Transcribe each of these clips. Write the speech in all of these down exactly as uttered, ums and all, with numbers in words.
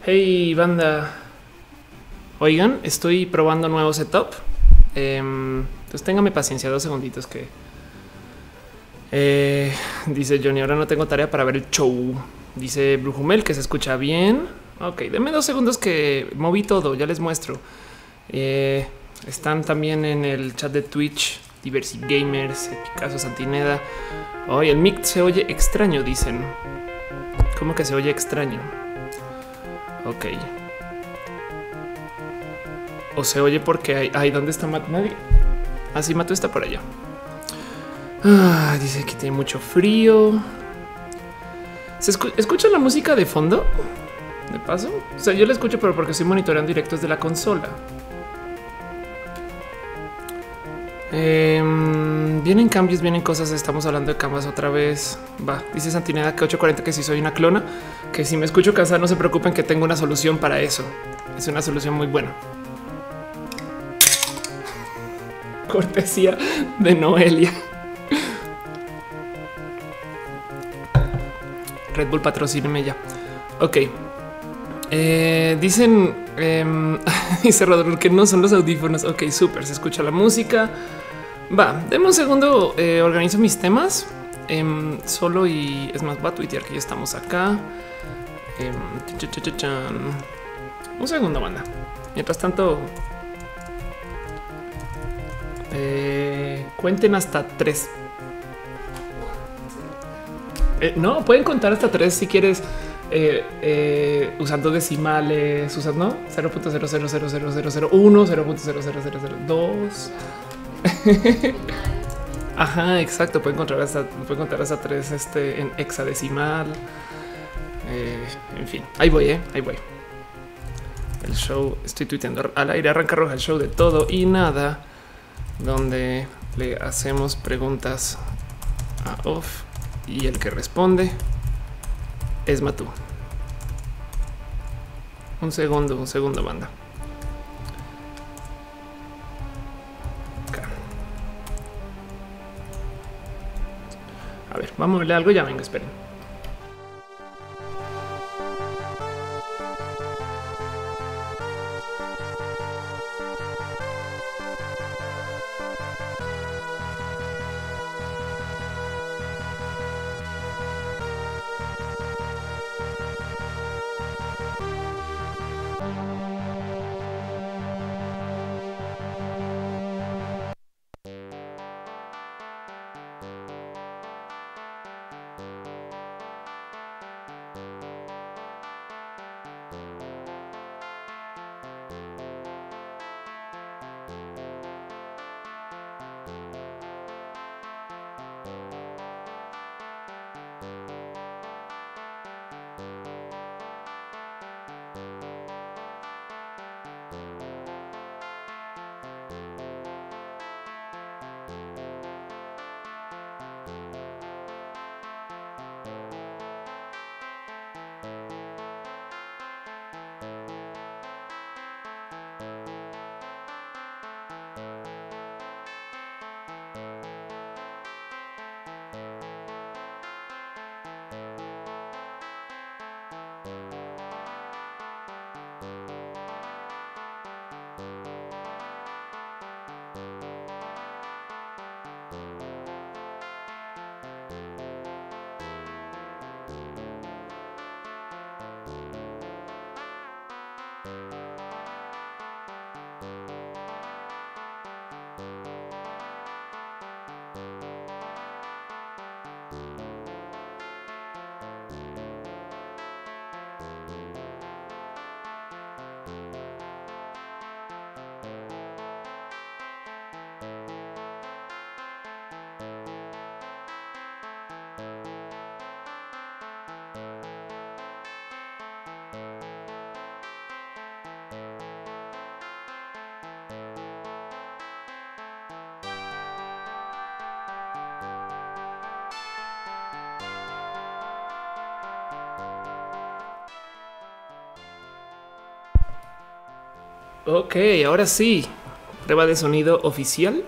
Hey, banda. Oigan, estoy probando nuevo setup. Eh, entonces téngame paciencia, dos segunditos que eh, dice Johnny. Ahora no tengo tarea para ver el show. Dice Brujumel que se escucha bien. Ok, denme dos segundos que moví todo. Ya les muestro. Eh, están también en el chat de Twitch. Diversi Gamers, Picasso, Santineda. Hoy el mic se oye extraño, dicen. ¿Cómo que se oye extraño? Ok. O se oye porque hay, ay, ¿dónde está Matt? Nadie. Así ah, Mato está por allá. Ah, dice que tiene mucho frío. ¿Se escu escucha la música de fondo? De paso. O sea, yo la escucho, pero porque estoy monitoreando directos de la consola. Eh, vienen cambios, vienen cosas. Estamos hablando de camas otra vez. Va, dice Santineda que ocho cuarenta que si soy una clona, que si me escucho cansada, no se preocupen, que tengo una solución para eso. Es una solución muy buena. Cortesía de Noelia. Red Bull patrocíneme ya. Ok. Eh, dicen, eh, dice Rodolfo que no son los audífonos. Ok, súper. Se escucha la música. Va, deme un segundo. Eh, organizo mis temas eh, solo y es más, va a tuitear que ya estamos acá. Eh, un segundo, banda. Mientras tanto, eh, cuenten hasta tres. Eh, no, pueden contar hasta tres si quieres. Eh, eh, usando decimales, usas no cero punto cero cero cero cero cero cero uno, cero punto cero cero cero cero dos. Ajá, exacto. Pueden encontrar hasta, pueden contar hasta tres este, en hexadecimal. Eh, en fin, ahí voy, eh, ahí voy. El show, estoy tuiteando al aire, arranca roja el show de todo y nada, donde le hacemos preguntas a Off y el que responde es Matú. Un segundo, un segundo, banda. Acá. A ver, vamos a verle algo. Ya venga, esperen. Ok, ahora sí. Prueba de sonido oficial.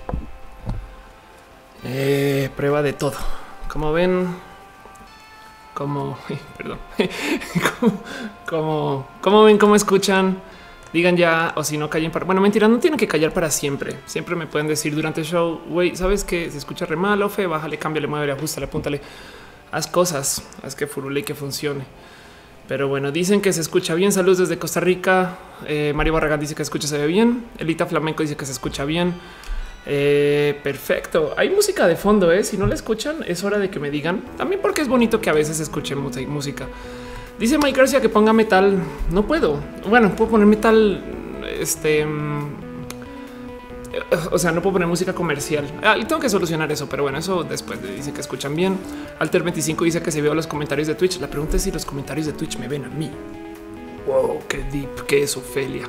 Eh, prueba de todo. Como ven, como, perdón, como, como, cómo ven, cómo escuchan. Digan ya, o si no callen para. Bueno, mentira, no tienen que callar para siempre. Siempre me pueden decir durante el show, güey, sabes que se escucha re mal, Ofe, bájale, cámbiale, muévele, ajustale, apúntale, haz cosas, haz que furule y que funcione. Pero bueno, dicen que se escucha bien. Saludos desde Costa Rica. Eh, Mario Barragán dice que escucha, se ve bien. Elita Flamenco dice que se escucha bien. Eh, perfecto. Hay música de fondo. ¿eh? Si no la escuchan, es hora de que me digan. También porque es bonito que a veces escuchen música. Dice Mike García que ponga metal. No puedo. Bueno, puedo poner metal. Este. O sea, no puedo poner música comercial. Ah, y tengo que solucionar eso, pero bueno, eso después dice que escuchan bien. Alter veinticinco dice que se vio los comentarios de Twitch. La pregunta es si los comentarios de Twitch me ven a mí. Wow, qué deep, qué es Ofelia.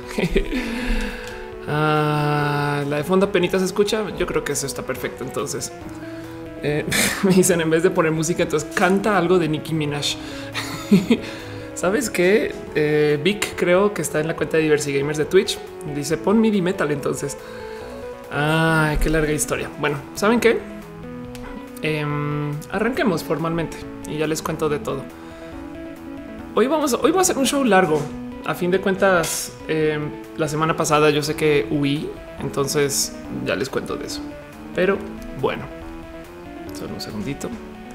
ah, la de fondo penita se escucha. Yo creo que eso está perfecto. Entonces eh, me dicen en vez de poner música, entonces canta algo de Nicki Minaj. ¿Sabes qué? Eh, Vic creo que está en la cuenta de Diversi Gamers de Twitch. Dice pon midi metal entonces. Ay, qué larga historia. Bueno, ¿saben qué? Eh, arranquemos formalmente y ya les cuento de todo. Hoy vamos, hoy va a ser un show largo. A fin de cuentas, eh, la semana pasada yo sé que huí, entonces ya les cuento de eso. Pero bueno, solo un segundito.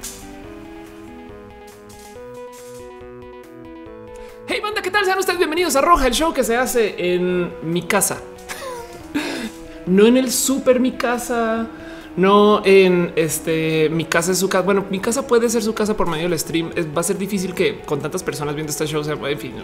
Hey banda, ¿qué tal? Sean ustedes bienvenidos a Roja, el show que se hace en mi casa. No en el súper mi casa, no en este mi casa es su casa. Bueno, mi casa puede ser su casa por medio del stream. Es, va a ser difícil que con tantas personas viendo este show, en fin,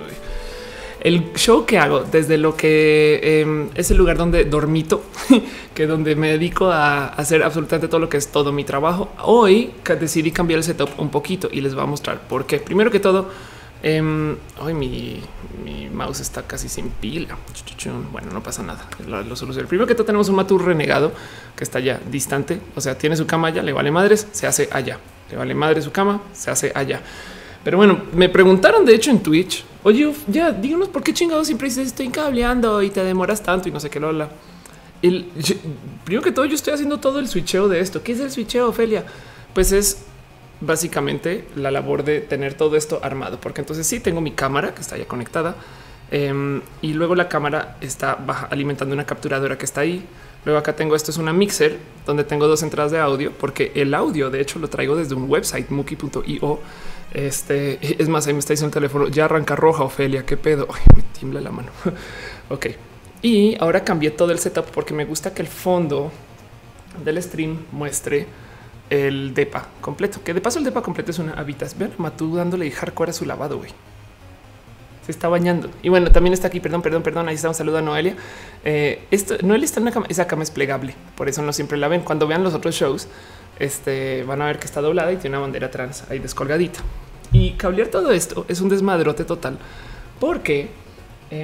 el show que hago desde lo que eh, es el lugar donde dormito, que donde me dedico a hacer absolutamente todo lo que es todo mi trabajo. Hoy decidí cambiar el setup un poquito y les voy a mostrar por qué. Primero que todo, Um, hoy mi, mi mouse está casi sin pila. Bueno, no pasa nada. Lo, lo soluciono. Primero que todo, tenemos un Matur renegado que está ya distante. O sea, tiene su cama allá, le vale madres, se hace allá. Le vale madre su cama, se hace allá. Pero bueno, me preguntaron de hecho en Twitch, oye, ya díganos por qué chingados siempre dices estoy cableando y te demoras tanto y no sé qué lola. El, yo, primero que todo, yo estoy haciendo todo el switcheo de esto. ¿Qué es el switcheo, Ofelia? Pues es básicamente la labor de tener todo esto armado, porque entonces sí tengo mi cámara que está ya conectada eh, y luego la cámara está baja, alimentando una capturadora que está ahí. Luego acá tengo esto es una mixer donde tengo dos entradas de audio, porque el audio de hecho lo traigo desde un website muki punto io. Este es más, ahí me está diciendo el teléfono ya arranca Roja, Ofelia, qué pedo. Ay, me tiembla la mano. Ok, y ahora cambié todo el setup porque me gusta que el fondo del stream muestre el depa completo, que de paso el depa completo es una habitación. Ven, Matú dándole hardcore a su lavado, güey. Se está bañando. Y bueno, también está aquí, perdón, perdón, perdón. Ahí está un saludo a Noelia. Eh, esto, Noelia está en una cama, esa cama es plegable, por eso no siempre la ven. Cuando vean los otros shows, este, van a ver que está doblada y tiene una bandera trans ahí descolgadita. Y cablear todo esto es un desmadrote total, porque eh,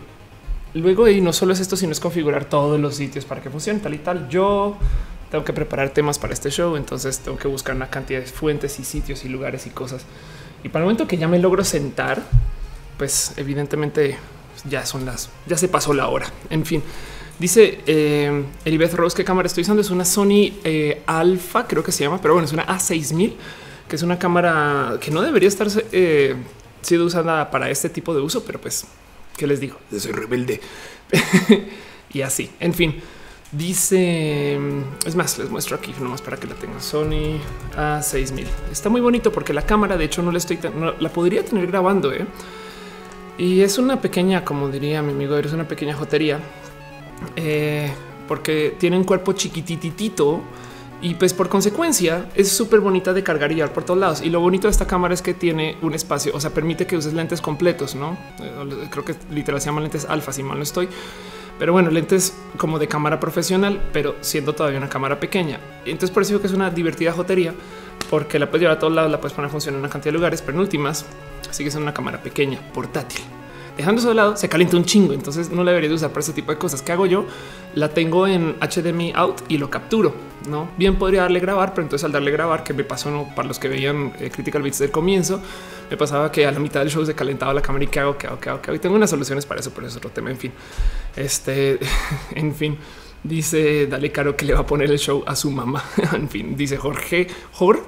luego y no solo es esto, sino es configurar todos los sitios para que funcione tal y tal. Yo tengo que preparar temas para este show, entonces tengo que buscar una cantidad de fuentes y sitios y lugares y cosas. Y para el momento que ya me logro sentar, pues evidentemente ya son las, ya se pasó la hora. En fin, dice eh, Elibeth Rose, ¿qué cámara estoy usando? Es una Sony eh, Alpha, creo que se llama, pero bueno, es una A seis mil, que es una cámara que no debería estar eh, siendo usada para este tipo de uso, pero pues, ¿qué les digo? Yo soy rebelde. Y así, en fin. Dice, es más, les muestro aquí nomás para que la tengan. Sony A seis mil. Está muy bonito porque la cámara, de hecho, no la estoy, no, la podría tener grabando, ¿eh? Y es una pequeña, como diría mi amigo, es una pequeña jotería, eh, porque tiene un cuerpo chiquititito y pues por consecuencia es súper bonita de cargar y llevar por todos lados. Y lo bonito de esta cámara es que tiene un espacio, o sea, permite que uses lentes completos, ¿no? Eh, creo que literal se llaman lentes alfa, si mal no estoy. Pero bueno, lentes como de cámara profesional, pero siendo todavía una cámara pequeña. Entonces por eso digo que es una divertida jotería, porque la puedes llevar a todos lados, la puedes poner a funcionar en una cantidad de lugares, pero en últimas sigue siendo una cámara pequeña, portátil. Dejando eso de lado, se calienta un chingo, entonces no la debería de usar para ese tipo de cosas. ¿Qué hago yo? La tengo en H D M I out y lo capturo, ¿no? Bien podría darle grabar, pero entonces al darle grabar, que me pasó, ¿no? Para los que veían eh, Critical Beats del comienzo, me pasaba que a la mitad del show se calentaba la cámara y ¿qué hago? ¿Qué hago? ¿Qué hago? ¿Qué hago? Y tengo unas soluciones para eso, pero eso es otro tema. En fin, este, en fin, dice Dale Caro que le va a poner el show a su mamá. En fin, dice Jorge, Jorge,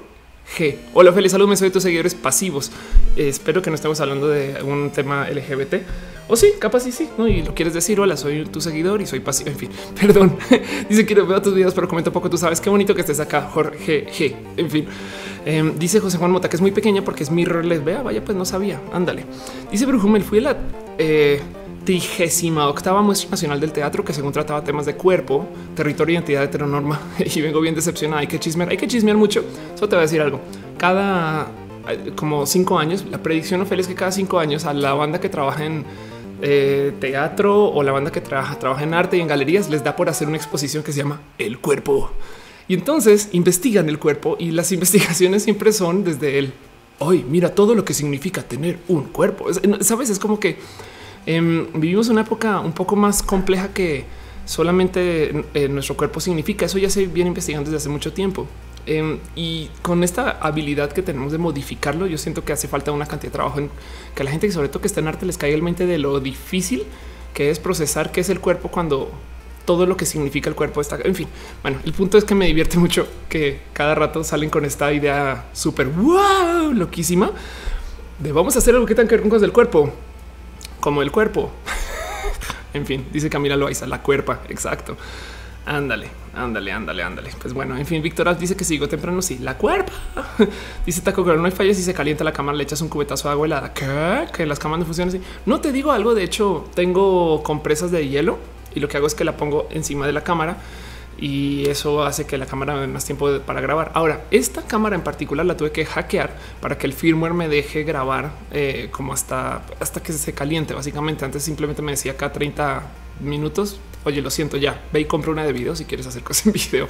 G. Hola, feliz salud. Me soy de tus seguidores pasivos. Eh, espero que no estemos hablando de un tema L G B T. O sí, capaz sí, sí, ¿no? Y lo quieres decir, hola, soy tu seguidor y soy pasivo. En fin, perdón. Dice que no veo tus videos, pero comento poco. Tú sabes qué bonito que estés acá, Jorge G. En fin. Eh, dice José Juan Mota que es muy pequeña porque es mirrorless. Vea, vaya, pues no sabía. Ándale. Dice Brujumel, fui a la eh, trigésima octava muestra nacional del teatro que según trataba temas de cuerpo, territorio y identidad heteronorma. Y vengo bien decepcionada. Hay que chismear, hay que chismear mucho. Solo te voy a decir algo. Cada como cinco años, la predicción Ofelia es que cada cinco años a la banda que trabaja en eh, teatro o la banda que trabaja, trabaja en arte y en galerías les da por hacer una exposición que se llama El Cuerpo. Y entonces investigan el cuerpo y las investigaciones siempre son desde el hoy, mira todo lo que significa tener un cuerpo. Sabes, es como que eh, vivimos una época un poco más compleja que solamente eh, nuestro cuerpo significa. Eso ya se viene investigando desde hace mucho tiempo. Eh, y con esta habilidad que tenemos de modificarlo, yo siento que hace falta una cantidad de trabajo en que a la gente que sobre todo que está en arte les caiga el mente de lo difícil que es procesar qué es el cuerpo cuando todo lo que significa el cuerpo está. En fin, bueno, el punto es que me divierte mucho que cada rato salen con esta idea súper wow, loquísima de vamos a hacer algo que tenga que ver con cosas del cuerpo, como el cuerpo. En fin, dice Camila Loaiza, la cuerpa. Exacto. Ándale, ándale, ándale, ándale. Pues bueno, en fin, Víctor dice que sigo temprano. Sí, la cuerpa. Dice Taco Girl, no hay fallas si se calienta la cámara, le echas un cubetazo de agua helada. ¿Qué? Que las cámaras no funcionan así. No te digo algo. De hecho, tengo compresas de hielo y lo que hago es que la pongo encima de la cámara y eso hace que la cámara me dé más tiempo de, para grabar. Ahora, esta cámara en particular la tuve que hackear para que el firmware me deje grabar eh, como hasta, hasta que se caliente. Básicamente, antes simplemente me decía acá treinta minutos. Oye, lo siento, ya ve y compra una de video si quieres hacer cosas en video.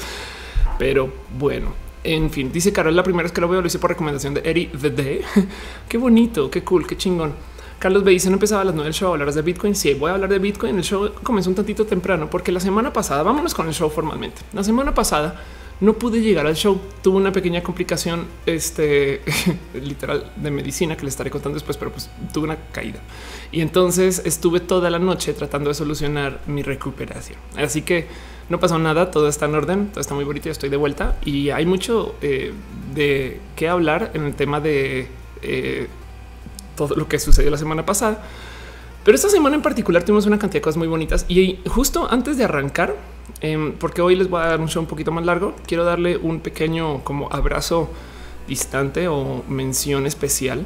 Pero bueno, en fin, dice Carol, la primera vez que lo veo lo hice por recomendación de Eri the Day. Qué bonito, qué cool, qué chingón. Carlos B dice, no empezaba a las nueve del show, hablarás de Bitcoin. Sí, voy a hablar de Bitcoin. El show comenzó un tantito temprano porque la semana pasada, vámonos con el show formalmente. La semana pasada no pude llegar al show. Tuve una pequeña complicación, este literal de medicina que le estaré contando después, pero pues tuve una caída y entonces estuve toda la noche tratando de solucionar mi recuperación. Así que no pasó nada, todo está en orden, todo está muy bonito. Ya estoy de vuelta y hay mucho eh, de qué hablar en el tema de eh, todo lo que sucedió la semana pasada. Pero esta semana en particular tuvimos una cantidad de cosas muy bonitas y justo antes de arrancar, eh, porque hoy les voy a dar un show un poquito más largo, quiero darle un pequeño como abrazo distante o mención especial,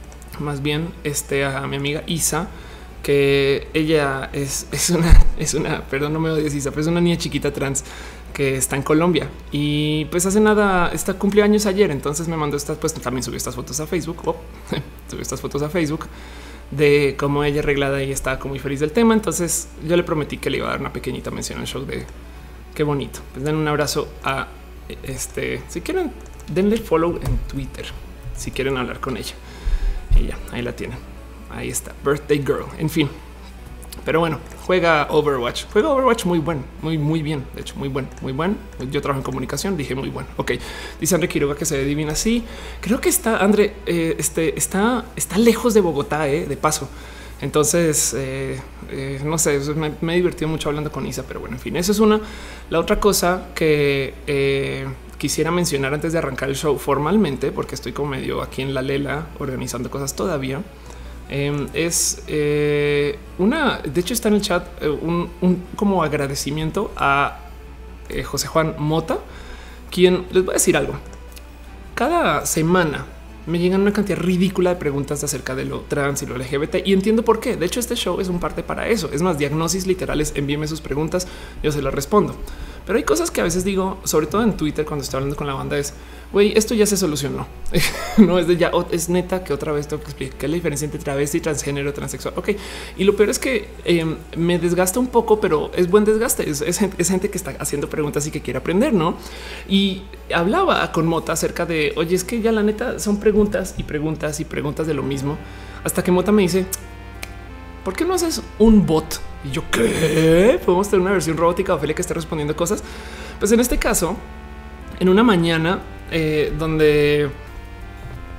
más bien este a mi amiga Isa, que ella es, es una, es una, perdón, no me odies Isa, pero es una niña chiquita trans que está en Colombia y pues hace nada, está cumpleaños ayer, entonces me mandó estas, pues también subió estas fotos a Facebook, oh, subió estas fotos a Facebook de cómo ella arreglada y estaba como muy feliz del tema. Entonces yo le prometí que le iba a dar una pequeñita mención al show de qué bonito. Pues den un abrazo a este. Si quieren, denle follow en Twitter si quieren hablar con ella. Y ya ahí la tienen. Ahí está, Birthday Girl. En fin, pero bueno, juega Overwatch. Juega Overwatch muy bueno, muy, muy bien. De hecho, muy bueno, muy bueno. Yo trabajo en comunicación, dije muy bueno. Ok, dice André Quiroga que se ve divina. Sí, creo que está André, eh, este está, está lejos de Bogotá, eh, de paso. Entonces, eh, eh, no sé, me, me he divertido mucho hablando con Isa, pero bueno, en fin, eso es una. La otra cosa que eh, quisiera mencionar antes de arrancar el show formalmente, porque estoy como medio aquí en la lela organizando cosas todavía. Eh, es eh, una, de hecho está en el chat eh, un, un como agradecimiento a eh, José Juan Mota, quien les voy a decir algo. Cada semana me llegan una cantidad ridícula de preguntas acerca de lo trans y lo L G B T y entiendo por qué. De hecho, este show es un parte para eso. Es más, diagnosis literales. Envíeme sus preguntas, yo se las respondo. Pero hay cosas que a veces digo, sobre todo en Twitter, cuando estoy hablando con la banda, es güey, esto ya se solucionó. No es de ya, es neta que otra vez tengo que explicar qué es la diferencia entre travesti, transgénero, transexual. Ok. Y lo peor es que eh, me desgasta un poco, pero es buen desgaste. Es, es, es gente que está haciendo preguntas y que quiere aprender, no? Y hablaba con Mota acerca de oye, es que ya la neta son preguntas y preguntas y preguntas de lo mismo, hasta que Mota me dice, ¿por qué no haces un bot? Y yo, ¿qué? ¿Podemos tener una versión robótica de Ofelia que esté respondiendo cosas? Pues en este caso, en una mañana eh, donde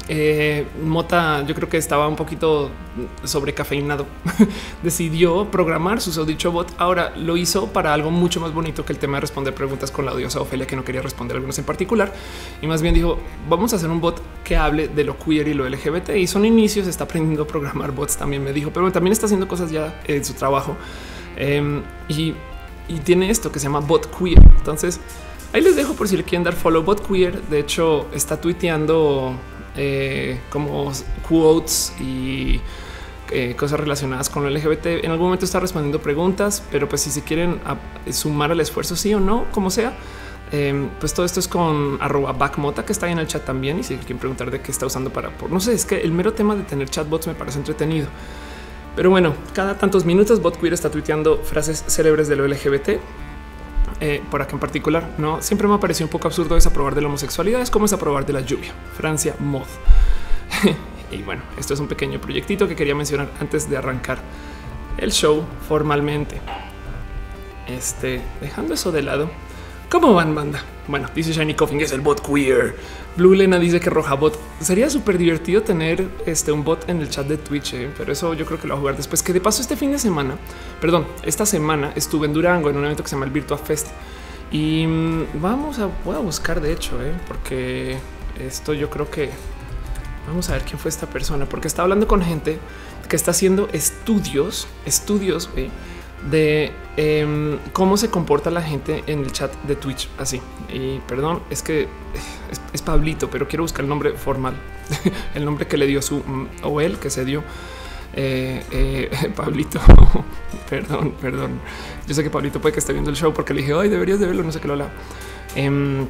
Eh, Mota, yo creo que estaba un poquito sobrecafeinado. Decidió programar su dicho bot. Ahora lo hizo para algo mucho más bonito que el tema de responder preguntas con la odiosa Ofelia, que no quería responder algunos en particular. Y más bien dijo, vamos a hacer un bot que hable de lo queer y lo L G B T. Y son inicios, está aprendiendo a programar bots también, me dijo, pero también está haciendo cosas ya en su trabajo. Eh, y, y tiene esto que se llama bot queer. Entonces ahí les dejo por si le quieren dar follow. Bot queer, de hecho, está tuiteando Eh, como quotes y eh, cosas relacionadas con el L G B T. En algún momento está respondiendo preguntas, pero pues si se quieren a, sumar al esfuerzo, sí o no, como sea, eh, pues todo esto es con arroba backmota, que está ahí en el chat también. Y si quieren preguntar de qué está usando para, por, no sé, es que el mero tema de tener chatbots me parece entretenido. Pero bueno, cada tantos minutos Bot Queer está tuiteando frases célebres de lo L G B T. Eh, por acá en particular, no siempre me ha parecido un poco absurdo desaprobar de la homosexualidad. Es como desaprobar de la lluvia. Francia Mod. Y bueno, esto es un pequeño proyectito que quería mencionar antes de arrancar el show formalmente. Este, dejando eso de lado, ¿cómo van, banda? Bueno, dice Shiny Coffin, es el bot queer. Blue Lena dice que Roja Bot. Sería súper divertido tener este un bot en el chat de Twitch, eh, pero eso yo creo que lo voy a jugar después. Que de paso este fin de semana, perdón, esta semana estuve en Durango en un evento que se llama el Virtua Fest y mmm, vamos a voy a buscar de hecho, eh, porque esto yo creo que vamos a ver quién fue esta persona, porque está hablando con gente que está haciendo estudios, estudios eh, de eh, cómo se comporta la gente en el chat de Twitch. Así. Y perdón, es que es, es Pablito, pero quiero buscar el nombre formal, el nombre que le dio su o él que se dio. Eh, eh, Pablito, perdón, perdón. Yo sé que Pablito puede que esté viendo el show porque le dije, ay, deberías de verlo, no sé qué lo habla. Eh,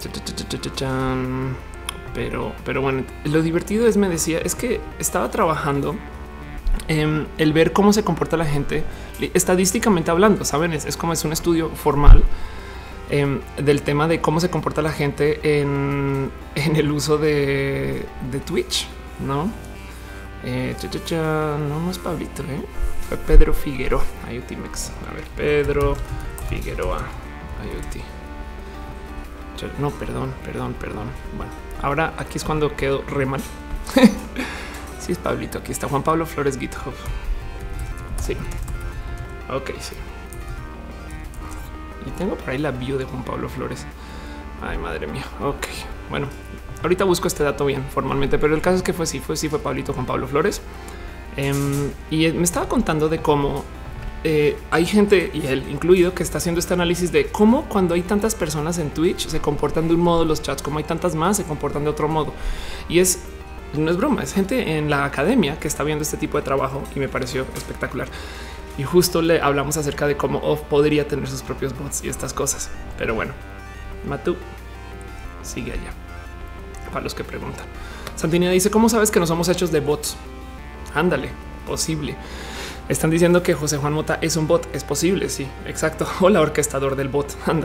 pero, pero bueno, lo divertido es, me decía, es que estaba trabajando Eh, el ver cómo se comporta la gente estadísticamente hablando, saben, es, es como es un estudio formal eh, del tema de cómo se comporta la gente en, en el uso de, de Twitch, no? Eh, cha, cha, cha, no, no es Pablito, ¿eh? Fue Pedro Figueroa, I O T Mex. A ver, Pedro Figueroa, I O T. No, perdón, perdón, perdón. Bueno, ahora aquí es cuando quedo re mal. Sí, es Pablito. Aquí está Juan Pablo Flores GitHub. Sí. Ok, sí. Y tengo por ahí la bio de Juan Pablo Flores. Ay, madre mía. Ok. Bueno, ahorita busco este dato bien formalmente, pero el caso es que fue sí, fue sí, fue Pablito Juan Pablo Flores. Um, y me estaba contando de cómo eh, hay gente, y él incluido, que está haciendo este análisis de cómo cuando hay tantas personas en Twitch se comportan de un modo los chats, como hay tantas más se comportan de otro modo. Y es no es broma, es gente en la academia que está viendo este tipo de trabajo y me pareció espectacular. Y justo le hablamos acerca de cómo Off podría tener sus propios bots y estas cosas. Pero bueno, Matu sigue allá. Para los que preguntan, Santina dice, ¿cómo sabes que no somos hechos de bots? Ándale, posible. Están diciendo que José Juan Mota es un bot. Es posible, sí, exacto. Hola, orquestador del bot. Anda.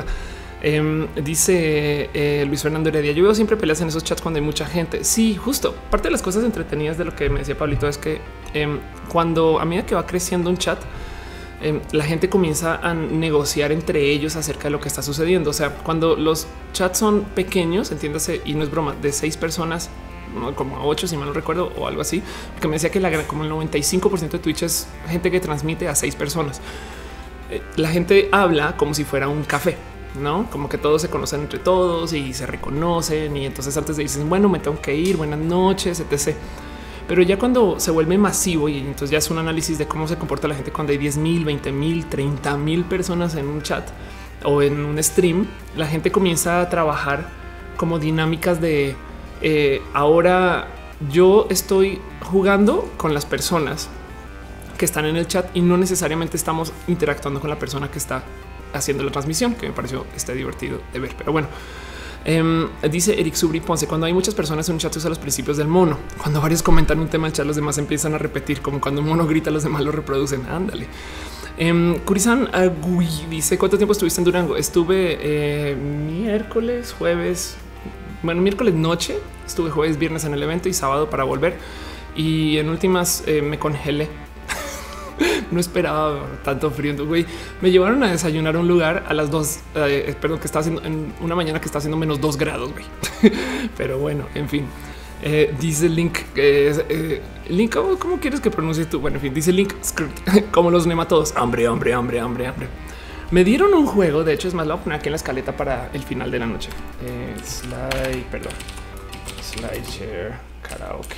Eh, dice eh, Luis Fernando Heredia, yo veo siempre peleas en esos chats cuando hay mucha gente. Sí, justo. Parte de las cosas entretenidas de lo que me decía Pablito es que eh, cuando a medida que va creciendo un chat, eh, la gente comienza a negociar entre ellos acerca de lo que está sucediendo. O sea, cuando los chats son pequeños, entiéndase, y no es broma, de seis personas, como a ocho, si mal no recuerdo, o algo así, porque me decía que la, como el noventa y cinco por ciento de Twitch es gente que transmite a seis personas. Eh, la gente habla como si fuera un café. No, como que todos se conocen entre todos y se reconocen. Y entonces antes de dicen, bueno, me tengo que ir, buenas noches, etcétera. Pero ya cuando se vuelve masivo y entonces ya es un análisis de cómo se comporta la gente cuando hay diez mil, veinte mil, treinta mil personas en un chat o en un stream, la gente comienza a trabajar como dinámicas de eh, ahora yo estoy jugando con las personas que están en el chat y no necesariamente estamos interactuando con la persona que está haciendo la transmisión, que me pareció este divertido de ver. Pero bueno, eh, dice Eric Subri Ponce, cuando hay muchas personas en un chat usa los principios del mono. Cuando varios comentan un tema al chat, los demás empiezan a repetir, como cuando un mono grita, los demás lo reproducen. Ándale. Eh, Kurisan Agui dice, ¿cuánto tiempo estuviste en Durango? Estuve eh, miércoles, jueves, bueno, miércoles noche, estuve jueves, viernes en el evento y sábado para volver. Y en últimas eh, me congelé. No esperaba tanto frío. Güey, me llevaron a desayunar a un lugar a las dos, eh, perdón, que estaba haciendo en una mañana que está haciendo menos dos grados. Güey. Pero bueno, en fin, Eh, dice Link, eh, eh, Link, ¿cómo, ¿cómo quieres que pronuncie tú? Bueno, en fin, dice Link, como los nematodos. Hambre, hambre, hambre, hambre, hambre. Me dieron un juego, de hecho es más, lo voy a poner aquí en la escaleta para el final de la noche. Eh, slide, perdón. SlideShare karaoke.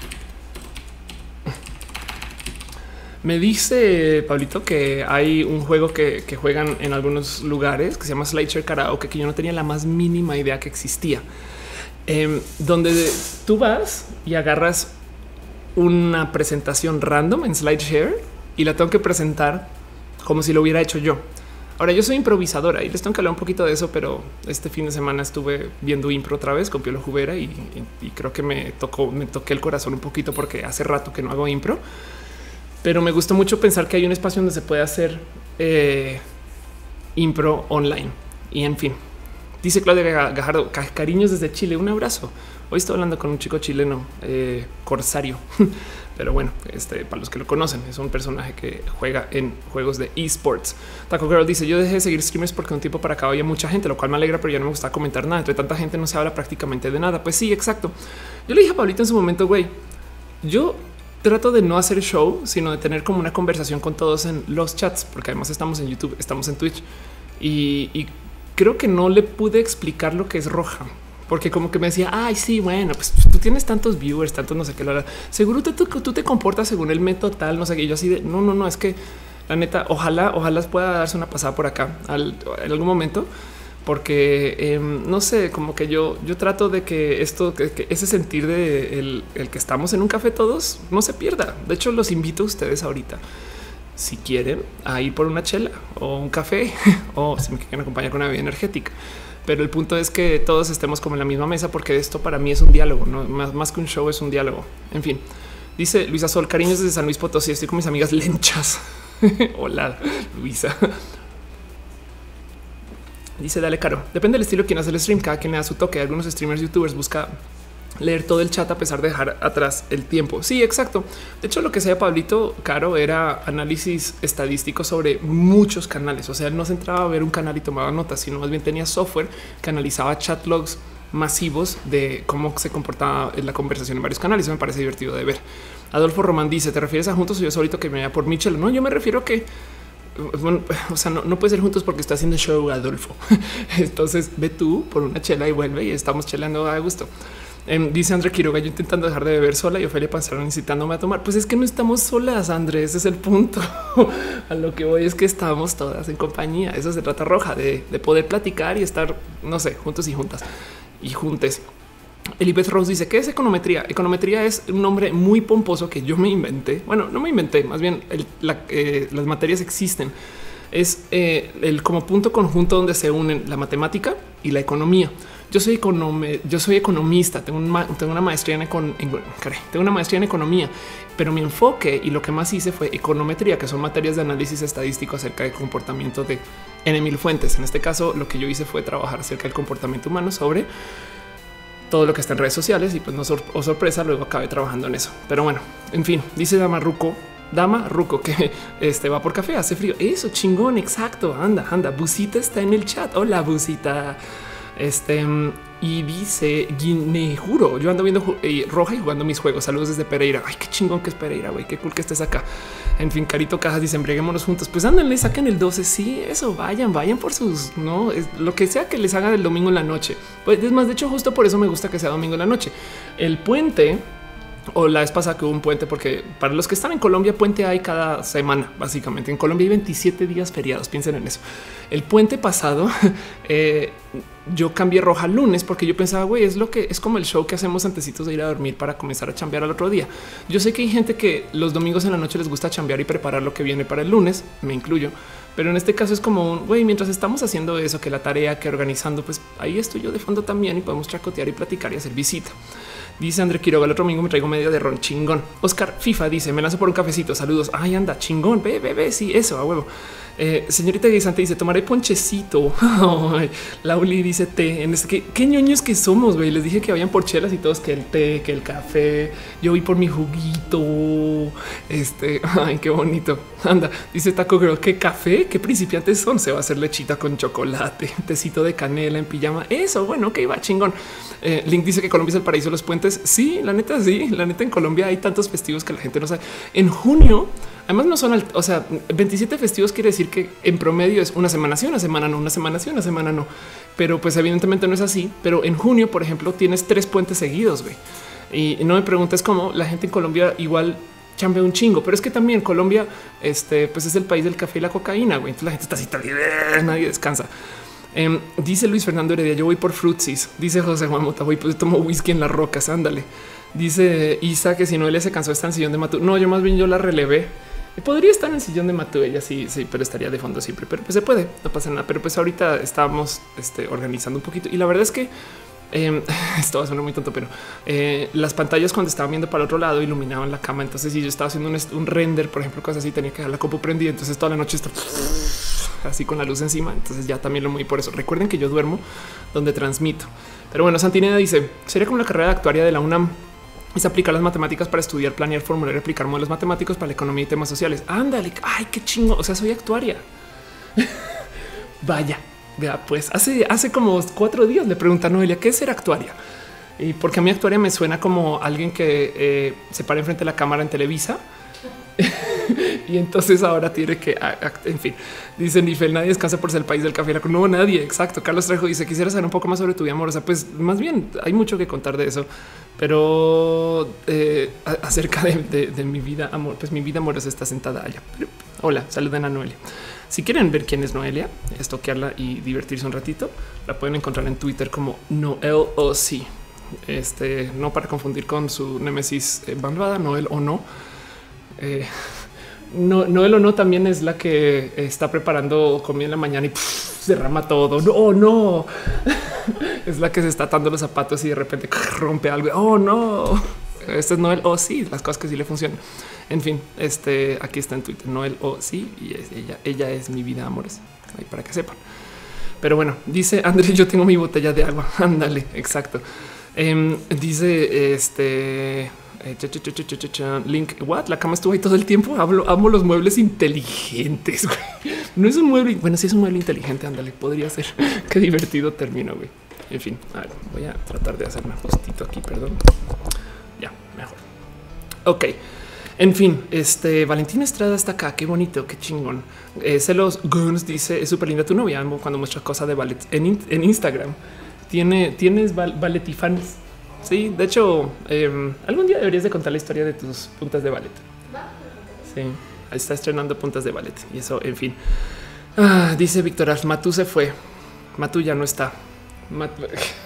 Me dice Pablito que hay un juego que, que juegan en algunos lugares que se llama SlideShare karaoke, que yo no tenía la más mínima idea que existía. Eh, donde tú vas y agarras una presentación random en SlideShare y la tengo que presentar como si lo hubiera hecho yo. Ahora, yo soy improvisadora y les tengo que hablar un poquito de eso, pero este fin de semana estuve viendo impro otra vez con Piolo Jubera y, y, y creo que me tocó, me toqué el corazón un poquito porque hace rato que no hago impro, pero me gustó mucho pensar que hay un espacio donde se puede hacer eh, impro online. Y en fin, dice Claudia Gajardo, cariños desde Chile, un abrazo. Hoy estoy hablando con un chico chileno, eh, Corsario. Pero bueno, este, para los que lo conocen, es un personaje que juega en juegos de esports. Taco Girl dice: yo dejé de seguir streamers porque un tiempo para acá había mucha gente, lo cual me alegra, pero ya no me gusta comentar nada. Entre tanta gente no se habla prácticamente de nada. Pues sí, exacto. Yo le dije a Pablito en su momento, güey, yo trato de no hacer show, sino de tener como una conversación con todos en los chats, porque además estamos en YouTube, estamos en Twitch y, y creo que no le pude explicar lo que es Roja. Porque como que me decía, ay, sí, bueno, pues tú tienes tantos viewers, tantos no sé qué, la verdad. Seguro tú, tú, tú te comportas según el método tal, no sé qué. Yo así de no, no, no, es que la neta, ojalá, ojalá pueda darse una pasada por acá al, en algún momento, porque eh, no sé, como que yo, yo trato de que esto, que, que ese sentir de el, el que estamos en un café todos no se pierda. De hecho, los invito a ustedes ahorita, si quieren, a ir por una chela o un café o si me quieren acompañar con una bebida energética. Pero el punto es que todos estemos como en la misma mesa, porque esto para mí es un diálogo, no más, más que un show, es un diálogo. En fin, dice Luisa Sol, cariños desde San Luis Potosí. Estoy con mis amigas lenchas. Hola, Luisa. Dice dale caro. Depende del estilo de quien hace el stream. Cada quien le da su toque. Algunos streamers, youtubers busca leer todo el chat a pesar de dejar atrás el tiempo. Sí, exacto. De hecho, lo que sea Pablito Caro era análisis estadístico sobre muchos canales. O sea, él no se entraba a ver un canal y tomaba notas, sino más bien tenía software que analizaba chat logs masivos de cómo se comportaba la conversación en varios canales. Eso me parece divertido de ver. Adolfo Román dice: ¿te refieres a juntos o yo solito que me vaya por Michel? No, yo me refiero a que bueno, o sea, no, no puede ser juntos porque está haciendo show, Adolfo. Entonces ve tú por una chela y vuelve y estamos chelando a gusto. Um, dice André Quiroga: yo intentando dejar de beber sola y Ofelia Panzarón incitándome a tomar. Pues es que no estamos solas, André, ese es el punto. A lo que voy es que estamos todas en compañía. Eso se trata, Roja, de, de poder platicar y estar, no sé, juntos y juntas y juntes. Elizabeth Rose dice: ¿qué es econometría? Econometría es un nombre muy pomposo que yo me inventé. Bueno, no me inventé, más bien el, la, eh, las materias existen. Es eh, el como punto conjunto donde se unen la matemática y la economía. Yo soy econome, yo soy economista, tengo, un ma, tengo una maestría en, econ, en tengo una maestría en economía, pero mi enfoque y lo que más hice fue econometría, que son materias de análisis estadístico acerca del comportamiento de N mil fuentes. En este caso, lo que yo hice fue trabajar acerca del comportamiento humano sobre todo lo que está en redes sociales y pues no sor o sorpresa, luego acabé trabajando en eso. Pero bueno, en fin, dice Dama Ruco, Dama Ruco que este va por café, hace frío. Eso chingón, exacto. Anda, anda. Busita está en el chat. Hola, Busita. Este y dice Guinejuro: yo ando viendo eh, Roja y jugando mis juegos. Saludos desde Pereira. Ay, qué chingón que es Pereira, güey. Qué cool que estés acá. En fin, Carito Cajas dice: embriaguémonos juntos. Pues ándenle, saquen el doce. Sí, eso, vayan, vayan por sus, no es lo que sea que les haga el domingo en la noche. Pues es más, de hecho, justo por eso me gusta que sea domingo en la noche. El puente, o la vez pasada que hubo un puente, porque para los que están en Colombia, puente hay cada semana. Básicamente en Colombia hay veintisiete días feriados. Piensen en eso. El puente pasado, eh, yo cambié Roja lunes porque yo pensaba, güey, es lo que es como el show que hacemos antecitos de ir a dormir para comenzar a chambear al otro día. Yo sé que hay gente que los domingos en la noche les gusta chambear y preparar lo que viene para el lunes, me incluyo, pero en este caso es como un güey, mientras estamos haciendo eso, que la tarea, que organizando, pues ahí estoy yo de fondo también y podemos chacotear y platicar y hacer visita. Dice André Quiroga: el otro domingo me traigo medio de ron, chingón. Oscar FIFA dice: me lanzo por un cafecito, saludos. Ay, anda, chingón, ve, ve, ve, sí, eso, a huevo. Eh, señorita Guisante dice: tomaré ponchecito. Lauli dice: té. En este, ¿qué, qué ñoños que somos, güey? Les dije que vayan por chelas y todos que el té, que el café. Yo voy por mi juguito. Este, ay, qué bonito. Anda, dice Taco Girl: ¿qué café? ¿Qué principiantes son? Se va a hacer lechita con chocolate, tecito de canela en pijama. Eso, bueno, que va chingón. Eh, Link dice que Colombia es el paraíso de los puentes. es sí, la neta, sí, la neta en Colombia hay tantos festivos que la gente no sabe. En junio, además no son, o sea, veintisiete festivos quiere decir que en promedio es una semana sí, una semana no, una semana sí, una semana no. Pero pues evidentemente no es así. Pero en junio, por ejemplo, tienes tres puentes seguidos, güey. Y no me preguntes cómo la gente en Colombia igual chambea un chingo, pero es que también Colombia, este, pues es el país del café y la cocaína, güey. Entonces la gente está así, tal, nadie descansa. Eh, dice Luis Fernando Heredia, yo voy por Frutsis. Dice José Juan Mota, voy, pues tomo whisky en las rocas, ándale. Dice Isa que si no, él se cansó de estar en el sillón de Matú. No, yo más bien yo la relevé. Podría estar en el sillón de Matú, ella sí, sí, pero estaría de fondo siempre. Pero pues se puede, no pasa nada. Pero pues ahorita estábamos este, organizando un poquito y la verdad es que Eh, esto va a sonar muy tonto, pero eh, las pantallas cuando estaban viendo para el otro lado iluminaban la cama. Entonces, si yo estaba haciendo un, un render, por ejemplo, cosas así, tenía que dejar la compu prendida. Entonces, toda la noche está así con la luz encima. Entonces, ya también lo moví por eso. Recuerden que yo duermo donde transmito. Pero bueno, Santineda dice: sería como la carrera de actuaria de la UNAM. Es aplicar las matemáticas para estudiar, planear, formular y aplicar modelos matemáticos para la economía y temas sociales. Ándale, ay, qué chingo. O sea, soy actuaria. Vaya. Ya, pues hace, hace como cuatro días le pregunté a Noelia qué es ser actuaria, y porque a mí actuaria me suena como alguien que eh, se para enfrente de la cámara en Televisa y entonces ahora tiene que, en fin, dice Nifel, nadie descansa por ser el país del café. No, nadie. Exacto. Carlos Trejo dice: quisiera saber un poco más sobre tu vida amorosa. Pues más bien hay mucho que contar de eso, pero eh, acerca de, de, de mi vida amor, pues mi vida amorosa está sentada allá. Pero, hola, saluden a Noelia. Si quieren ver quién es Noelia, estoquearla y divertirse un ratito, la pueden encontrar en Twitter como Noel o sí. Este, no para confundir con su némesis eh, malvada, Noel o no. Eh, no, Noel o no también es la que está preparando comida en la mañana y pff, derrama todo. No, no. Es la que se está atando los zapatos y de repente rompe algo. Oh, no. Este es Noel o sí, las cosas que sí le funcionan. En fin, este aquí está en Twitter, Noel o sí, y es ella, ella es mi vida amorosa, ahí para que sepan. Pero bueno, dice Andrés, yo tengo mi botella de agua. Ándale, exacto. Eh, dice este eh, cha, cha, cha, cha, cha, cha, Link, what? La cama estuvo ahí todo el tiempo. Hablo, amo los muebles inteligentes. Güey. No es un mueble. Bueno, sí es un mueble inteligente. Ándale, podría ser. Qué divertido término, güey. En fin, a ver, voy a tratar de hacerme justito aquí. Perdón. Ya, mejor. Ok. En fin, este Valentín Estrada está acá. Qué bonito, qué chingón. Eh, Celos Guns dice: es súper linda tu novia. Amo cuando muestra cosas de ballet en, en Instagram. Tiene, tienes balletifans. Sí, de hecho, eh, algún día deberías de contar la historia de tus puntas de ballet. Sí, ahí está estrenando puntas de ballet y eso, en fin. Ah, dice Víctor, Matú se fue. Matú ya no está. Matú.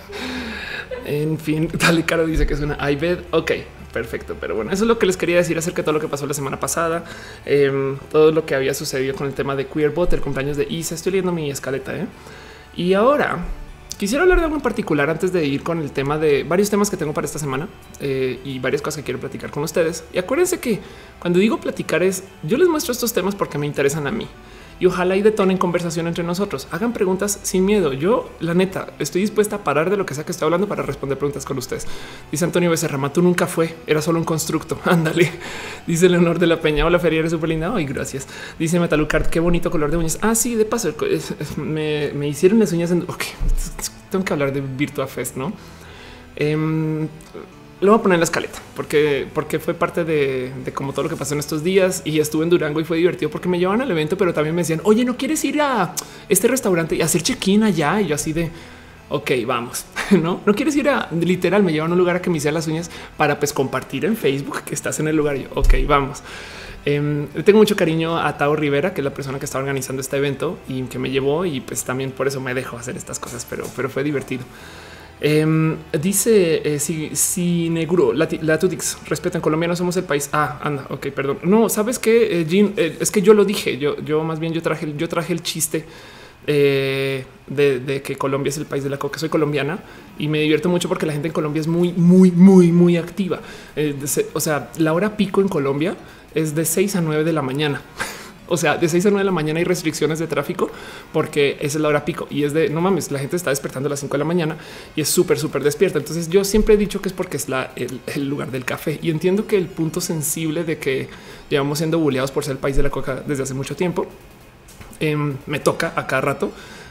En fin, Dale Caro dice que es una iBed. Ok, perfecto. Pero bueno, eso es lo que les quería decir acerca de todo lo que pasó la semana pasada. Eh, todo lo que había sucedido con el tema de Queerbot, el cumpleaños de Isa. Estoy leyendo mi escaleta. ¿eh? Y ahora quisiera hablar de algo en particular antes de ir con el tema de varios temas que tengo para esta semana eh, y varias cosas que quiero platicar con ustedes. Y acuérdense que cuando digo platicar es yo les muestro estos temas porque me interesan a mí. Y ojalá y detonen conversación entre nosotros. Hagan preguntas sin miedo. Yo, la neta, estoy dispuesta a parar de lo que sea que estoy hablando para responder preguntas con ustedes. Dice Antonio Becerra, Matú nunca fue, era solo un constructo. Ándale. Dice Leonor de la Peña, hola Feria, eres súper linda. Ay, gracias. Dice Metalucard, qué bonito color de uñas. Ah, sí, de paso, me, me hicieron las uñas en... Ok, tengo que hablar de Virtua Fest, ¿no? Eh, Lo voy a poner en la escaleta porque, porque fue parte de, de como todo lo que pasó en estos días y estuve en Durango y fue divertido porque me llevaban al evento, pero también me decían, oye, ¿no quieres ir a este restaurante y hacer check-in allá? Y yo así de, ok, vamos, no, no quieres ir a literal. Me llevan a un lugar a que me hicieran las uñas para pues compartir en Facebook que estás en el lugar. Y yo, ok, vamos. Eh, le tengo mucho cariño a Tao Rivera, que es la persona que está organizando este evento y que me llevó y pues también por eso me dejo hacer estas cosas, pero, pero fue divertido. Eh, dice eh, si, si Neguro, Latudix, respeto, en Colombia no somos el país. Ah, anda, ok, perdón. No, sabes que eh, Jean, eh, es que yo lo dije. Yo, yo más bien yo traje, yo traje el chiste eh, de, de que Colombia es el país de la coca. Soy colombiana y me divierto mucho porque la gente en Colombia es muy, muy, muy, muy activa. Eh, de, o sea, la hora pico en Colombia es de seis a nueve de la mañana. O sea, de seis a nueve de la mañana hay restricciones de tráfico porque esa es la hora pico y es de no mames, la gente está despertando a las cinco de la mañana y es súper, súper despierta. Entonces yo siempre he dicho que es porque es la, el, el lugar del café y entiendo que el punto sensible de que llevamos siendo bulleados por ser el país de la coca desde hace mucho tiempo eh, me toca a cada rato.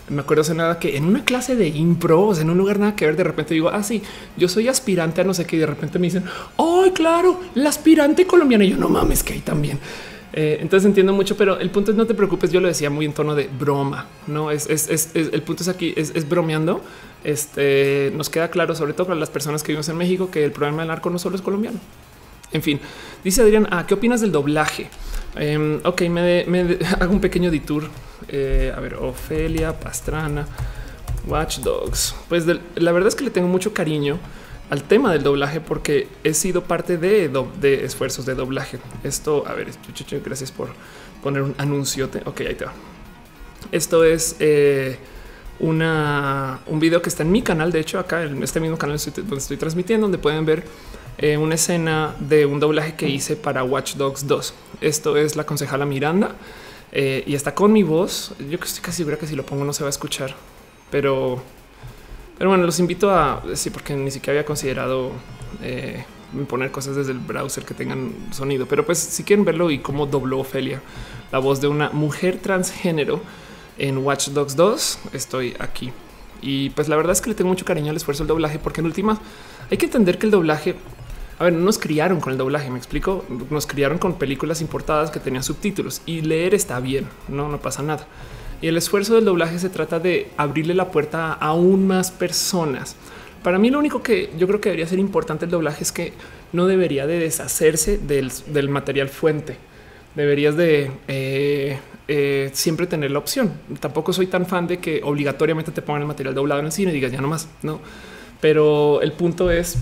Me acuerdo hace nada que en una clase de impro, o sea, en un lugar nada que ver, de repente digo, ah, sí, yo soy aspirante a no sé qué, y de repente me dicen, ay, claro, la aspirante colombiana. Y yo, no mames, que ahí también. Eh, entonces entiendo mucho, pero el punto es no te preocupes. Yo lo decía muy en tono de broma, no es, es, es, es el punto es aquí, es, es bromeando. Este nos queda claro, sobre todo para las personas que vivimos en México, que el problema del narco no solo es colombiano. En fin, dice Adrián, ah, ¿qué opinas del doblaje? Eh, ok, me, de, me de, hago un pequeño detour. Eh, a ver, Ofelia Pastrana, Watch Dogs. Pues de, la verdad es que le tengo mucho cariño al tema del doblaje porque he sido parte de, de esfuerzos de doblaje. Esto, a ver, gracias por poner un anunciote. Ok, ahí te va. Esto es eh, una, un video que está en mi canal. De hecho, acá en este mismo canal donde estoy transmitiendo, donde pueden ver eh, una escena de un doblaje que hice para Watch Dogs dos. Esto es la concejala Miranda eh, y está con mi voz. Yo estoy casi segura que si lo pongo no se va a escuchar, pero Pero bueno, los invito a sí, porque ni siquiera había considerado eh, poner cosas desde el browser que tengan sonido. Pero pues si quieren verlo y cómo dobló Ofelia la voz de una mujer transgénero en Watch Dogs dos, estoy aquí. Y pues la verdad es que le tengo mucho cariño al esfuerzo del doblaje, porque en última hay que entender que el doblaje, a ver, no nos criaron con el doblaje, me explico, nos criaron con películas importadas que tenían subtítulos y leer está bien, no, no pasa nada. Y el esfuerzo del doblaje se trata de abrirle la puerta a aún más personas. Para mí lo único que yo creo que debería ser importante el doblaje es que no debería de deshacerse del, del material fuente. Deberías de eh, eh, siempre tener la opción. Tampoco soy tan fan de que obligatoriamente te pongan el material doblado en el cine y digas ya no más, no. Pero el punto es,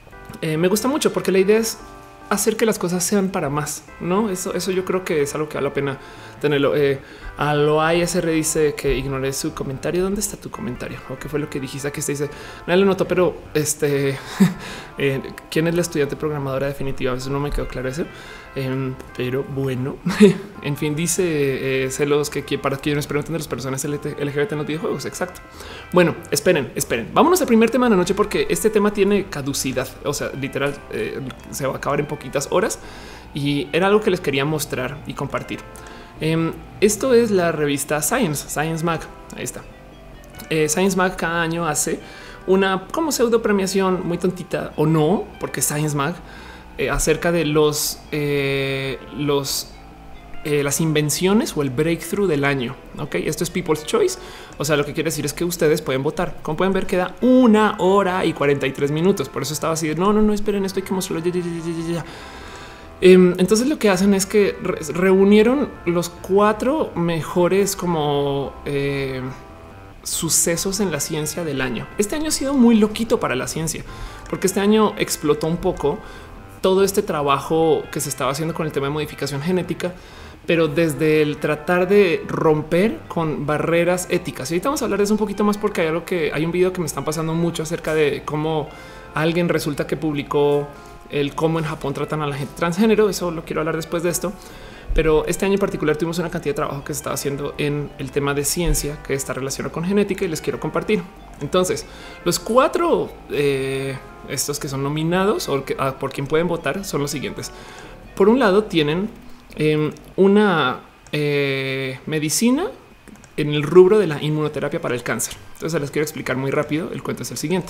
eh, me gusta mucho porque la idea es hacer que las cosas sean para más, no? Eso, eso yo creo que es algo que vale la pena tenerlo. Eh, a lo I S R dice que ignoré su comentario. ¿Dónde está tu comentario? ¿O qué fue lo que dijiste? Aquí se dice, nadie lo notó, pero este, eh, ¿quién es la estudiante programadora definitiva? A veces no me quedó claro eso. Eh, pero bueno, en fin, dice eh, Celos que, que para quienes preguntan de las personas L G B T en los videojuegos. Exacto. Bueno, esperen, esperen. Vámonos al primer tema de la noche porque este tema tiene caducidad. O sea, literal, eh, se va a acabar en poquitas horas y era algo que les quería mostrar y compartir. Eh, esto es la revista Science, Science Mag. Ahí está. Eh, Science Mag cada año hace una como pseudo premiación muy tontita o no, porque Science Mag eh, acerca de los, eh, los eh, las invenciones o el breakthrough del año. Ok, esto es People's Choice. O sea, lo que quiere decir es que ustedes pueden votar. Como pueden ver, queda una hora y cuarenta y tres minutos. Por eso estaba así de no, no, no, esperen, esto hay que mostrarlo. Ya, ya, ya, ya, ya. Entonces lo que hacen es que re reunieron los cuatro mejores como eh, sucesos en la ciencia del año. Este año ha sido muy loquito para la ciencia, porque este año explotó un poco todo este trabajo que se estaba haciendo con el tema de modificación genética, pero desde el tratar de romper con barreras éticas. Y ahorita vamos a hablar de eso un poquito más porque hay algo que hay un video que me están pasando mucho acerca de cómo alguien resulta que publicó el cómo en Japón tratan a la gente transgénero. Eso lo quiero hablar después de esto. Pero este año en particular tuvimos una cantidad de trabajo que se estaba haciendo en el tema de ciencia que está relacionado con genética y les quiero compartir. Entonces, los cuatro eh, estos que son nominados o que, ah, por quien pueden votar son los siguientes. Por un lado tienen eh, una eh, medicina en el rubro de la inmunoterapia para el cáncer. Entonces les quiero explicar muy rápido. El cuento es el siguiente.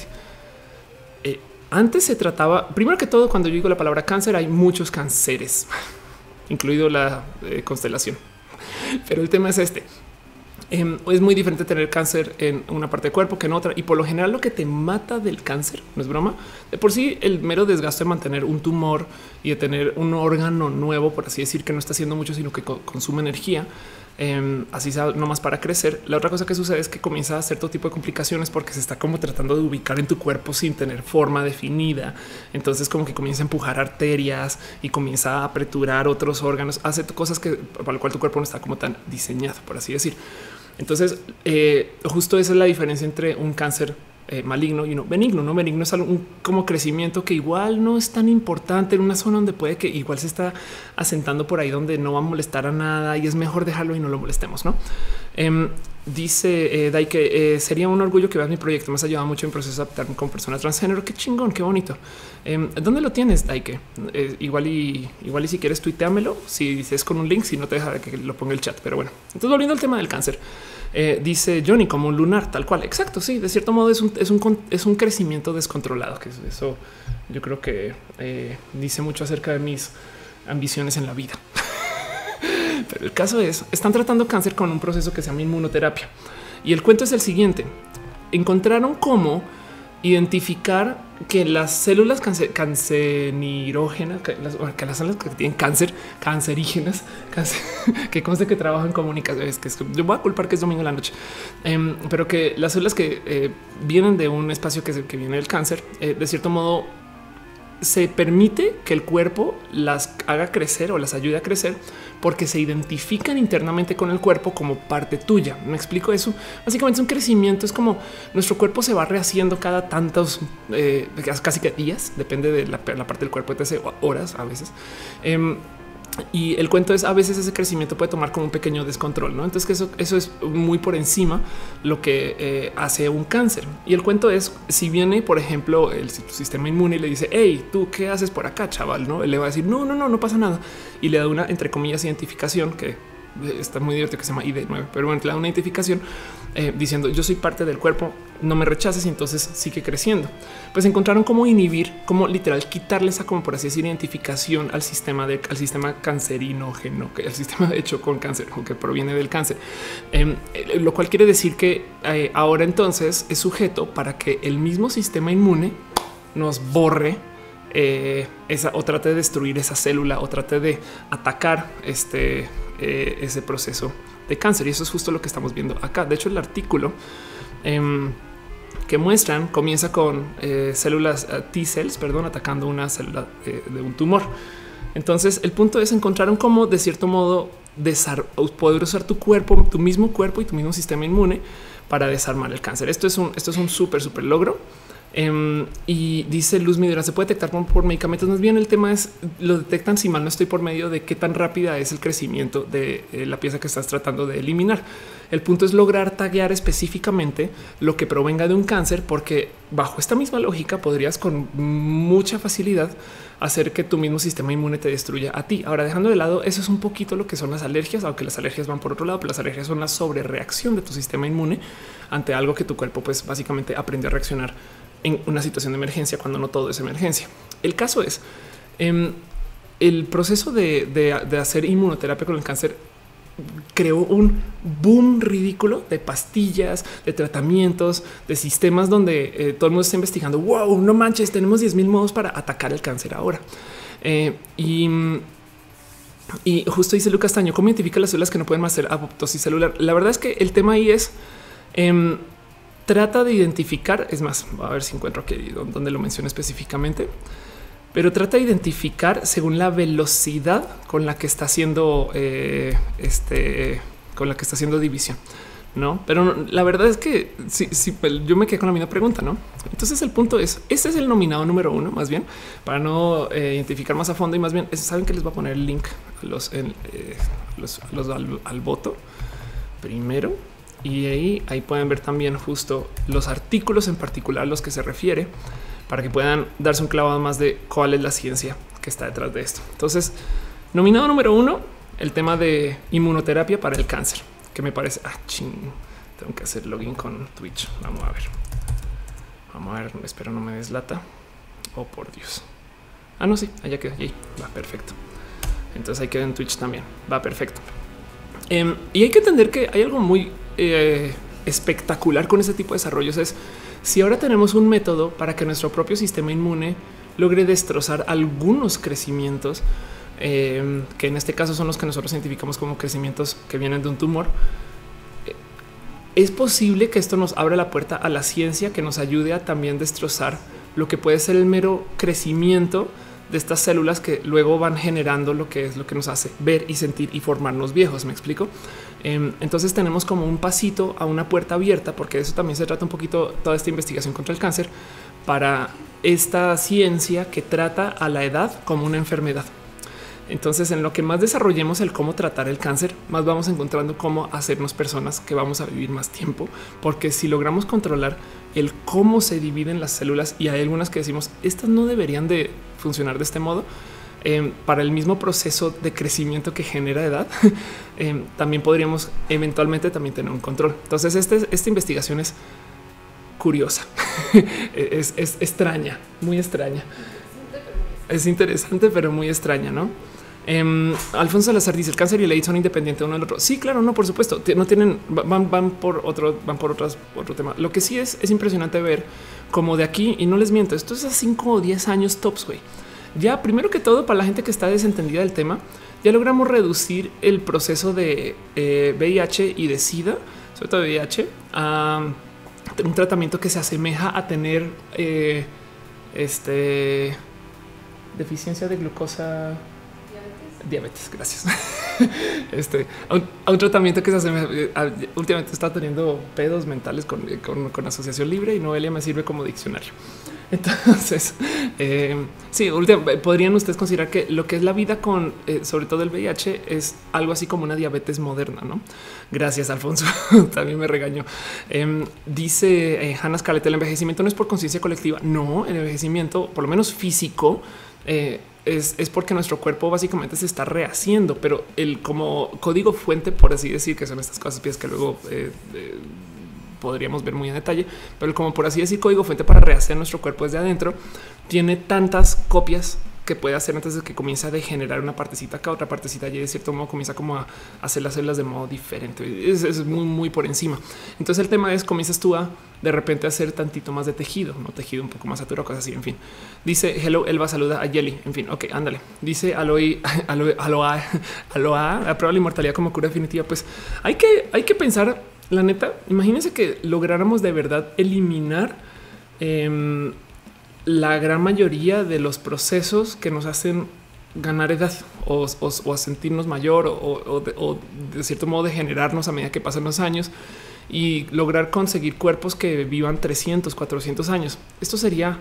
Eh, Antes se trataba, primero que todo, cuando yo digo la palabra cáncer, hay muchos cánceres, incluido la eh, constelación. Pero el tema es este. Eh, es muy diferente tener cáncer en una parte del cuerpo que en otra. Y por lo general lo que te mata del cáncer, no es broma, de por sí el mero desgaste de mantener un tumor y de tener un órgano nuevo, por así decir, que no está haciendo mucho, sino que co consume energía. Eh, así sea nomás para crecer. La otra cosa que sucede es que comienza a hacer todo tipo de complicaciones porque se está como tratando de ubicar en tu cuerpo sin tener forma definida. Entonces como que comienza a empujar arterias y comienza a apreturar otros órganos, hace cosas que para lo cual tu cuerpo no está como tan diseñado, por así decir. Entonces eh, justo esa es la diferencia entre un cáncer Eh, maligno y no benigno. No benigno es algo, un como crecimiento que igual no es tan importante en una zona donde puede que igual se está asentando por ahí donde no va a molestar a nada y es mejor dejarlo y no lo molestemos, ¿no? Eh, dice eh, Dai que eh, sería un orgullo que veas mi proyecto. Me has ayudado mucho en proceso de adaptarme con personas transgénero. Qué chingón, qué bonito. Eh, ¿Dónde lo tienes, Dai? Que eh, igual y igual y si quieres tuiteamelo. Si dices con un link, si no te deja que lo ponga el chat. Pero bueno, entonces volviendo al tema del cáncer. Eh, dice Johnny, como un lunar, tal cual. Exacto. Sí, de cierto modo es un, es un, es un crecimiento descontrolado, que eso yo creo que eh, dice mucho acerca de mis ambiciones en la vida. Pero el caso es, están tratando cáncer con un proceso que se llama inmunoterapia. Y el cuento es el siguiente. Encontraron cómo identificar que las células cáncer, cancerígenas, que las, que las células que tienen cáncer, cancerígenas, cáncer, que conste que trabajan en comunicación, es que es, yo voy a culpar que es domingo en la noche, eh, pero que las células que eh, vienen de un espacio que, es el que viene del cáncer, eh, de cierto modo, se permite que el cuerpo las haga crecer o las ayude a crecer porque se identifican internamente con el cuerpo como parte tuya. Me explico eso. Básicamente es un crecimiento. Es como nuestro cuerpo se va rehaciendo cada tantos, eh, casi que días, depende de la, la parte del cuerpo, de horas a veces. Eh, Y el cuento es a veces ese crecimiento puede tomar como un pequeño descontrol, ¿no? Entonces que eso, eso es muy por encima lo que eh, hace un cáncer. Y el cuento es si viene, por ejemplo, el sistema inmune y le dice, hey, tú qué haces por acá, chaval, no? Él le va a decir, no, no, no, no pasa nada. Y le da una, entre comillas, identificación que está muy divertido, que se llama I D nueve, pero bueno, le da una identificación eh, diciendo yo soy parte del cuerpo, no me rechaces, y entonces sigue creciendo. Pues encontraron cómo inhibir, cómo literal quitarle esa, como por así decir, identificación al sistema de al sistema cancerígeno, que el sistema hecho con cáncer, que proviene del cáncer, eh, lo cual quiere decir que eh, ahora entonces es sujeto para que el mismo sistema inmune nos borre eh, esa o trate de destruir esa célula o trate de atacar este eh, ese proceso de cáncer. Y eso es justo lo que estamos viendo acá. De hecho, el artículo eh, que muestran comienza con eh, células uh, T cells, perdón, atacando una célula eh, de un tumor. Entonces, el punto es encontraron cómo de cierto modo poder usar tu cuerpo, tu mismo cuerpo y tu mismo sistema inmune para desarmar el cáncer. Esto es un, esto es un súper, súper logro. Um, y dice Luz Midera, se puede detectar por, por medicamentos. Más bien el tema es lo detectan, si mal no estoy, por medio de qué tan rápida es el crecimiento de eh, la pieza que estás tratando de eliminar. El punto es lograr taguear específicamente lo que provenga de un cáncer, porque bajo esta misma lógica podrías con mucha facilidad hacer que tu mismo sistema inmune te destruya a ti. Ahora, dejando de lado, eso es un poquito lo que son las alergias, aunque las alergias van por otro lado, pero las alergias son la sobrereacción de tu sistema inmune ante algo que tu cuerpo pues básicamente aprende a reaccionar en una situación de emergencia cuando no todo es emergencia. El caso es eh, el proceso de, de, de hacer inmunoterapia con el cáncer creó un boom ridículo de pastillas, de tratamientos, de sistemas donde eh, todo el mundo está investigando. Wow, no manches, tenemos diez mil modos para atacar el cáncer ahora. Eh, y, y justo dice Lucas Taño, ¿cómo identifica las células que no pueden más hacer apoptosis celular? La verdad es que el tema ahí es eh, trata de identificar, es más, a ver si encuentro aquí donde lo menciono específicamente, pero trata de identificar según la velocidad con la que está haciendo eh, este, con la que está haciendo división, no? Pero no, la verdad es que sí, sí, yo me quedé con la misma pregunta, no? Entonces el punto es, este es el nominado número uno, más bien para no eh, identificar más a fondo y más bien saben que les voy a poner el link a los, en, eh, los, los al, al voto primero. Y ahí, ahí pueden ver también justo los artículos en particular a los que se refiere para que puedan darse un clavado más de cuál es la ciencia que está detrás de esto. Entonces, nominado número uno, el tema de inmunoterapia para el cáncer, que me parece, ah, ching, tengo que hacer login con Twitch. Vamos a ver. Vamos a ver, espero no me deslata. Oh, por Dios. Ah, no, sí, allá queda, ahí va, perfecto. Entonces ahí queda en Twitch también, va perfecto. Um, y hay que entender que hay algo muy eh, espectacular con este tipo de desarrollos. Es si ahora tenemos un método para que nuestro propio sistema inmune logre destrozar algunos crecimientos, eh, que en este caso son los que nosotros identificamos como crecimientos que vienen de un tumor, eh, es posible que esto nos abra la puerta a la ciencia que nos ayude a también destrozar lo que puede ser el mero crecimiento de estas células que luego van generando lo que es lo que nos hace ver y sentir y formarnos viejos. Me explico. Entonces tenemos como un pasito a una puerta abierta, porque de eso también se trata un poquito toda esta investigación contra el cáncer, para esta ciencia que trata a la edad como una enfermedad. Entonces, en lo que más desarrollemos el cómo tratar el cáncer, más vamos encontrando cómo hacernos personas que vamos a vivir más tiempo, porque si logramos controlar el cómo se dividen las células, y hay algunas que decimos estas no deberían de funcionar de este modo, eh, para el mismo proceso de crecimiento que genera edad, eh, también podríamos eventualmente también tener un control. Entonces, este, esta investigación es curiosa, es, es extraña, muy extraña. Es interesante, pero muy extraña, ¿no? Um, Alfonso Salazar dice: el cáncer y el AIDS son independientes uno del otro. Sí, claro, no, por supuesto. No tienen, van, van por otro, van por otras, otro tema. Lo que sí es, es impresionante ver cómo de aquí, y no les miento, esto es a cinco o diez años tops, güey. Ya, primero que todo, para la gente que está desentendida del tema, ya logramos reducir el proceso de eh, V I H y de SIDA, sobre todo V I H, a un tratamiento que se asemeja a tener eh, este deficiencia de glucosa. Diabetes, gracias. Este a un, a un tratamiento que se hace. A, últimamente está teniendo pedos mentales con, con, con asociación libre y Noelia me sirve como diccionario. Entonces, eh, sí, última, podrían ustedes considerar que lo que es la vida con eh, sobre todo el V I H es algo así como una diabetes moderna, ¿no? Gracias, Alfonso. También me regañó. Eh, dice eh, Hannah Scarlett: el envejecimiento no es por conciencia colectiva. No, el envejecimiento, por lo menos físico, eh, Es, es porque nuestro cuerpo básicamente se está rehaciendo, pero el como código fuente, por así decir, que son estas cosas que luego eh, eh, podríamos ver muy en detalle, pero como por así decir, código fuente para rehacer nuestro cuerpo desde adentro, tiene tantas copias que puede hacer antes de que comience a degenerar una partecita acá, otra partecita allí, de cierto modo comienza como a hacer las células de modo diferente. Es, es muy, muy por encima. Entonces el tema es, comienzas tú a de repente hacer tantito más de tejido, no tejido un poco más saturado, cosas así. En fin, dice hello, Elba saluda a Yeli. En fin, ok, ándale. Dice Aloy, Aloy, Aloa, Aloa, a prueba la inmortalidad como cura definitiva. Pues hay que, hay que pensar, la neta. Imagínense que lográramos de verdad eliminar eh, la gran mayoría de los procesos que nos hacen ganar edad o, o, o a sentirnos mayor o, o, de, o de cierto modo degenerarnos a medida que pasan los años y lograr conseguir cuerpos que vivan trescientos, cuatrocientos años. Esto sería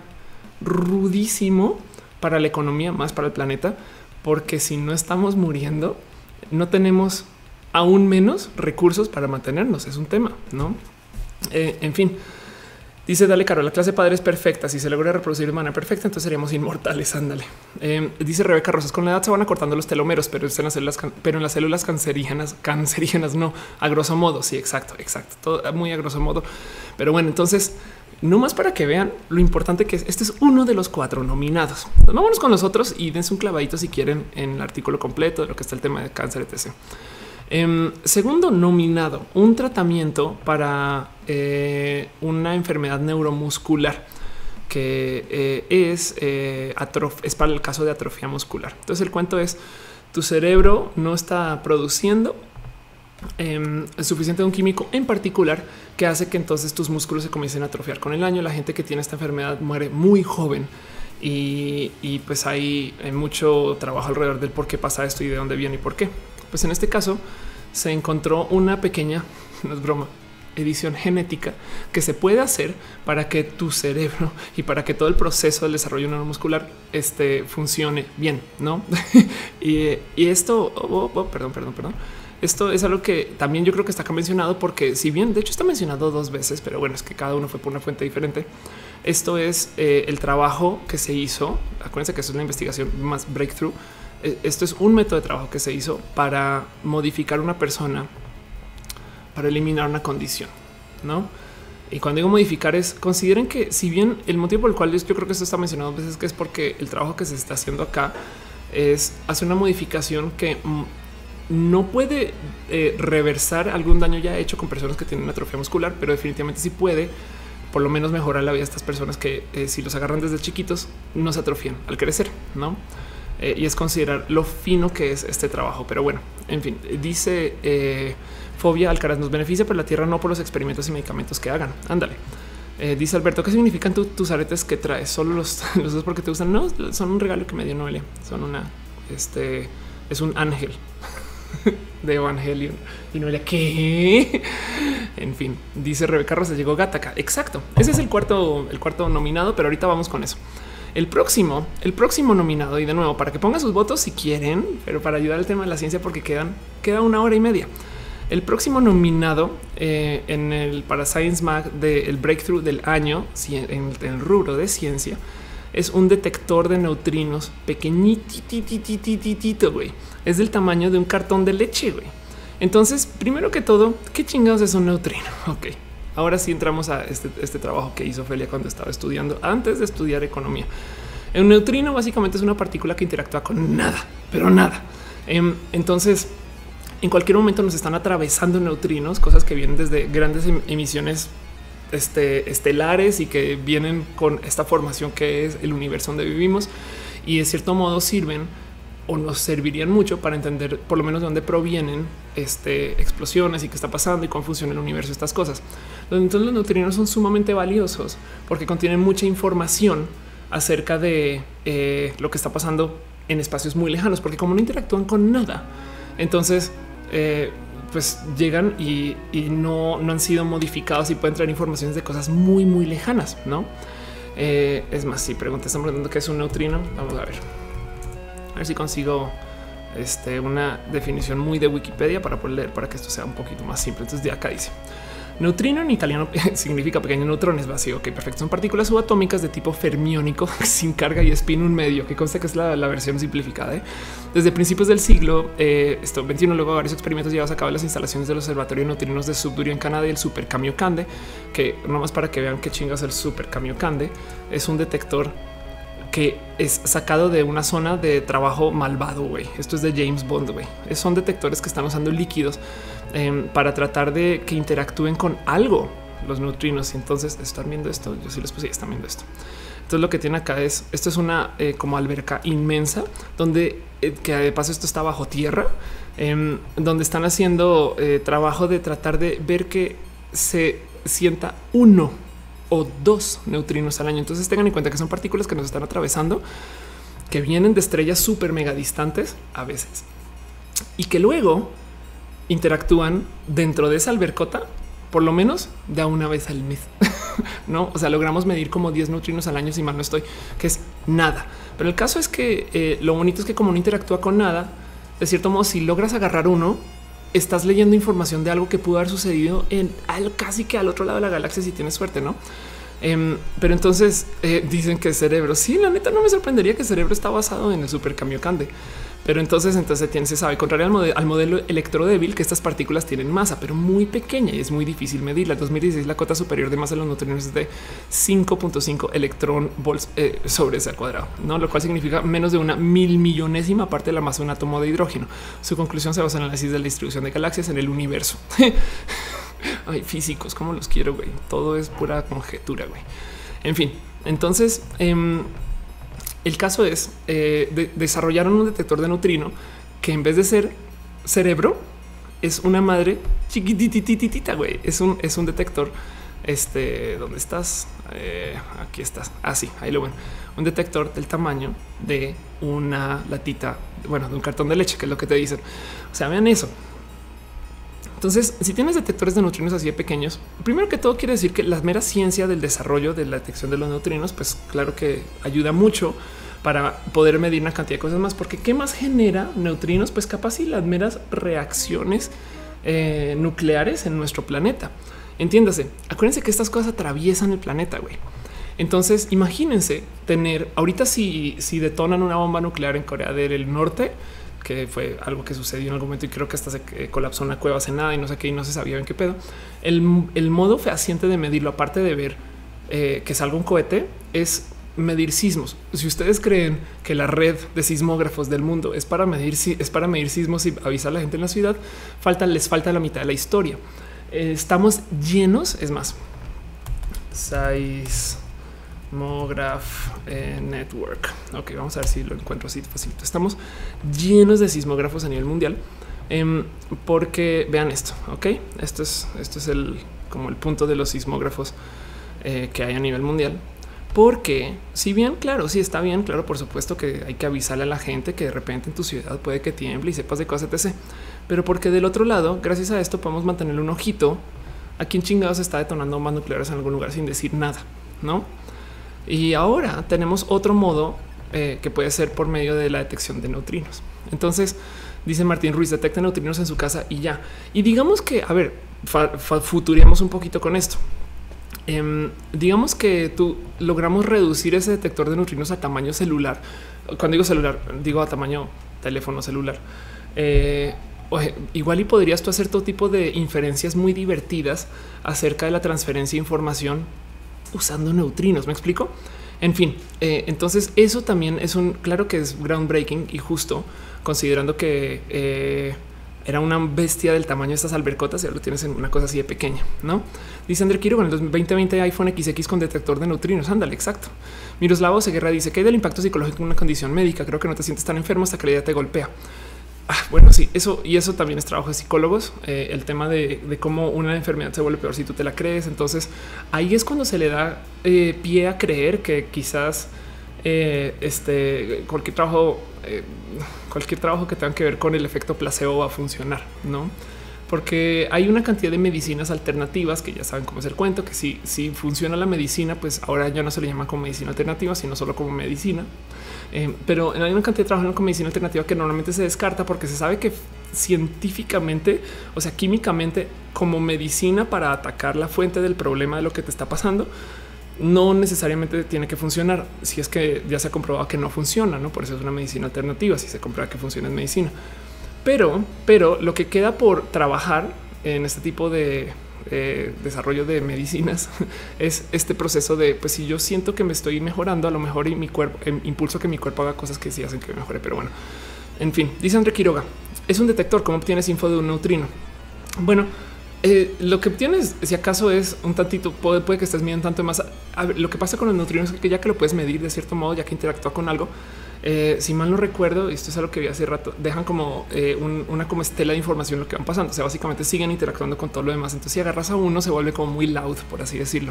rudísimo para la economía, más para el planeta, porque si no estamos muriendo, no tenemos aún menos recursos para mantenernos. Es un tema, ¿no? Eh, en fin. Dice Dale Caro: la clase padre es perfecta. Si se logra reproducir de manera perfecta, entonces seríamos inmortales. Ándale. Eh, dice Rebeca Rosas: con la edad se van acortando los telomeros, pero en las células, pero en las células cancerígenas, cancerígenas no. A grosso modo. Sí, exacto, exacto. Todo muy a grosso modo. Pero bueno, entonces, no más para que vean lo importante que es. Este es uno de los cuatro nominados. Entonces, vámonos con los otros y dense un clavadito si quieren en el artículo completo de lo que está el tema de cáncer, etcétera. Eh, segundo nominado, un tratamiento para eh, una enfermedad neuromuscular que eh, es, eh, atrof es para el caso de atrofia muscular. Entonces el cuento es: tu cerebro no está produciendo eh, suficiente de un químico en particular que hace que entonces tus músculos se comiencen a atrofiar con el año. La gente que tiene esta enfermedad muere muy joven. Y, y pues hay mucho trabajo alrededor del por qué pasa esto y de dónde viene y por qué. Pues en este caso se encontró una pequeña, no es broma, edición genética que se puede hacer para que tu cerebro y para que todo el proceso del desarrollo neuromuscular este, funcione bien, ¿no? y, y esto, oh, oh, perdón, perdón, perdón. Esto es algo que también yo creo que está acá mencionado, porque si bien de hecho está mencionado dos veces, pero bueno, es que cada uno fue por una fuente diferente. Esto es eh, el trabajo que se hizo. Acuérdense que eso es una investigación más breakthrough. Esto es un método de trabajo que se hizo para modificar una persona, para eliminar una condición, ¿no? Y cuando digo modificar es, consideren que si bien el motivo por el cual yo creo que esto está mencionado dos veces, que es porque el trabajo que se está haciendo acá es hacer una modificación que no puede eh, reversar algún daño ya hecho con personas que tienen atrofia muscular, pero definitivamente sí puede por lo menos mejorar la vida de estas personas que eh, si los agarran desde chiquitos no se atrofian al crecer, ¿no? Eh, y es considerar lo fino que es este trabajo. Pero bueno, en fin, dice eh, Fobia Alcaraz: nos beneficia por la tierra, no por los experimentos y medicamentos que hagan. Ándale. Eh, dice Alberto: ¿qué significan tu, tus aretes que traes? Solo los, los dos porque te gustan. No, son un regalo que me dio Noelia. Son una, este es un ángel de Evangelion. Y Noelia, ¿qué? En fin, dice Rebeca Rosa: llegó Gataca. Exacto. Ese es el cuarto, el cuarto nominado, pero ahorita vamos con eso. El próximo, el próximo nominado, y de nuevo, para que pongan sus votos si quieren, pero para ayudar al tema de la ciencia, porque quedan, queda una hora y media. El próximo nominado eh, en el para Science Mag del breakthrough del año en el rubro de ciencia es un detector de neutrinos pequeñitititititito, güey. Es del tamaño de un cartón de leche, güey. Entonces, primero que todo, ¿qué chingados es un neutrino? Ok, ahora sí entramos a este, este trabajo que hizo Ofelia cuando estaba estudiando, antes de estudiar economía. Un neutrino básicamente es una partícula que interactúa con nada, pero nada. Entonces, en cualquier momento nos están atravesando neutrinos, cosas que vienen desde grandes emisiones este, estelares y que vienen con esta formación que es el universo donde vivimos, y de cierto modo sirven o nos servirían mucho para entender por lo menos de dónde provienen este, explosiones y qué está pasando y cómo funciona el universo, estas cosas. Entonces los neutrinos son sumamente valiosos porque contienen mucha información acerca de eh, lo que está pasando en espacios muy lejanos, porque como no interactúan con nada, entonces eh, pues llegan y, y no, no han sido modificados y pueden traer informaciones de cosas muy, muy lejanas, ¿no? Eh, es más, si preguntas, están preguntando qué es un neutrino. Vamos a ver. A ver si consigo este, una definición muy de Wikipedia para poder leer, para que esto sea un poquito más simple. Entonces de acá dice: neutrino en italiano significa pequeño neutrón, es vacío. Ok, perfecto. Son partículas subatómicas de tipo fermiónico sin carga y spin un medio, que consta que es la, la versión simplificada. ¿eh? Desde principios del siglo eh, esto veintiuno, luego varios experimentos llevados a cabo en las instalaciones del Observatorio de Neutrinos de Sudbury en Canadá y el Super Kamiokande, que nomás para que vean qué chingas el Super Kamiokande es un detector que es sacado de una zona de trabajo malvado, güey. Esto es de James Bond, güey. Son detectores que están usando líquidos eh, para tratar de que interactúen con algo los neutrinos. Y entonces están viendo esto. Yo sí les puse, están viendo esto. Entonces lo que tiene acá es, esto es una eh, como alberca inmensa donde eh, que de paso esto está bajo tierra, eh, donde están haciendo eh, trabajo de tratar de ver que se sienta uno o dos neutrinos al año. Entonces tengan en cuenta que son partículas que nos están atravesando, que vienen de estrellas súper mega distantes a veces y que luego interactúan dentro de esa albercota por lo menos de a una vez al mes. No, o sea, logramos medir como diez neutrinos al año, si mal no estoy, que es nada. Pero el caso es que eh, lo bonito es que como no interactúa con nada, de cierto modo, si logras agarrar uno, estás leyendo información de algo que pudo haber sucedido en al, casi que al otro lado de la galaxia si tienes suerte, ¿no? Um, pero entonces eh, dicen que el cerebro, sí, la neta no me sorprendería que el cerebro está basado en el Super Kamiokande. Pero entonces, entonces tiene, se sabe, contrario al, modelo, al modelo electrodébil, que estas partículas tienen masa, pero muy pequeña y es muy difícil medirla. En dos mil dieciséis, la cota superior de masa de los neutrinos es de cinco punto cinco electrón volts eh, sobre ese al cuadrado, ¿no? Lo cual significa menos de una mil millonésima parte de la masa de un átomo de hidrógeno. Su conclusión se basa en el análisis de la distribución de galaxias en el universo. Ay, físicos, cómo los quiero, güey. Todo es pura conjetura, güey. En fin, entonces... Eh, el caso es eh, de, desarrollaron un detector de neutrino que en vez de ser cerebro es una madre chiquititititita, güey. Es un, es un detector. Este, ¿dónde estás? Eh, aquí estás. Ah, sí, ahí lo ven. Un detector del tamaño de una latita, bueno, de un cartón de leche, que es lo que te dicen. O sea, vean eso. Entonces, si tienes detectores de neutrinos así de pequeños, primero que todo quiere decir que la mera ciencia del desarrollo de la detección de los neutrinos, pues claro que ayuda mucho para poder medir una cantidad de cosas más, porque ¿qué más genera neutrinos? Pues capaz y las meras reacciones eh, nucleares en nuestro planeta. Entiéndase, acuérdense que estas cosas atraviesan el planeta, güey. Entonces, imagínense tener ahorita si, si detonan una bomba nuclear en Corea del Norte, que fue algo que sucedió en algún momento y creo que hasta se colapsó una cueva hace nada y no sé qué y no se sabía bien qué pedo. El, el modo fehaciente de medirlo, aparte de ver eh, que salga un cohete, es medir sismos. Si ustedes creen que la red de sismógrafos del mundo es para medir, es para medir sismos y avisar a la gente en la ciudad, falta, les falta la mitad de la historia. Eh, estamos llenos, es más, seis Sismograph eh, Network. Ok, vamos a ver si lo encuentro así facilito. Estamos llenos de sismógrafos a nivel mundial, eh, porque vean esto. Ok, esto es, esto es el como el punto de los sismógrafos eh, que hay a nivel mundial. Porque si bien, claro, sí está bien, claro, por supuesto que hay que avisarle a la gente que de repente en tu ciudad puede que tiemble y sepas de cosas, etcétera. Pero porque del otro lado, gracias a esto, podemos mantener un ojito a quién chingados está detonando bombas nucleares en algún lugar sin decir nada, ¿no? Y ahora tenemos otro modo eh, que puede ser por medio de la detección de neutrinos. Entonces, dice Martín Ruiz, detecta neutrinos en su casa y ya. Y digamos que, a ver, futuremos un poquito con esto. Eh, digamos que tú logramos reducir ese detector de neutrinos a tamaño celular. Cuando digo celular, digo a tamaño teléfono celular. Eh, oye, igual y podrías tú hacer todo tipo de inferencias muy divertidas acerca de la transferencia de información usando neutrinos. ¿Me explico? En fin, eh, entonces eso también es un, claro que es groundbreaking y justo considerando que eh, era una bestia del tamaño de estas albercotas y ahora lo tienes en una cosa así de pequeña, ¿no? Dice André Quiroga, en el veinte veinte iPhone X X con detector de neutrinos. Ándale, exacto. Miroslavo Seguerra dice que hay del impacto psicológico en una condición médica. Creo que no te sientes tan enfermo hasta que la idea te golpea. Ah, bueno, sí, eso y eso también es trabajo de psicólogos. Eh, el tema de, de cómo una enfermedad se vuelve peor si tú te la crees. Entonces ahí es cuando se le da eh, pie a creer que quizás eh, este cualquier trabajo, eh, cualquier trabajo que tenga que ver con el efecto placebo va a funcionar, no? Porque hay una cantidad de medicinas alternativas que ya saben cómo es el cuento, que si, si funciona la medicina, pues ahora ya no se le llama como medicina alternativa, sino solo como medicina. Eh, pero hay una cantidad de trabajo con medicina alternativa que normalmente se descarta porque se sabe que científicamente, o sea, químicamente, como medicina para atacar la fuente del problema de lo que te está pasando, no necesariamente tiene que funcionar. Si es que ya se ha comprobado que no funciona, no por eso es una medicina alternativa. Si se comprueba que funciona en medicina, pero, pero lo que queda por trabajar en este tipo de eh, desarrollo de medicinas es este proceso de, pues si yo siento que me estoy mejorando, a lo mejor y mi cuerpo, eh, impulso que mi cuerpo haga cosas que sí hacen que me mejore. Pero bueno, en fin, dice André Quiroga, es un detector. ¿Cómo obtienes info de un neutrino? Bueno, eh, lo que obtienes, si acaso, es un tantito, puede, puede que estés midiendo tanto más. A ver, lo que pasa con los neutrinos es que ya que lo puedes medir de cierto modo, ya que interactúa con algo, Eh, si mal no recuerdo, y esto es algo que vi hace rato, dejan como eh, un, una como estela de información lo que van pasando. O sea, básicamente siguen interactuando con todo lo demás. Entonces, si agarras a uno, se vuelve como muy loud, por así decirlo.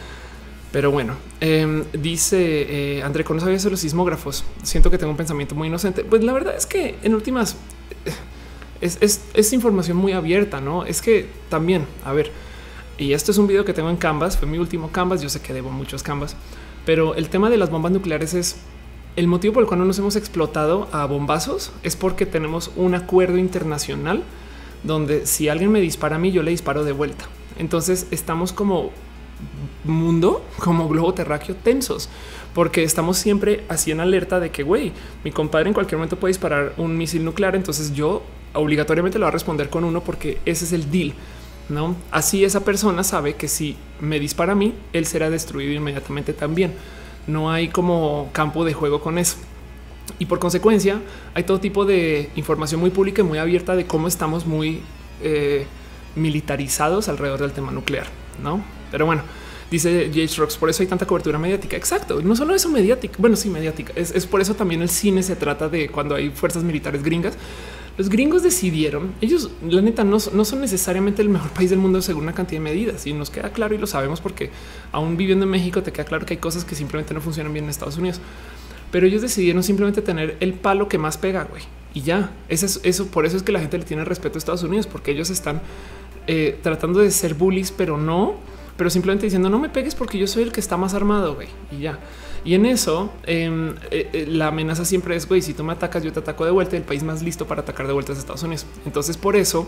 Pero bueno, eh, dice eh, André, ¿no sabías de los sismógrafos? Siento que tengo un pensamiento muy inocente. Pues la verdad es que en últimas es, es, es información muy abierta, ¿no? Es que también, a ver, y esto es un video que tengo en Canvas, fue mi último Canvas. Yo sé que debo muchos Canvas, pero el tema de las bombas nucleares es el motivo por el cual no nos hemos explotado a bombazos. Es porque tenemos un acuerdo internacional donde si alguien me dispara a mí, yo le disparo de vuelta. Entonces estamos como mundo, como globo terráqueo, tensos, porque estamos siempre así en alerta de que, güey, mi compadre en cualquier momento puede disparar un misil nuclear. Entonces yo obligatoriamente le voy a responder con uno porque ese es el deal, ¿no? Así esa persona sabe que si me dispara a mí, él será destruido inmediatamente también. No hay como campo de juego con eso. Y por consecuencia hay todo tipo de información muy pública y muy abierta de cómo estamos muy eh, militarizados alrededor del tema nuclear, ¿no? Pero bueno, dice J. Rocks, por eso hay tanta cobertura mediática. Exacto, no solo eso mediática, bueno, sí, mediática. Es, es por eso también el cine se trata de cuando hay fuerzas militares gringas. Los gringos decidieron, ellos la neta no, no son necesariamente el mejor país del mundo según una cantidad de medidas, y nos queda claro y lo sabemos porque aún viviendo en México te queda claro que hay cosas que simplemente no funcionan bien en Estados Unidos, pero ellos decidieron simplemente tener el palo que más pega, güey, y ya. Eso es eso. Por eso es que la gente le tiene respeto a Estados Unidos, porque ellos están eh, tratando de ser bullies, pero no, pero simplemente diciendo no me pegues porque yo soy el que está más armado, güey, y ya. Y en eso eh, eh, la amenaza siempre es, güey, si tú me atacas, yo te ataco de vuelta. Y el país más listo para atacar de vuelta es Estados Unidos. Entonces por eso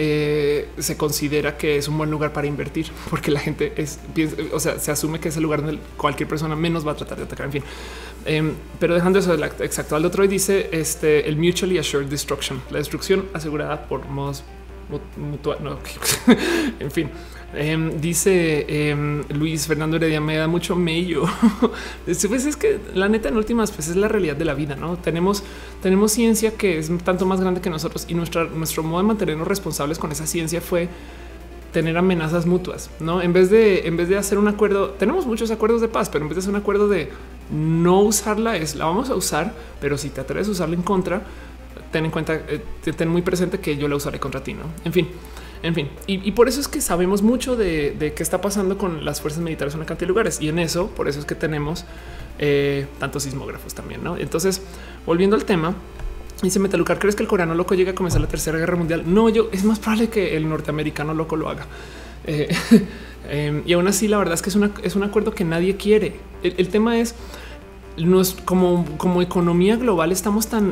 eh, se considera que es un buen lugar para invertir, porque la gente es, o sea, se asume que es el lugar donde cualquier persona menos va a tratar de atacar. En fin, eh, pero dejando eso, exacto, al otro hoy dice este el mutually assured destruction, la destrucción asegurada por modos mutual. No, en fin. Eh, dice eh, Luis Fernando Heredia, me da mucho mello. Pues es que la neta en últimas pues es la realidad de la vida, ¿no? Tenemos, tenemos ciencia que es tanto más grande que nosotros y nuestra, nuestro modo de mantenernos responsables con esa ciencia fue tener amenazas mutuas, ¿no? En vez de, en vez de hacer un acuerdo, tenemos muchos acuerdos de paz, pero en vez de hacer un acuerdo de no usarla, es la vamos a usar, pero si te atreves a usarla en contra, ten en cuenta, eh, ten muy presente que yo la usaré contra ti, ¿no? En fin. En fin, y, y por eso es que sabemos mucho de, de qué está pasando con las fuerzas militares en una cantidad de lugares. Y en eso, por eso es que tenemos eh, tantos sismógrafos también, ¿no? Entonces, volviendo al tema, dice Metalucar, ¿crees que el coreano loco llegue a comenzar la tercera guerra mundial? No, yo es más probable que el norteamericano loco lo haga. Eh, eh, y aún así, la verdad es que es, una, es un acuerdo que nadie quiere. El, el tema es, no es como, como economía global, estamos tan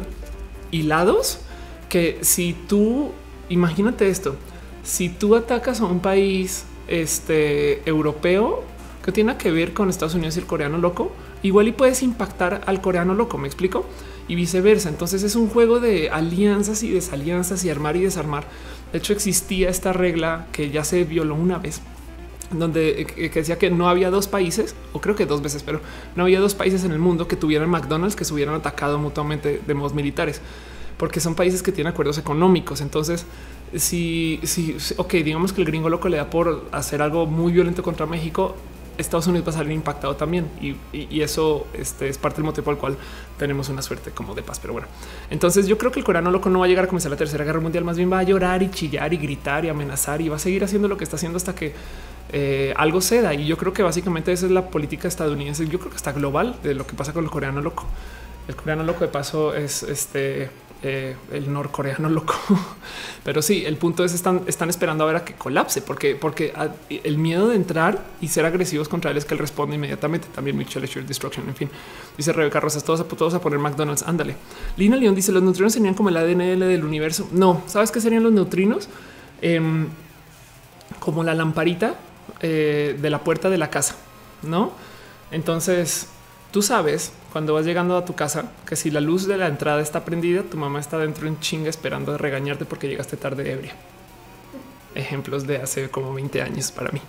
hilados que si tú, imagínate esto, si tú atacas a un país este, europeo, que tiene que ver con Estados Unidos y el coreano loco, igual y puedes impactar al coreano loco, ¿me explico? Y viceversa. Entonces es un juego de alianzas y desalianzas y armar y desarmar. De hecho existía esta regla que ya se violó una vez, donde que decía que no había dos países, o creo que dos veces, pero no había dos países en el mundo que tuvieran McDonald's que se hubieran atacado mutuamente de modos militares, porque son países que tienen acuerdos económicos. Entonces, si, si, ok, digamos que el gringo loco le da por hacer algo muy violento contra México, Estados Unidos va a salir impactado también. Y, y, y eso este, es parte del motivo por el cual tenemos una suerte como de paz. Pero bueno, entonces yo creo que el coreano loco no va a llegar a comenzar la tercera guerra mundial, más bien va a llorar y chillar y gritar y amenazar y va a seguir haciendo lo que está haciendo hasta que eh, algo ceda. Y yo creo que básicamente esa es la política estadounidense. Yo creo que está global de lo que pasa con el coreano loco. El coreano loco de paso es este eh, el norcoreano loco. Pero sí, el punto es están, están esperando a ver a que colapse, porque, porque el miedo de entrar y ser agresivos contra él es que él responde inmediatamente. También Mutual Assured Destruction. En fin, dice Rebeca Rosas, todos a, todos a poner McDonald's. Ándale. Lina León dice los neutrinos serían como el A D N del universo. No, ¿sabes qué serían los neutrinos? Eh, como la lamparita eh, de la puerta de la casa, ¿no? Entonces tú sabes cuando vas llegando a tu casa que si la luz de la entrada está prendida, tu mamá está dentro en chinga esperando de regañarte porque llegaste tarde ebria. Ejemplos de hace como veinte años para mí.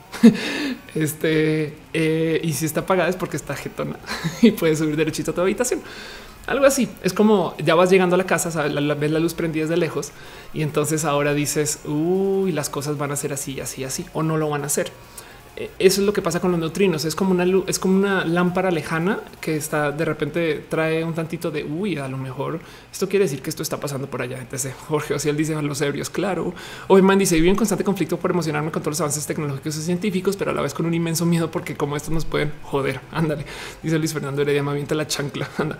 Este eh, y si está apagada es porque está jetona y puedes subir derechito a tu habitación. Algo así. Es como ya vas llegando a la casa, sabes, la, la, ves la luz prendida desde lejos y entonces ahora dices, uy, las cosas van a ser así, así, así o no lo van a hacer. Eso es lo que pasa con los neutrinos. Es como una luz, es como una lámpara lejana que está de repente trae un tantito de uy, a lo mejor esto quiere decir que esto está pasando por allá. Entonces Jorge Ociel dice a los ebrios, claro. Oveman dice vivo en constante conflicto por emocionarme con todos los avances tecnológicos y científicos, pero a la vez con un inmenso miedo porque como estos nos pueden joder. Ándale, dice Luis Fernando Heredia, me avienta la chancla. Anda.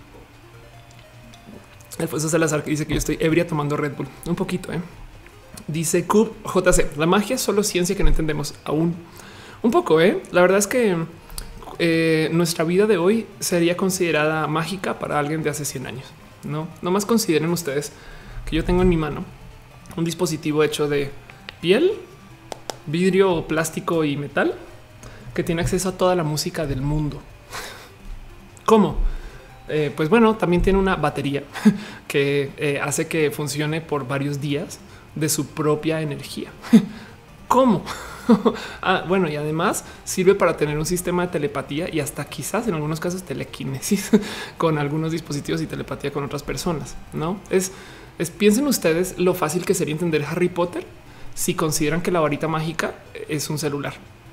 Alfonso Salazar que dice que yo estoy ebria tomando Red Bull. Un poquito, ¿eh? Dice Cub J C, la magia es solo ciencia que no entendemos aún. Un poco, ¿eh? La verdad es que eh, nuestra vida de hoy sería considerada mágica para alguien de hace cien años. No, no más consideren ustedes que yo tengo en mi mano un dispositivo hecho de piel, vidrio, plástico y metal que tiene acceso a toda la música del mundo. ¿Cómo? Eh, pues bueno, también tiene una batería que eh, hace que funcione por varios días de su propia energía. ¿Cómo? Ah, bueno, y además sirve para tener un sistema de telepatía y hasta quizás en algunos casos telequinesis con algunos dispositivos y telepatía con otras personas. No es, es piensen ustedes lo fácil que sería entender Harry Potter si consideran que la varita mágica es un celular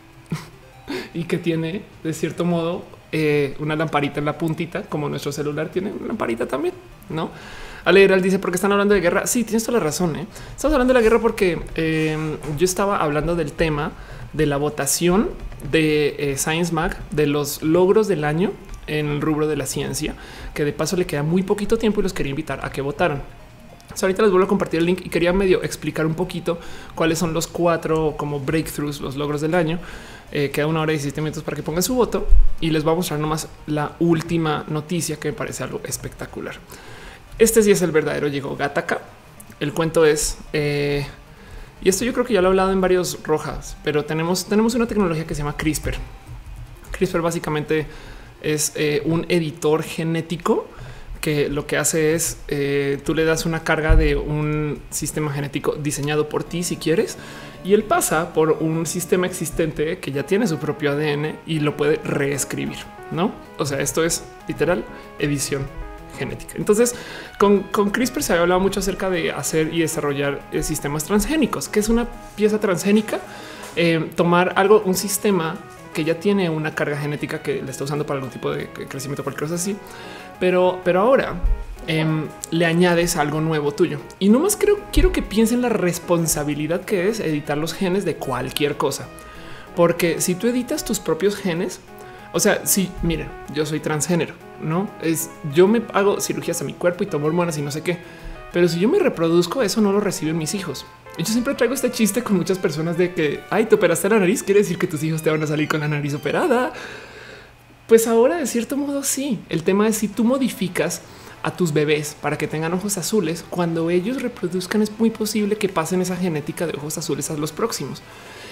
y que tiene de cierto modo eh, una lamparita en la puntita, como nuestro celular tiene una lamparita también, no? Aleral dice, ¿por qué están hablando de guerra? Sí, tienes toda la razón. ¿eh? Estamos hablando de la guerra porque eh, yo estaba hablando del tema de la votación de eh, Science Mag, de los logros del año en el rubro de la ciencia, que de paso le queda muy poquito tiempo y los quería invitar a que votaran. O sea, ahorita les vuelvo a compartir el link y quería medio explicar un poquito cuáles son los cuatro como breakthroughs, los logros del año. Eh, queda una hora y diecisiete minutos para que pongan su voto y les voy a mostrar nomás la última noticia que me parece algo espectacular. Este sí es el verdadero llegó Gattaca. El cuento es eh, y esto yo creo que ya lo he hablado en varios rojas, pero tenemos, tenemos una tecnología que se llama CRISPR. CRISPR básicamente es eh, un editor genético que lo que hace es eh, tú le das una carga de un sistema genético diseñado por ti si quieres y él pasa por un sistema existente que ya tiene su propio A D N y lo puede reescribir, ¿no? O sea, esto es literal edición genética. Entonces con, con CRISPR se había hablado mucho acerca de hacer y desarrollar eh, sistemas transgénicos, que es una pieza transgénica, eh, tomar algo, un sistema que ya tiene una carga genética que le está usando para algún tipo de crecimiento, cualquier cosa así, pero, pero ahora eh, le añades algo nuevo tuyo. Y no más creo, quiero que piensen la responsabilidad que es editar los genes de cualquier cosa, porque si tú editas tus propios genes, o sea, si miren, yo soy transgénero, no es yo me hago cirugías a mi cuerpo y tomo hormonas y no sé qué, pero si yo me reproduzco, eso no lo reciben mis hijos. Y yo siempre traigo este chiste con muchas personas de que ay, te operaste la nariz, quiere decir que tus hijos te van a salir con la nariz operada. Pues ahora, de cierto modo, sí. El tema es si tú modificas a tus bebés para que tengan ojos azules, cuando ellos reproduzcan, es muy posible que pasen esa genética de ojos azules a los próximos.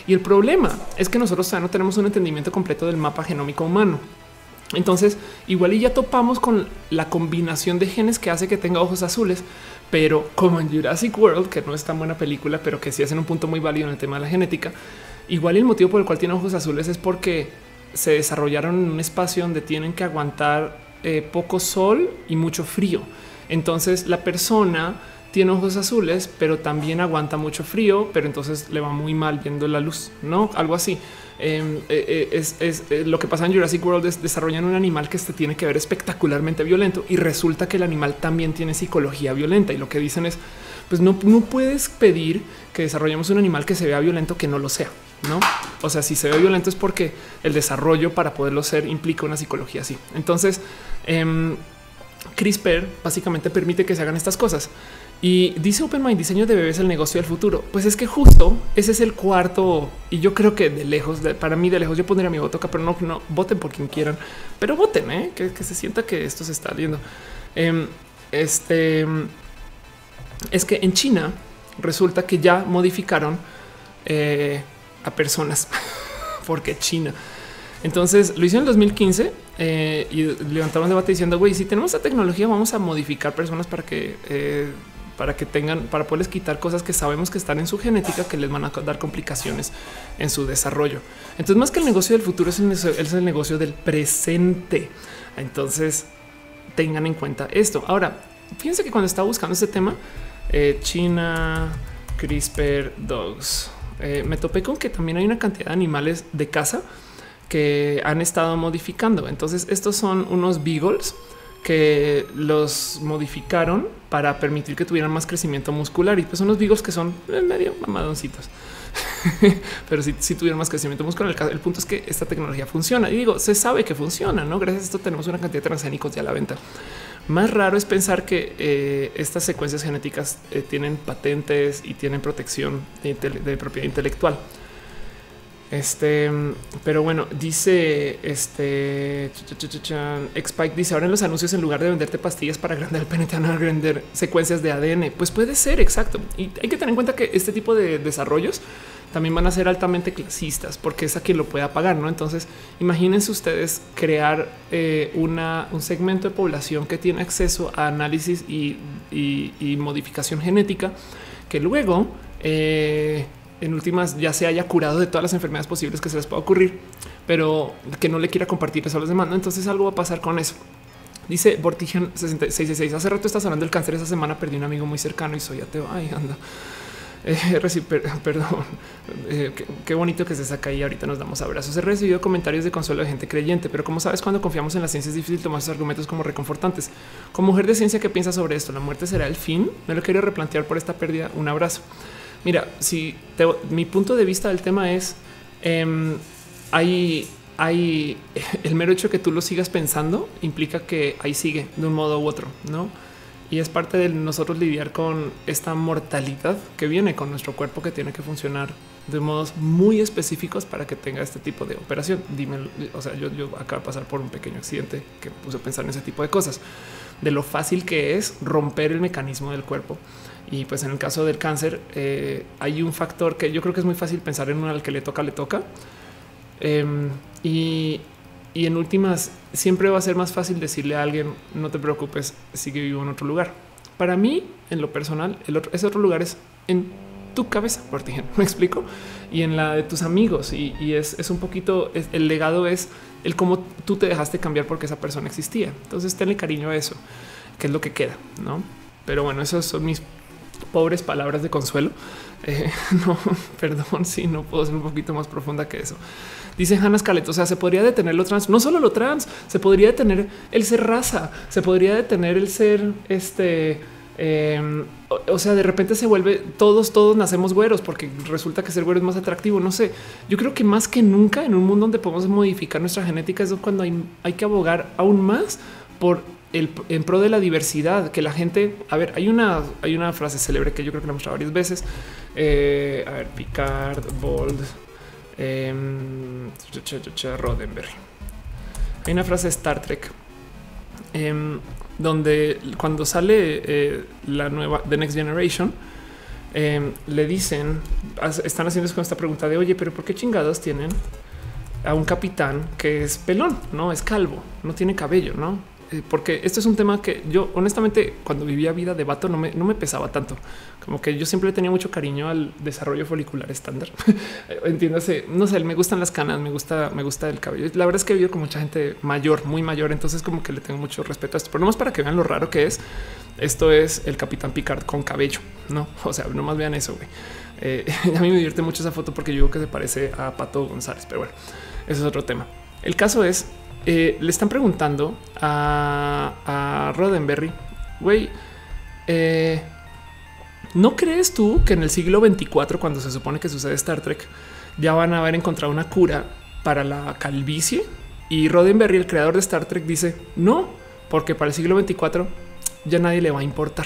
Y el problema es que nosotros todavía no tenemos un entendimiento completo del mapa genómico humano. Entonces, igual y ya topamos con la combinación de genes que hace que tenga ojos azules, pero como en Jurassic World, que no es tan buena película, pero que sí hacen un punto muy válido en el tema de la genética, igual el motivo por el cual tiene ojos azules es porque se desarrollaron en un espacio donde tienen que aguantar eh, poco sol y mucho frío. Entonces la persona tiene ojos azules, pero también aguanta mucho frío, pero entonces le va muy mal viendo la luz, no algo así. Eh, eh, es, es eh, lo que pasa en Jurassic World es desarrollan un animal que se tiene que ver espectacularmente violento y resulta que el animal también tiene psicología violenta. Y lo que dicen es, pues no, no puedes pedir que desarrollemos un animal que se vea violento que no lo sea, no? O sea, si se ve violento es porque el desarrollo para poderlo ser implica una psicología así. Entonces, eh, CRISPR básicamente permite que se hagan estas cosas. Y dice OpenMind, diseño de bebés, el negocio del futuro. Pues es que justo ese es el cuarto. Y yo creo que de lejos, de, para mí de lejos, yo pondría mi voto acá, pero no, no voten por quien quieran, pero voten, ¿eh? que, que se sienta que esto se está viendo. Eh, este es que en China resulta que ya modificaron eh, a personas porque China. Entonces lo hicieron en dos mil quince eh, y levantaron un debate diciendo, güey, si tenemos esta tecnología, vamos a modificar personas para que eh, para que tengan, para poderles quitar cosas que sabemos que están en su genética, que les van a dar complicaciones en su desarrollo. Entonces, más que el negocio del futuro, es el, es el negocio del presente. Entonces, tengan en cuenta esto. Ahora, fíjense que cuando estaba buscando este tema, eh, China, CRISPR, dogs, eh, me topé con que también hay una cantidad de animales de caza que han estado modificando. Entonces, estos son unos beagles que los modificaron para permitir que tuvieran más crecimiento muscular. Y pues son los beagles que son medio mamadoncitos, pero si, si tuvieran más crecimiento muscular. El, el punto es que esta tecnología funciona y digo, se sabe que funciona, ¿no? Gracias a esto tenemos una cantidad de transgénicos ya a la venta. Más raro es pensar que eh, estas secuencias genéticas eh, tienen patentes y tienen protección de, de propiedad intelectual. Este, pero bueno, dice este Xpike dice ahora en los anuncios, en lugar de venderte pastillas para agrandar el pene, te van a vender secuencias de A D N. Pues puede ser, exacto. Y hay que tener en cuenta que este tipo de desarrollos también van a ser altamente clasistas, porque es a quien lo pueda pagar, ¿no? Entonces, imagínense ustedes crear eh, una, un segmento de población que tiene acceso a análisis y, y, y modificación genética, que luego eh, en últimas ya se haya curado de todas las enfermedades posibles que se les pueda ocurrir, pero que no le quiera compartir eso a los demás, ¿no? Entonces algo va a pasar con eso. Dice Vortigen sesenta y seis sesenta y seis. Hace rato estás hablando del cáncer. Esa semana perdí un amigo muy cercano y soy ateo. Ay, anda. Eh, perdón. Eh, qué, qué bonito que se saca ahí. Ahorita nos damos abrazos. He recibido comentarios de consuelo de gente creyente, pero como sabes, cuando confiamos en la ciencia es difícil tomar sus argumentos como reconfortantes. Como mujer de ciencia, ¿qué piensas sobre esto? ¿La muerte será el fin? Me lo quiero replantear por esta pérdida. Un abrazo. Mira, si te, mi punto de vista del tema es eh, hay, hay el mero hecho de que tú lo sigas pensando implica que ahí sigue de un modo u otro, ¿no? Y es parte de nosotros lidiar con esta mortalidad que viene con nuestro cuerpo, que tiene que funcionar de modos muy específicos para que tenga este tipo de operación. Dime, o sea, yo, yo acabo de pasar por un pequeño accidente que me puse a pensar en ese tipo de cosas, de lo fácil que es romper el mecanismo del cuerpo. Y pues en el caso del cáncer eh, hay un factor que yo creo que es muy fácil pensar en uno al que le toca, le toca. Eh, y, y en últimas siempre va a ser más fácil decirle a alguien no te preocupes, sigue vivo en otro lugar. Para mí, en lo personal, el otro, ese otro lugar es en tu cabeza, Vortigen, me explico, y en la de tus amigos. Y, y es, es un poquito, es, el legado es el cómo tú te dejaste cambiar porque esa persona existía. Entonces tenle cariño a eso, que es lo que queda, ¿no? Pero bueno, esos son mis pobres palabras de consuelo. Eh, no, perdón, si sí, no puedo ser un poquito más profunda que eso. Dice Hannah Scalet, o sea, se podría detener lo trans, no solo lo trans, se podría detener el ser raza, se podría detener el ser este. Eh, o, o sea, de repente se vuelve todos, todos nacemos güeros porque resulta que ser güero es más atractivo. No sé, yo creo que más que nunca en un mundo donde podemos modificar nuestra genética es cuando hay, hay que abogar aún más por el en pro de la diversidad, que la gente, a ver, hay una, hay una frase célebre que yo creo que la he mostrado varias veces. Eh, a ver, Picard, Bold, eh, Roddenberry. Hay una frase de Star Trek eh, donde cuando sale eh, la nueva The Next Generation, eh, le dicen, están haciendo con esta pregunta de oye, pero ¿por qué chingados tienen a un capitán que es pelón? No es calvo, no tiene cabello, no? Porque esto es un tema que yo honestamente cuando vivía vida de vato no me, no me pesaba tanto. Como que yo siempre tenía mucho cariño al desarrollo folicular estándar. Entiéndase, no sé, me gustan las canas, me gusta, me gusta el cabello. La verdad es que he vivido con mucha gente mayor, muy mayor, entonces como que le tengo mucho respeto a esto. Pero nomás para que vean lo raro que es, esto es el Capitán Picard con cabello, ¿no? O sea, nomás vean eso, güey. Eh, a mí me divierte mucho esa foto porque yo digo que se parece a Pato González, pero bueno, eso es otro tema. El caso es... Eh, le están preguntando a, a Roddenberry, güey, eh, ¿no crees tú que en el siglo veinticuatro, cuando se supone que sucede Star Trek, ya van a haber encontrado una cura para la calvicie? Y Roddenberry, el creador de Star Trek, dice no, porque para el siglo veinticuatro ya nadie le va a importar.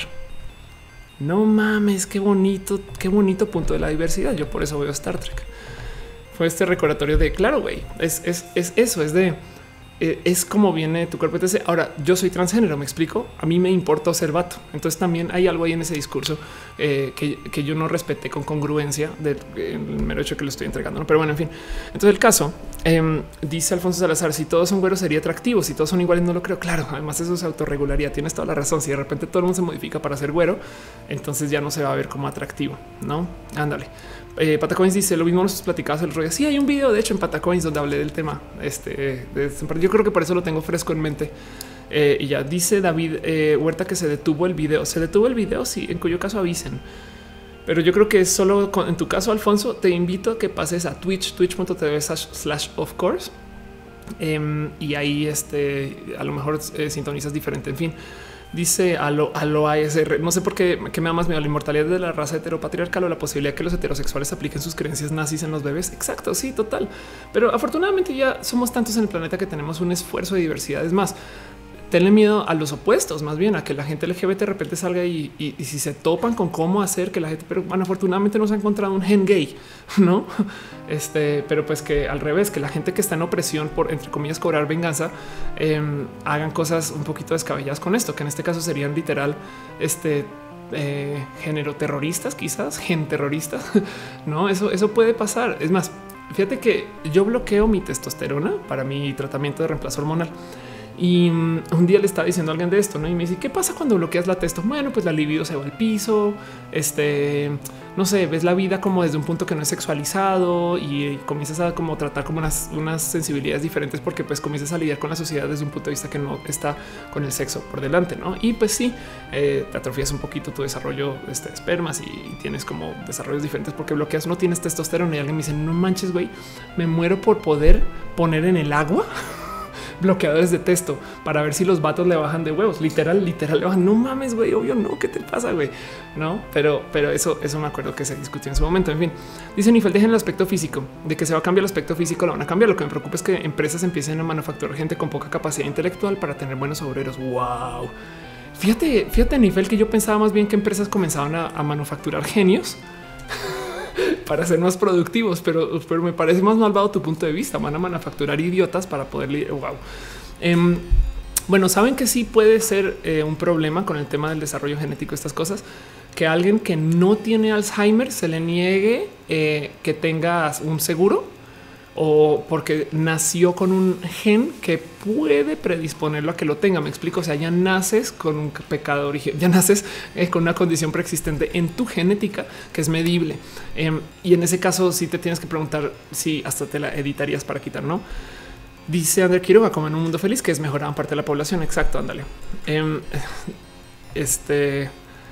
No mames, qué bonito, qué bonito punto de la diversidad. Yo por eso veo Star Trek. Fue este recordatorio de claro, güey, es, es, es eso, es de es como viene tu cuerpo. Entonces, ahora yo soy transgénero, me explico. A mí me importa ser vato. Entonces, también hay algo ahí en ese discurso eh, que, que yo no respeté con congruencia del de, mero hecho que lo estoy entregando. ¿No? Pero bueno, en fin. Entonces, el caso eh, dice Alfonso Salazar: si todos son güeros sería atractivo. Si todos son iguales, no lo creo. Claro, además, eso es autorregularidad. Tienes toda la razón. Si de repente todo el mundo se modifica para ser güero, entonces ya no se va a ver como atractivo. No, ándale. Eh, Patacoins dice lo mismo nos platicabas el rollo. Sí, hay un video de hecho en Patacoins donde hablé del tema. Este, de, yo creo que por eso lo tengo fresco en mente. Eh, y ya dice David eh, Huerta que se detuvo el video. Se detuvo el video. Sí, en cuyo caso avisen. Pero yo creo que es solo con, en tu caso, Alfonso, te invito a que pases a Twitch, twitch punto tv slash of course. Eh, y ahí este, a lo mejor eh, sintonizas diferente. En fin. Dice a lo, a lo A S R. No sé por qué que me da más miedo la inmortalidad de la raza heteropatriarcal o la posibilidad de que los heterosexuales apliquen sus creencias nazis en los bebés. Exacto. Sí, total. Pero afortunadamente ya somos tantos en el planeta que tenemos un esfuerzo de diversidad. Es más, tenle miedo a los opuestos, más bien a que la gente L G B T de repente salga y, y, y si se topan con cómo hacer que la gente, pero bueno, afortunadamente no se ha encontrado un gen gay, no? Este, pero pues que al revés, que la gente que está en opresión por entre comillas cobrar venganza eh, hagan cosas un poquito descabelladas con esto, que en este caso serían literal este eh, género terroristas, quizás gen terroristas. No, eso, eso puede pasar. Es más, fíjate que yo bloqueo mi testosterona para mi tratamiento de reemplazo hormonal. Y um, un día le estaba diciendo a alguien de esto, ¿no? Y me dice, ¿qué pasa cuando bloqueas la testo? Bueno, pues la libido se va al piso, este, no sé, ves la vida como desde un punto que no es sexualizado y comienzas a como tratar como unas, unas sensibilidades diferentes porque pues comienzas a lidiar con la sociedad desde un punto de vista que no está con el sexo por delante, ¿no? Y pues sí, eh, te atrofias un poquito tu desarrollo este, de espermas y tienes como desarrollos diferentes porque bloqueas, no tienes testosterona y alguien me dice, no manches, güey, me muero por poder poner en el agua bloqueadores de testo para ver si los vatos le bajan de huevos. Literal, literal, le bajan. No mames, güey, obvio no. ¿Qué te pasa, güey? No, pero, pero eso, eso me acuerdo que se discutió en su momento. En fin, dice Nifel, dejen el aspecto físico de que se va a cambiar el aspecto físico. Lo van a cambiar. Lo que me preocupa es que empresas empiecen a manufacturar gente con poca capacidad intelectual para tener buenos obreros. Wow. Fíjate, fíjate, Nifel, que yo pensaba más bien que empresas comenzaban a, a manufacturar genios para ser más productivos, pero, pero me parece más malvado tu punto de vista. Van a manufacturar idiotas para poder. Wow. Eh, bueno, saben que sí puede ser eh, un problema con el tema del desarrollo genético, estas cosas, que a alguien que no tiene Alzheimer se le niegue eh, que tenga un seguro o porque nació con un gen que puede predisponerlo a que lo tenga. Me explico. O sea, ya naces con un pecado original, ya naces eh, con una condición preexistente en tu genética que es medible. Eh, y en ese caso, sí te tienes que preguntar si hasta te la editarías para quitar, no? Dice André Quiroga, como en un mundo feliz, que es mejorar parte de la población. Exacto. Ándale. Eh, este.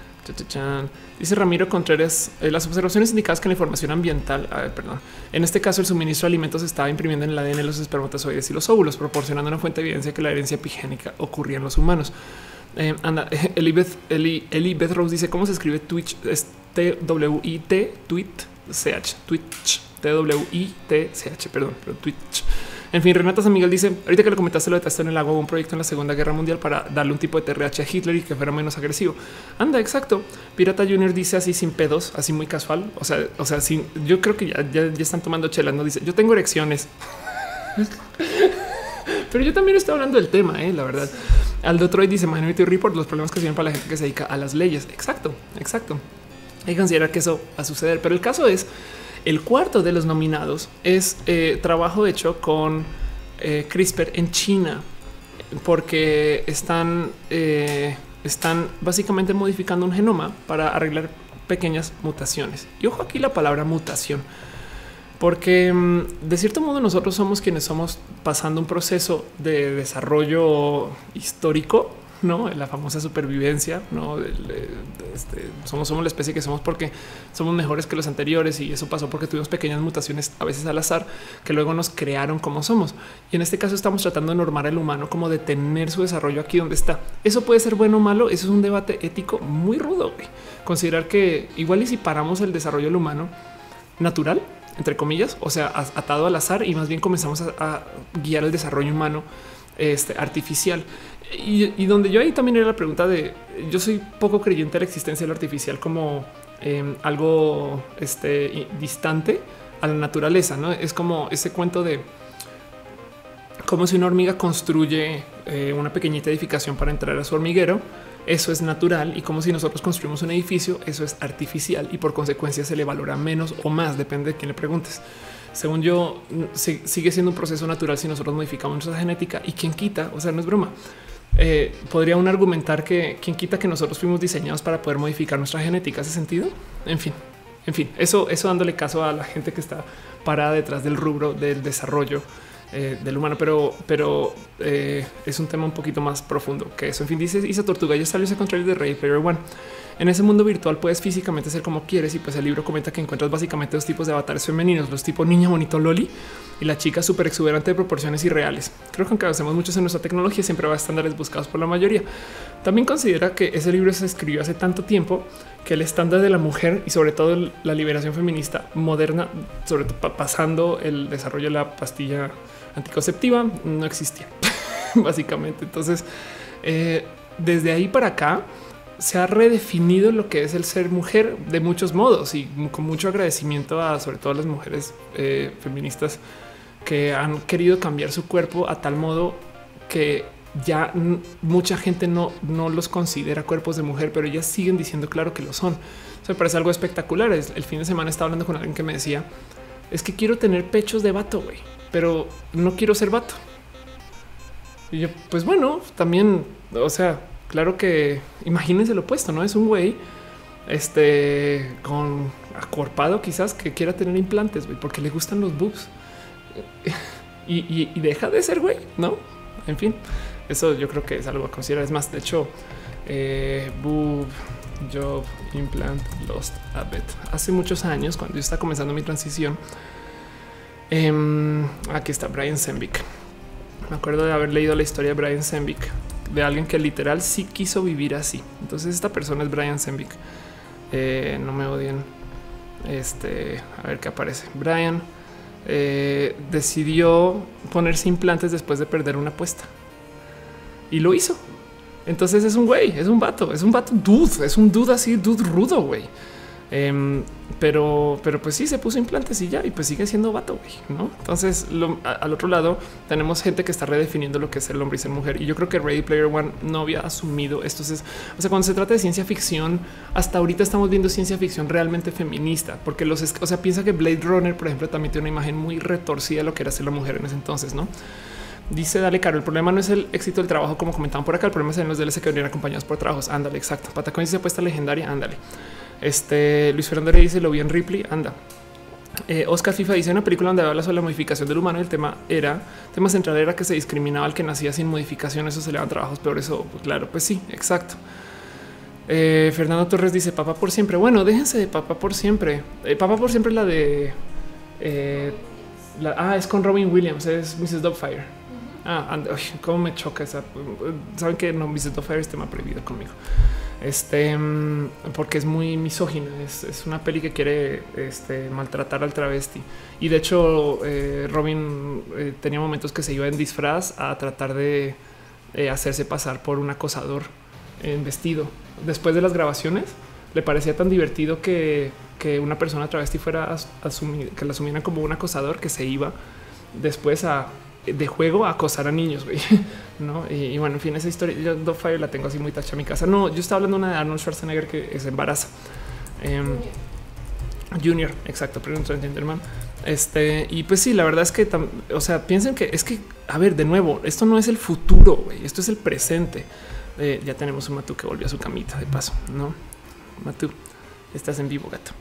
Dice Ramiro Contreras, eh, las observaciones indicadas que la información ambiental, ver, perdón, en este caso el suministro de alimentos estaba imprimiendo en el A D N de los espermatozoides y los óvulos, proporcionando una fuente de evidencia que la herencia epigénica ocurría en los humanos. Eh, anda, Elibeth, Eli, Elibeth Rose dice cómo se escribe Twitch, es T W I T, tweet, C H, Twitch, T W I T C H, perdón, pero Twitch. En fin, Renata San Miguel dice, ahorita que le comentaste lo de testo en el agua, hubo un proyecto en la Segunda Guerra Mundial para darle un tipo de T R H a Hitler y que fuera menos agresivo. Anda, exacto. Pirata Junior dice así sin pedos, así muy casual. O sea, o sea, sin, yo creo que ya, ya, ya están tomando chelas, no dice, yo tengo erecciones. Pero yo también estoy hablando del tema, eh, la verdad. Aldo Troy dice, Minority Report, los problemas que se vienen para la gente que se dedica a las leyes. Exacto, exacto. Hay que considerar que eso va a suceder, pero el caso es el cuarto de los nominados es eh, trabajo hecho con eh, CRISPR en China, porque están, eh, están básicamente modificando un genoma para arreglar pequeñas mutaciones. Y ojo aquí la palabra mutación, porque de cierto modo nosotros somos quienes somos pasando un proceso de desarrollo histórico, no la famosa supervivencia, no este, somos, somos la especie que somos porque somos mejores que los anteriores, y eso pasó porque tuvimos pequeñas mutaciones a veces al azar que luego nos crearon como somos. Y en este caso estamos tratando de normar al humano, como de tener su desarrollo aquí donde está. Eso puede ser bueno o malo. Eso es un debate ético muy rudo. Güey. Considerar que igual y si paramos el desarrollo del humano natural, entre comillas, o sea, atado al azar, y más bien comenzamos a, a guiar el desarrollo humano este, artificial. Y, y donde yo ahí también era la pregunta de yo soy poco creyente de la existencia de lo artificial como eh, algo este, distante a la naturaleza. No es como ese cuento de como si una hormiga construye eh, una pequeñita edificación para entrar a su hormiguero. Eso es natural, y como si nosotros construimos un edificio, eso es artificial y por consecuencia se le valora menos o más, depende de quién le preguntes. Según yo, sigue siendo un proceso natural si nosotros modificamos nuestra genética, y quién quita, o sea, no es broma. Eh, podría uno argumentar que quién quita que nosotros fuimos diseñados para poder modificar nuestra genética. ¿Hace sentido? En fin, en fin, eso, eso dándole caso a la gente que está parada detrás del rubro del desarrollo Eh, del humano, pero, pero eh, es un tema un poquito más profundo que eso. En fin, dice Isa Tortuga, ya salió ese control de Ready Player One. En ese mundo virtual puedes físicamente ser como quieres, y pues el libro comenta que encuentras básicamente dos tipos de avatares femeninos, los tipos niña bonito loli y la chica súper exuberante de proporciones irreales. Creo que aunque hacemos muchos en nuestra tecnología, siempre va a estándares buscados por la mayoría. También considera que ese libro se escribió hace tanto tiempo que el estándar de la mujer y sobre todo la liberación feminista moderna, sobre todo pasando el desarrollo de la pastilla anticonceptiva, no existía básicamente. Entonces, eh, desde ahí para acá se ha redefinido lo que es el ser mujer de muchos modos, y con mucho agradecimiento a sobre todo a las mujeres eh, feministas que han querido cambiar su cuerpo a tal modo que ya mucha gente no, no los considera cuerpos de mujer, pero ellas siguen diciendo claro que lo son. Eso me parece algo espectacular. El fin de semana estaba hablando con alguien que me decía es que quiero tener pechos de vato, güey, pero no quiero ser vato. Y yo, pues bueno, también, o sea, claro que imagínense lo opuesto, ¿no? Es un güey este con acorpado quizás que quiera tener implantes, güey, porque le gustan los boobs y, y, y deja de ser güey, ¿no? En fin, eso yo creo que es algo a considerar. Es más, de hecho, eh, boob job implant lost a bit. Hace muchos años, cuando yo estaba comenzando mi transición, eh, aquí está Brian Zenvik. Me acuerdo de haber leído la historia de Brian Zenvik, de alguien que literal sí quiso vivir así. Entonces esta persona es Brian Zenvik. Eh, no me odien. Este, a ver qué aparece. Brian eh, decidió ponerse implantes después de perder una apuesta y lo hizo. Entonces es un güey, es un vato, es un vato dude, es un dude así, dude rudo, güey. Eh, pero, pero pues sí se puso implantes y ya, y pues sigue siendo vato, güey, ¿no? Entonces lo, a, al otro lado tenemos gente que está redefiniendo lo que es el hombre y ser mujer, y yo creo que Ready Player One no había asumido esto. Es, o sea, cuando se trata de ciencia ficción, hasta ahorita estamos viendo ciencia ficción realmente feminista, porque los, o sea, piensa que Blade Runner, por ejemplo, también tiene una imagen muy retorcida de lo que era ser la mujer en ese entonces, ¿no? Dice Dale Caro, el problema no es el éxito del trabajo como comentaban por acá, el problema es en los D L C que venían acompañados por trabajos. Ándale, exacto. Patacón dice apuesta legendaria, ándale. Este Luis Fernando le dice lo vi en Ripley, anda. Eh, Oscar FIFA dice una película donde habla sobre la modificación del humano y el tema era, el tema central era que se discriminaba al que nacía sin modificación, eso se le dan trabajos peores. Eso, pues, claro, pues sí, exacto. Eh, Fernando Torres dice papá por siempre. Bueno, déjense de papá por siempre. Eh, papá por siempre, la de eh, la, ah, es con Robin Williams, es missus Doubtfire. Ah, and, uy, cómo me choca esa. Saben que no, missus Doubtfire es tema prohibido conmigo. Este, porque es muy misógina. Es, es una peli que quiere este, maltratar al travesti. Y de hecho, eh, Robin eh, tenía momentos que se iba en disfraz a tratar de eh, hacerse pasar por un acosador en vestido. Después de las grabaciones, le parecía tan divertido que, que una persona travesti fuera a asumir, que la asumieran como un acosador, que se iba después a de juego a acosar a niños, güey, no? Y, y bueno, en fin, esa historia yo Doubtfire la tengo así muy tacha en mi casa. No, yo estaba hablando de una de Arnold Schwarzenegger que se embaraza. Eh, Junior, exacto, pero no Transgenderman. Este, y pues sí, la verdad es que, o sea, piensen que es que, a ver, de nuevo, esto no es el futuro, güey, esto es el presente. Eh, ya tenemos un Matú que volvió a su camita de paso, ¿no? Matú, estás en vivo, gato.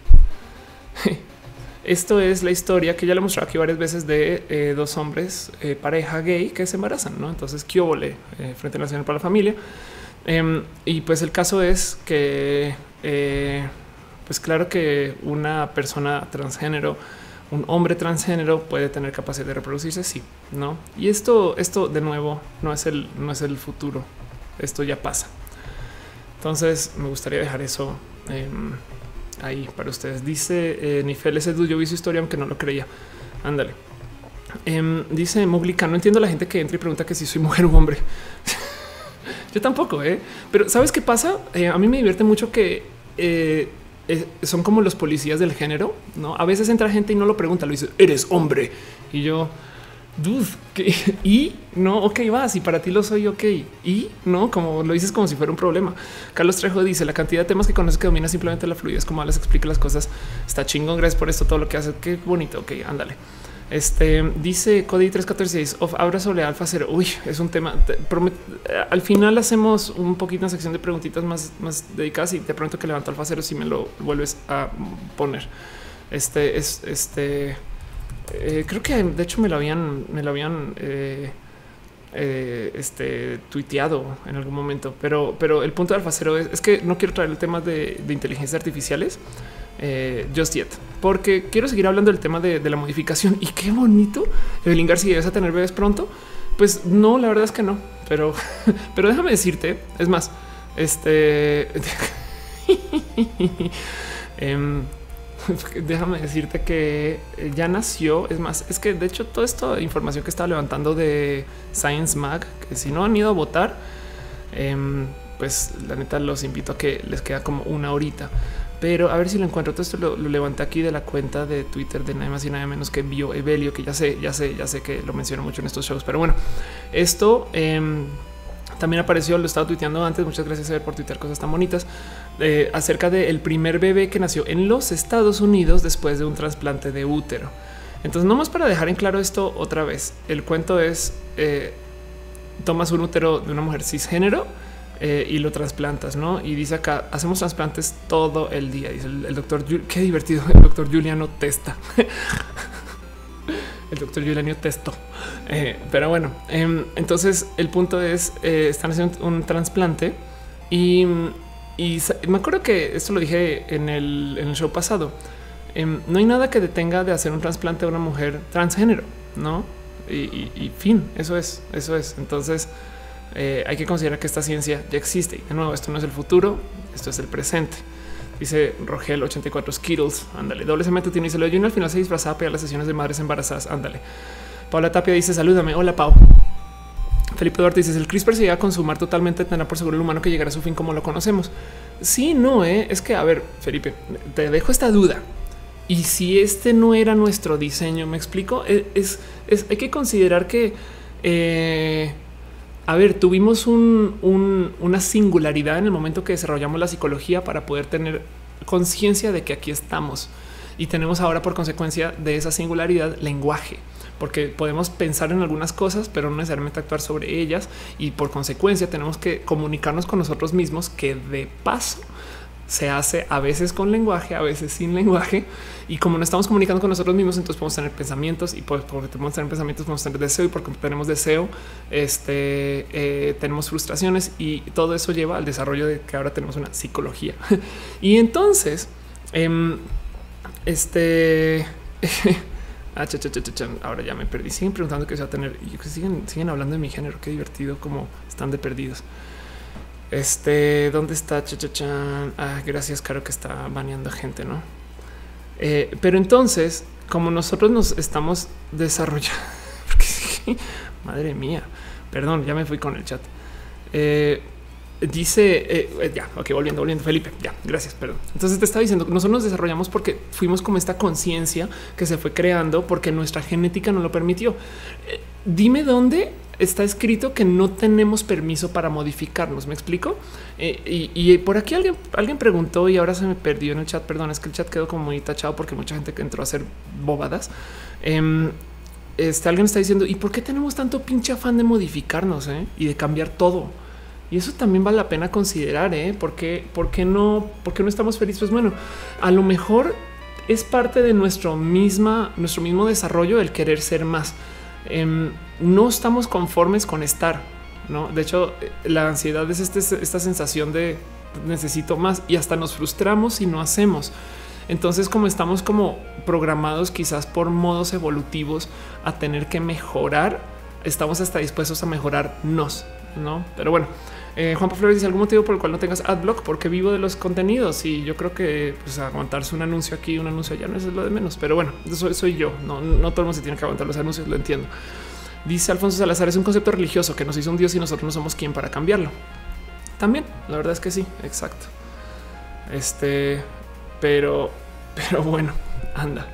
Esto es la historia que ya le he mostrado aquí varias veces de eh, dos hombres, eh, pareja gay que se embarazan, ¿no? Entonces, ¿qué óvole? Eh, Frente Nacional para la Familia. Eh, y pues el caso es que, eh, pues claro que una persona transgénero, un hombre transgénero puede tener capacidad de reproducirse, sí, ¿no? Y esto, esto de nuevo, no es el, no es el futuro, esto ya pasa. Entonces, me gustaría dejar eso eh, ahí para ustedes. Dice eh, Nifel, ese dude, yo vi su historia aunque no lo creía. Ándale. Eh, dice Muglica, no entiendo a la gente que entra y pregunta que si soy mujer u hombre. Yo tampoco, ¿eh? Pero ¿sabes qué pasa? Eh, a mí me divierte mucho que eh, eh, son como los policías del género, ¿no? A veces entra gente y no lo pregunta, lo dice, eres hombre. Y yo, dude, ¿qué? Y no, ok, vas, y para ti lo soy, ok. Y no, como lo dices como si fuera un problema. Carlos Trejo dice, la cantidad de temas que conoces que domina simplemente la fluidez, como les explica las cosas, está chingón, gracias por esto, todo lo que hace, qué bonito, ok, ándale. Este dice Cody tres cuatro seis of Abra sobre Alfa Cero. Uy, es un tema. Te promet, al final hacemos un poquito una sección de preguntitas más, más dedicadas y te prometo que levanto Alfa Cero si me lo vuelves a poner. Este es este. Eh, creo que de hecho me lo habían, me lo habían eh, eh, este, tuiteado en algún momento, pero, pero el punto de Alfa Cero es, es que no quiero traer el tema de, de inteligencias artificiales. Eh, just yet, porque quiero seguir hablando del tema de, de la modificación. Y qué bonito, Evelyn García, ¿vas a tener bebés pronto? Pues no, la verdad es que no, pero, pero déjame decirte, es más, este, eh, déjame decirte que ya nació. Es más, es que de hecho toda esta información que estaba levantando de Science Mag, que si no han ido a votar, eh, pues la neta los invito a que les queda como una horita. Pero a ver si lo encuentro. Todo esto lo, lo levanté aquí de la cuenta de Twitter de nada más y nada menos que Bio Evelio, que ya sé, ya sé, ya sé que lo menciono mucho en estos shows. Pero bueno, esto eh, también apareció, lo estaba tuiteando antes. Muchas gracias a ver por tuitear cosas tan bonitas eh, acerca del primer bebé que nació en los Estados Unidos después de un trasplante de útero. Entonces, nomás para dejar en claro esto otra vez, el cuento es eh, tomas un útero de una mujer cisgénero Eh, y lo trasplantas, ¿no? Y dice acá, hacemos trasplantes todo el día. Dice el, el doctor, qué divertido, el doctor Juliano Testa. El doctor Juliano Testo. Eh, pero bueno, eh, entonces el punto es, eh, están haciendo un trasplante y, y me acuerdo que esto lo dije en el, en el show pasado. Eh, no hay nada que detenga de hacer un trasplante a una mujer transgénero, ¿no? Y, y, y fin, eso es, eso es. Entonces, Eh, hay que considerar que esta ciencia ya existe. De nuevo, esto no es el futuro, esto es el presente. Dice Rogel ochenta y cuatro Skittles. Ándale. Doble cemento tiene y se lo dio. Al final se disfrazaba para las sesiones de madres embarazadas. Ándale. Paula Tapia dice salúdame. Hola, Pau. Felipe Duarte dice el CRISPR se llega a consumar totalmente, tendrá por seguro el humano que llegará a su fin como lo conocemos. Sí, no, eh? Es que a ver, Felipe, te dejo esta duda. Y si este no era nuestro diseño, me explico. Es, es, es hay que considerar que eh, a ver, tuvimos un, un, una singularidad en el momento que desarrollamos la psicología para poder tener conciencia de que aquí estamos y tenemos ahora por consecuencia de esa singularidad lenguaje, porque podemos pensar en algunas cosas, pero no necesariamente actuar sobre ellas y por consecuencia tenemos que comunicarnos con nosotros mismos, que de paso se hace a veces con lenguaje, a veces sin lenguaje. Y como no estamos comunicando con nosotros mismos, entonces podemos tener pensamientos y pues porque podemos tener pensamientos, podemos tener deseo y porque tenemos deseo, este, eh, tenemos frustraciones y todo eso lleva al desarrollo de que ahora tenemos una psicología. Y entonces, eh, este, ah, cha, cha, cha, cha, ahora ya me perdí. Siguen preguntando qué se va a tener y siguen, siguen hablando de mi género. Qué divertido como están de perdidos. Este, ¿dónde está? Cha, cha, cha. Ah, gracias, Caro, que está baneando gente, ¿no? Eh, pero entonces, como nosotros nos estamos desarrollando, porque, madre mía, perdón, ya me fui con el chat. Eh, dice, eh, ya, ok, volviendo, volviendo, Felipe, ya, gracias, perdón. Entonces te estaba diciendo que nosotros nos desarrollamos porque fuimos como esta conciencia que se fue creando porque nuestra genética no lo permitió. Eh, dime dónde está escrito que no tenemos permiso para modificarnos. ¿Me explico? Eh, y, y por aquí alguien, alguien preguntó y ahora se me perdió en el chat. Perdón, es que el chat quedó como muy tachado porque mucha gente que entró a hacer bobadas. Eh, este, alguien está diciendo, ¿y por qué tenemos tanto pinche afán de modificarnos eh? y de cambiar todo? Y eso también vale la pena considerar. ¿eh? ¿Por qué, por qué no, por qué no estamos felices? Pues bueno, a lo mejor es parte de nuestro misma, nuestro mismo desarrollo el querer ser más. Eh, no estamos conformes con estar, no? De hecho, la ansiedad es este, esta sensación de necesito más y hasta nos frustramos si no hacemos. Entonces, como estamos como programados quizás por modos evolutivos a tener que mejorar, estamos hasta dispuestos a mejorarnos, no? Pero bueno, eh, Juan Pablo Flores dice algún motivo por el cual no tengas adblock, porque vivo de los contenidos y yo creo que pues, aguantarse un anuncio aquí, un anuncio allá no es lo de menos. Pero bueno, eso soy yo. No, no todo el mundo se tiene que aguantar los anuncios, lo entiendo. Dice Alfonso Salazar, es un concepto religioso que nos hizo un Dios y nosotros no somos quien para cambiarlo. También, la verdad es que sí, exacto. Este, pero, pero bueno, anda.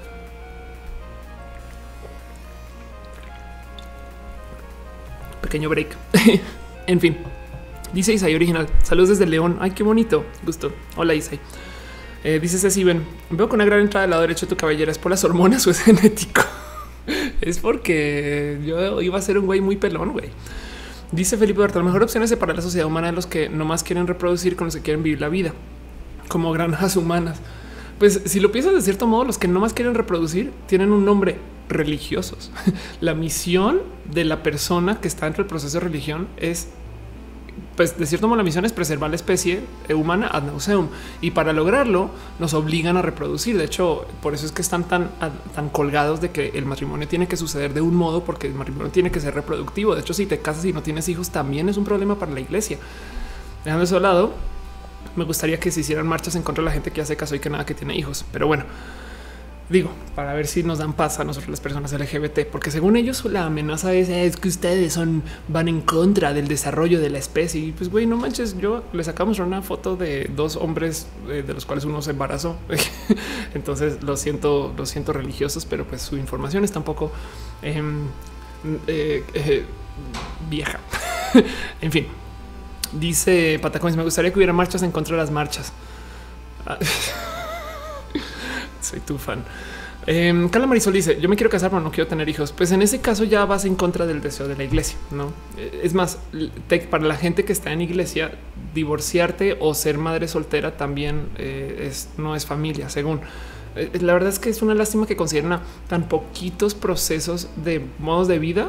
Pequeño break. En fin, dice Isai Original. Saludos desde León. Ay, qué bonito. Gusto. Hola, Isai. Eh, dice Ceci, ven, veo que una gran entrada del lado derecho de tu cabellera es por las hormonas o es genético. Es porque yo iba a ser un güey muy pelón, güey. Dice Felipe Berta, la mejor opción es separar la sociedad humana de los que nomás quieren reproducir con los que quieren vivir la vida, como granjas humanas. Pues si lo piensas de cierto modo, los que nomás quieren reproducir tienen un nombre: religiosos. La misión de la persona que está dentro del proceso de religión es, pues de cierto modo, la misión es preservar la especie humana ad nauseum, y para lograrlo nos obligan a reproducir. De hecho, por eso es que están tan, tan colgados de que el matrimonio tiene que suceder de un modo, porque el matrimonio tiene que ser reproductivo. De hecho, si te casas y no tienes hijos, también es un problema para la iglesia. Dejando eso de lado, me gustaría que se hicieran marchas en contra de la gente que hace caso y que nada que tiene hijos. Pero bueno, digo, para ver si nos dan paz a nosotros las personas L G B T, porque según ellos la amenaza es, es que ustedes son, van en contra del desarrollo de la especie. Y pues güey, no manches, yo les sacamos una foto de dos hombres eh, de los cuales uno se embarazó. Entonces lo siento, lo siento religiosos, pero pues su información está un poco eh, eh, eh, vieja. En fin, dice Patacones, me gustaría que hubiera marchas en contra de las marchas. Soy tu fan. Eh, Carla Marisol dice, yo me quiero casar, pero no quiero tener hijos. Pues en ese caso ya vas en contra del deseo de la iglesia, ¿no? Es más, te, para la gente que está en iglesia, divorciarte o ser madre soltera también eh, es, no es familia, según. Eh, la verdad es que es una lástima que consideren tan poquitos procesos de modos de vida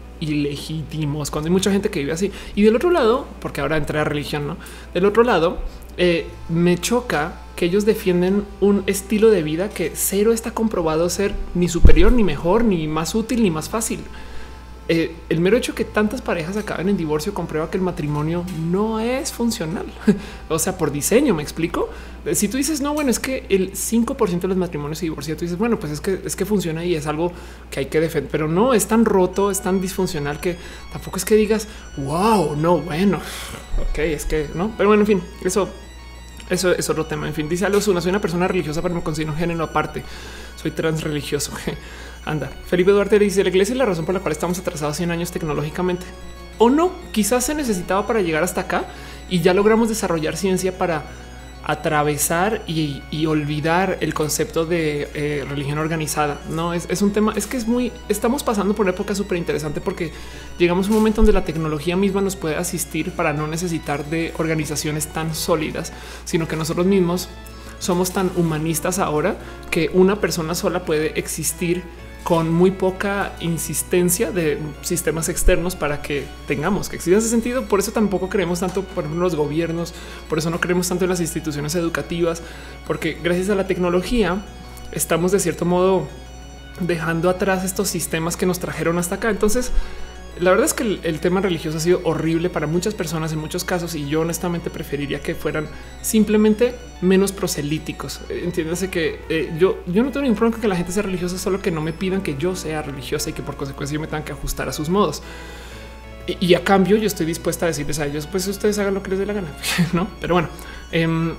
ilegítimos cuando hay mucha gente que vive así. Y del otro lado, porque ahora entré a religión, ¿no? Del otro lado, eh, me choca que ellos defienden un estilo de vida que cero está comprobado ser ni superior, ni mejor, ni más útil, ni más fácil. Eh, el mero hecho que tantas parejas acaben en divorcio comprueba que el matrimonio no es funcional. O sea, por diseño, me explico. Si tú dices, no, bueno, es que el cinco por ciento de los matrimonios se divorcian, tú dices, bueno, pues es que es que funciona y es algo que hay que defender, pero no es tan roto, es tan disfuncional que tampoco es que digas, wow, no, bueno, ok, es que no, pero bueno, en fin, eso. Eso es otro tema. En fin, dice Alonso, soy una persona religiosa, pero me considero un género aparte. Soy trans religioso. Anda. Felipe Duarte dice, la iglesia es la razón por la cual estamos atrasados cien años tecnológicamente. O no, quizás se necesitaba para llegar hasta acá y ya logramos desarrollar ciencia para atravesar y, y olvidar el concepto de eh, religión organizada. No es, es un tema, es que es muy, estamos pasando por una época súper interesante porque llegamos a un momento donde la tecnología misma nos puede asistir para no necesitar de organizaciones tan sólidas, sino que nosotros mismos somos tan humanistas ahora que una persona sola puede existir con muy poca insistencia de sistemas externos para que tengamos que existir en ese sentido. Por eso tampoco creemos tanto, por ejemplo, en los gobiernos, por eso no creemos tanto en las instituciones educativas, porque gracias a la tecnología estamos de cierto modo dejando atrás estos sistemas que nos trajeron hasta acá. Entonces, la verdad es que el, el tema religioso ha sido horrible para muchas personas en muchos casos y yo honestamente preferiría que fueran simplemente menos proselíticos. Entiéndase que eh, yo, yo no tengo ningún problema con que la gente sea religiosa, solo que no me pidan que yo sea religiosa y que por consecuencia yo me tenga que ajustar a sus modos. Y, y a cambio yo estoy dispuesta a decirles a ellos, pues ustedes hagan lo que les dé la gana, ¿no? Pero bueno, eh,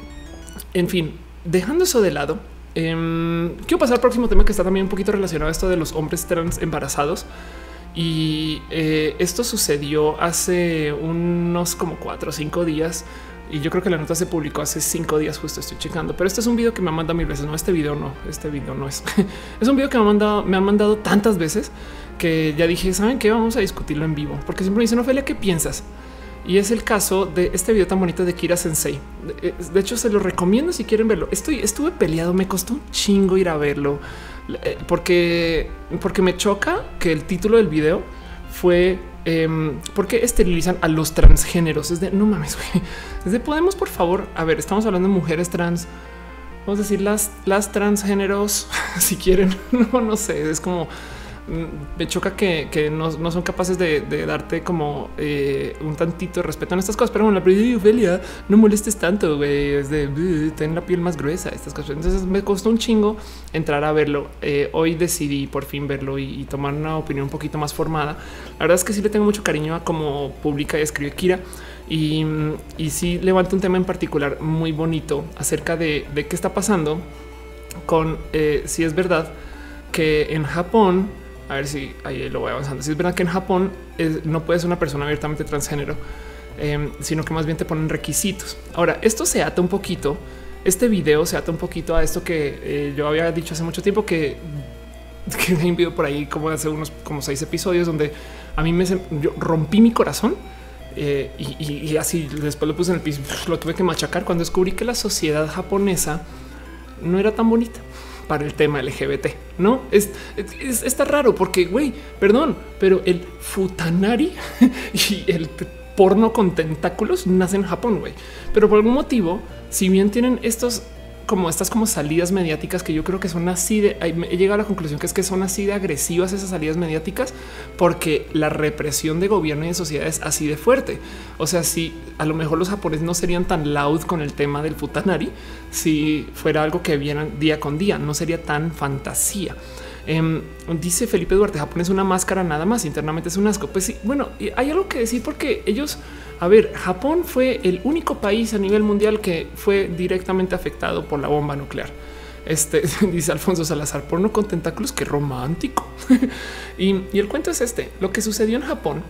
en fin, dejando eso de lado, eh, quiero pasar al próximo tema que está también un poquito relacionado a esto de los hombres trans embarazados. Y eh, esto sucedió hace unos como cuatro o cinco días. Y yo creo que la nota se publicó hace cinco días, justo estoy checando. Pero este es un video que me han mandado mil veces. No, este video no, este video no es. Es un video que me han mandado, me han mandado tantas veces que ya dije, ¿saben qué? Vamos a discutirlo en vivo. Porque siempre me dicen, Ofelia, ¿qué piensas? Y es el caso de este video tan bonito de Kira Sensei. De, de hecho, se lo recomiendo si quieren verlo. Estoy, estuve peleado, me costó un chingo ir a verlo. Porque, porque me choca que el título del video fue eh, ¿por qué esterilizan a los transgéneros? Es de no mames, güey. Es de podemos, por favor. A ver, estamos hablando de mujeres trans. Vamos a decir las, las transgéneros, si quieren. No, no sé. Es como me choca que, que no, no son capaces de, de darte como eh, un tantito de respeto en estas cosas. Pero bueno, la primera Ofelia, no molestes tanto, güey. Es de uh, ten la piel más gruesa, estas cosas. Entonces me costó un chingo entrar a verlo. Eh, hoy decidí por fin verlo y, y tomar una opinión un poquito más formada. La verdad es que sí le tengo mucho cariño a cómo publica y escribe Kira. Y, y sí levanta un tema en particular muy bonito acerca de, de qué está pasando con eh, si es verdad que en Japón, a ver si ahí lo voy avanzando. Si es verdad que en Japón es, no puedes ser una persona abiertamente transgénero, eh, sino que más bien te ponen requisitos. Ahora, esto se ata un poquito. Este video se ata un poquito a esto que eh, yo había dicho hace mucho tiempo, que, que hay un video por ahí como hace unos como seis episodios donde a mí me yo rompí mi corazón eh, y, y, y así después lo puse en el piso, lo tuve que machacar cuando descubrí que la sociedad japonesa no era tan bonita para el tema L G B T. No es, es está raro porque, güey, perdón, pero el futanari y el porno con tentáculos nace en Japón, güey. Pero por algún motivo, si bien tienen estos como estas como salidas mediáticas que yo creo que son así de, he llegado a la conclusión que es que son así de agresivas esas salidas mediáticas porque la represión de gobierno y de sociedad es así de fuerte. O sea, si a lo mejor los japoneses no serían tan loud con el tema del futanari, si fuera algo que vieran día con día, no sería tan fantasía. Eh, dice Felipe Duarte, Japón es una máscara nada más, internamente es un asco. Pues sí, bueno, hay algo que decir porque ellos, a ver, Japón fue el único país a nivel mundial que fue directamente afectado por la bomba nuclear. Este dice Alfonso Salazar, porno con tentáculos, qué romántico. y, y el cuento es este: lo que sucedió en Japón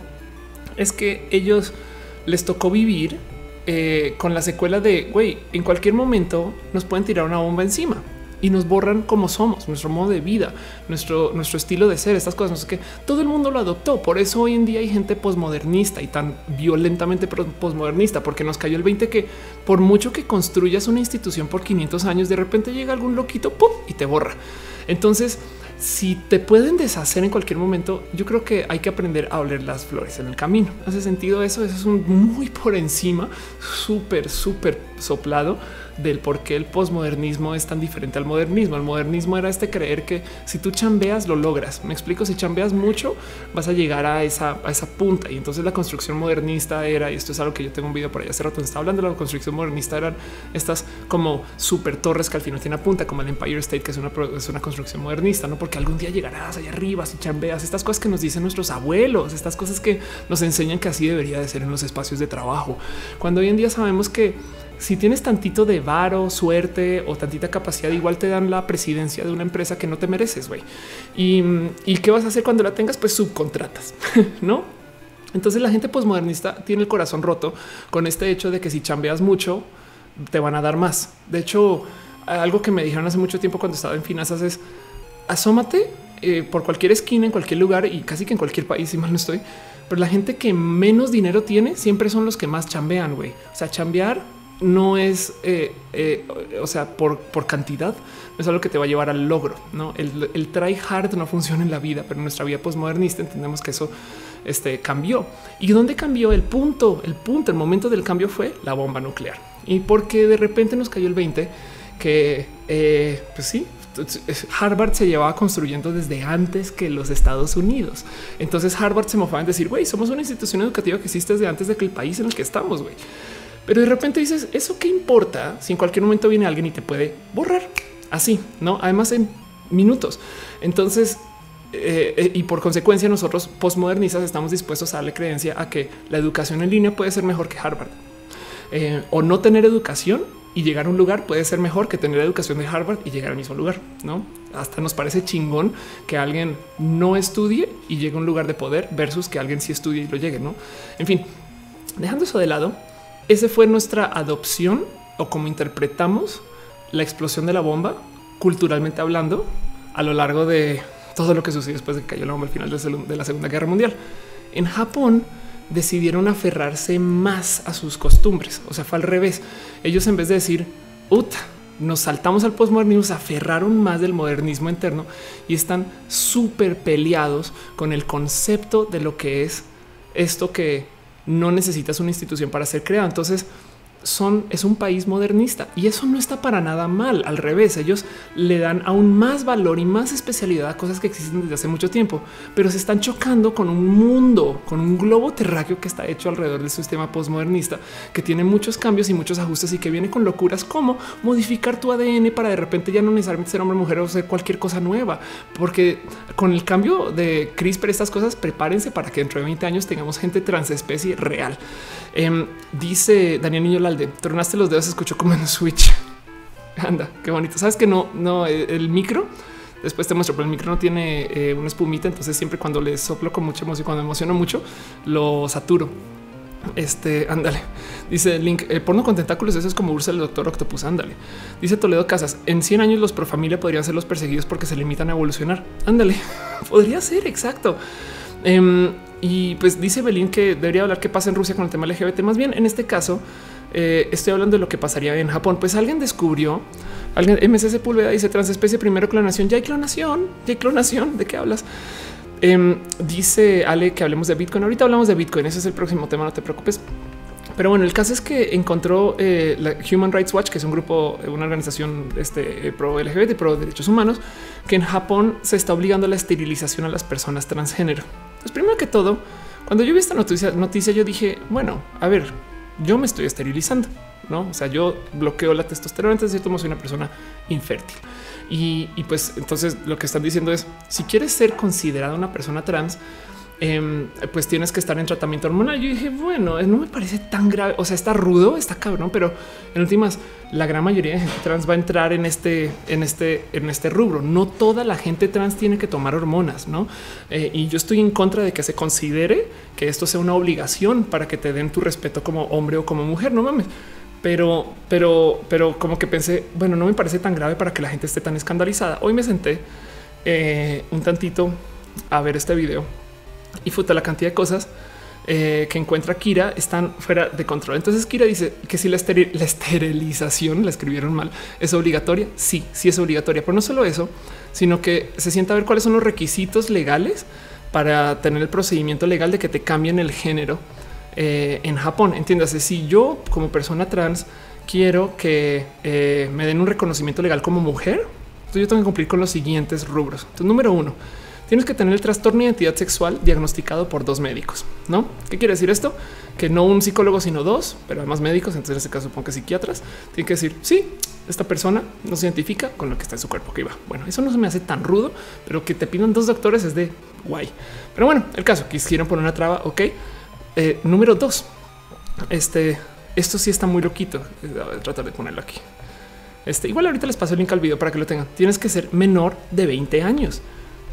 es que ellos les tocó vivir eh, con la secuela de güey, en cualquier momento nos pueden tirar una bomba encima y nos borran como somos, nuestro modo de vida, nuestro, nuestro estilo de ser, estas cosas. No sé qué, todo el mundo lo adoptó. Por eso hoy en día hay gente posmodernista y tan violentamente posmodernista, porque nos cayó el veinte que por mucho que construyas una institución por quinientos años, de repente llega algún loquito ¡pum! Y te borra. Entonces, si te pueden deshacer en cualquier momento, yo creo que hay que aprender a oler las flores en el camino. ¿Hace sentido eso? Eso es un muy por encima, súper, súper soplado del por qué el posmodernismo es tan diferente al modernismo. El modernismo era este creer que si tú chambeas lo logras. Me explico, si chambeas mucho vas a llegar a esa, a esa punta. Y entonces la construcción modernista era, y esto es algo que yo tengo un video por ahí hace rato donde estaba hablando de la construcción modernista, eran estas como super torres que al final tienen una punta, como el Empire State, que es una, es una construcción modernista, no porque algún día llegarás allá arriba si chambeas, estas cosas que nos dicen nuestros abuelos, estas cosas que nos enseñan que así debería de ser en los espacios de trabajo, cuando hoy en día sabemos que si tienes tantito de varo, suerte o tantita capacidad, igual te dan la presidencia de una empresa que no te mereces, güey. Y, y qué vas a hacer cuando la tengas? Pues subcontratas, ¿no? Entonces la gente posmodernista tiene el corazón roto con este hecho de que si chambeas mucho, te van a dar más. De hecho, algo que me dijeron hace mucho tiempo cuando estaba en finanzas es asómate eh, por cualquier esquina, en cualquier lugar y casi que en cualquier país, si mal no estoy. Pero la gente que menos dinero tiene siempre son los que más chambean, güey. O sea, chambear no es, eh, eh, o sea, por, por cantidad, no es algo que te va a llevar al logro. No, el, el try hard no funciona en la vida, pero en nuestra vida posmodernista entendemos que eso este, cambió. ¿Y dónde cambió? El punto, el punto, el momento del cambio fue la bomba nuclear. Y porque de repente nos cayó el veinte que, eh, pues sí, Harvard se llevaba construyendo desde antes que los Estados Unidos. Entonces Harvard se mofaba en decir, güey, somos una institución educativa que existe desde antes de que el país en el que estamos, güey. Pero de repente dices, ¿eso qué importa si en cualquier momento viene alguien y te puede borrar? Así, ¿no? Además en minutos. Entonces, eh, y por consecuencia nosotros posmodernistas estamos dispuestos a darle creencia a que la educación en línea puede ser mejor que Harvard. Eh, o no tener educación y llegar a un lugar puede ser mejor que tener educación de Harvard y llegar al mismo lugar, ¿no? Hasta nos parece chingón que alguien no estudie y llegue a un lugar de poder versus que alguien sí estudie y lo llegue, ¿no? En fin, dejando eso de lado, esa fue nuestra adopción o como interpretamos la explosión de la bomba culturalmente hablando a lo largo de todo lo que sucedió después de que cayó la bomba al final de la Segunda Guerra Mundial. En Japón decidieron aferrarse más a sus costumbres. O sea, fue al revés. Ellos, en vez de decir, uta, nos saltamos al postmodernismo, se aferraron más del modernismo interno y están súper peleados con el concepto de lo que es esto que no necesitas una institución para ser creado. Entonces, son es un país modernista y eso no está para nada mal. Al revés, ellos le dan aún más valor y más especialidad a cosas que existen desde hace mucho tiempo, pero se están chocando con un mundo, con un globo terráqueo que está hecho alrededor del sistema postmodernista, que tiene muchos cambios y muchos ajustes y que viene con locuras como modificar tu A D N para de repente ya no necesariamente ser hombre, mujer o ser cualquier cosa nueva, porque con el cambio de CRISPR, estas cosas, prepárense para que dentro de veinte años tengamos gente transespecie real. Eh, dice Daniel Niño Lalde, tronaste los dedos, escuchó como en Switch. Anda, qué bonito. Sabes que no, no, el micro, después te muestro, pero el micro no tiene eh, una espumita. Entonces, siempre cuando le soplo con mucha emoción, cuando me emociono mucho, lo saturo. Este, ándale. Dice Link, el porno con tentáculos, eso es como Ursula el Doctor Octopus. Ándale. Dice Toledo Casas, en cien años los pro familia podrían ser los perseguidos porque se limitan a evolucionar. Ándale, podría ser, exacto. Um, y pues dice Belín que debería hablar qué pasa en Rusia con el tema L G B T. Más bien, en este caso, eh, estoy hablando de lo que pasaría en Japón. Pues alguien descubrió, alguien, M S Sepúlveda dice transespecie, primero clonación. Ya hay clonación, ya hay clonación. ¿De qué hablas? Um, dice Ale que hablemos de Bitcoin. Ahorita hablamos de Bitcoin. Ese es el próximo tema, no te preocupes. Pero bueno, el caso es que encontró eh, la Human Rights Watch, que es un grupo, una organización este, pro L G B T, pro derechos humanos, que en Japón se está obligando a la esterilización a las personas transgénero. Pues primero que todo, cuando yo vi esta noticia, noticia, yo dije, bueno, a ver, yo me estoy esterilizando, ¿no? O sea, yo bloqueo la testosterona, entonces cierto modo soy una persona infértil. Y, y pues entonces lo que están diciendo es, si quieres ser considerada una persona trans, Eh, pues tienes que estar en tratamiento hormonal. Yo dije, bueno, no me parece tan grave. O sea, está rudo, está cabrón, pero en últimas, la gran mayoría de gente trans va a entrar en este, en este, en este rubro. No toda la gente trans tiene que tomar hormonas, no? Eh, y yo estoy en contra de que se considere que esto sea una obligación para que te den tu respeto como hombre o como mujer. No mames. Pero, pero, pero como que pensé, bueno, no me parece tan grave para que la gente esté tan escandalizada. Hoy me senté eh, un tantito a ver este video. Y fue toda la cantidad de cosas eh, que encuentra Kira están fuera de control. Entonces Kira dice que si la, esteril la esterilización, la escribieron mal, es obligatoria. Sí, sí es obligatoria, pero no solo eso, sino que se sienta a ver cuáles son los requisitos legales para tener el procedimiento legal de que te cambien el género eh, en Japón. Entiéndase, si yo como persona trans quiero que eh, me den un reconocimiento legal como mujer, entonces yo tengo que cumplir con los siguientes rubros. Entonces, número uno, tienes que tener el trastorno de identidad sexual diagnosticado por dos médicos, ¿no? ¿Qué quiere decir esto? Que no un psicólogo, sino dos, pero además médicos. Entonces, en este caso, supongo que psiquiatras tienen que decir, sí, esta persona no se identifica con lo que está en su cuerpo. Que iba. Bueno, eso no se me hace tan rudo, pero que te pidan dos doctores es de guay. Pero bueno, el caso, quisieron poner una traba. Ok. Eh, número dos. Este, esto sí está muy loquito. Voy a tratar de ponerlo aquí. Este, igual ahorita les paso el link al video para que lo tengan. Tienes que ser menor de veinte años.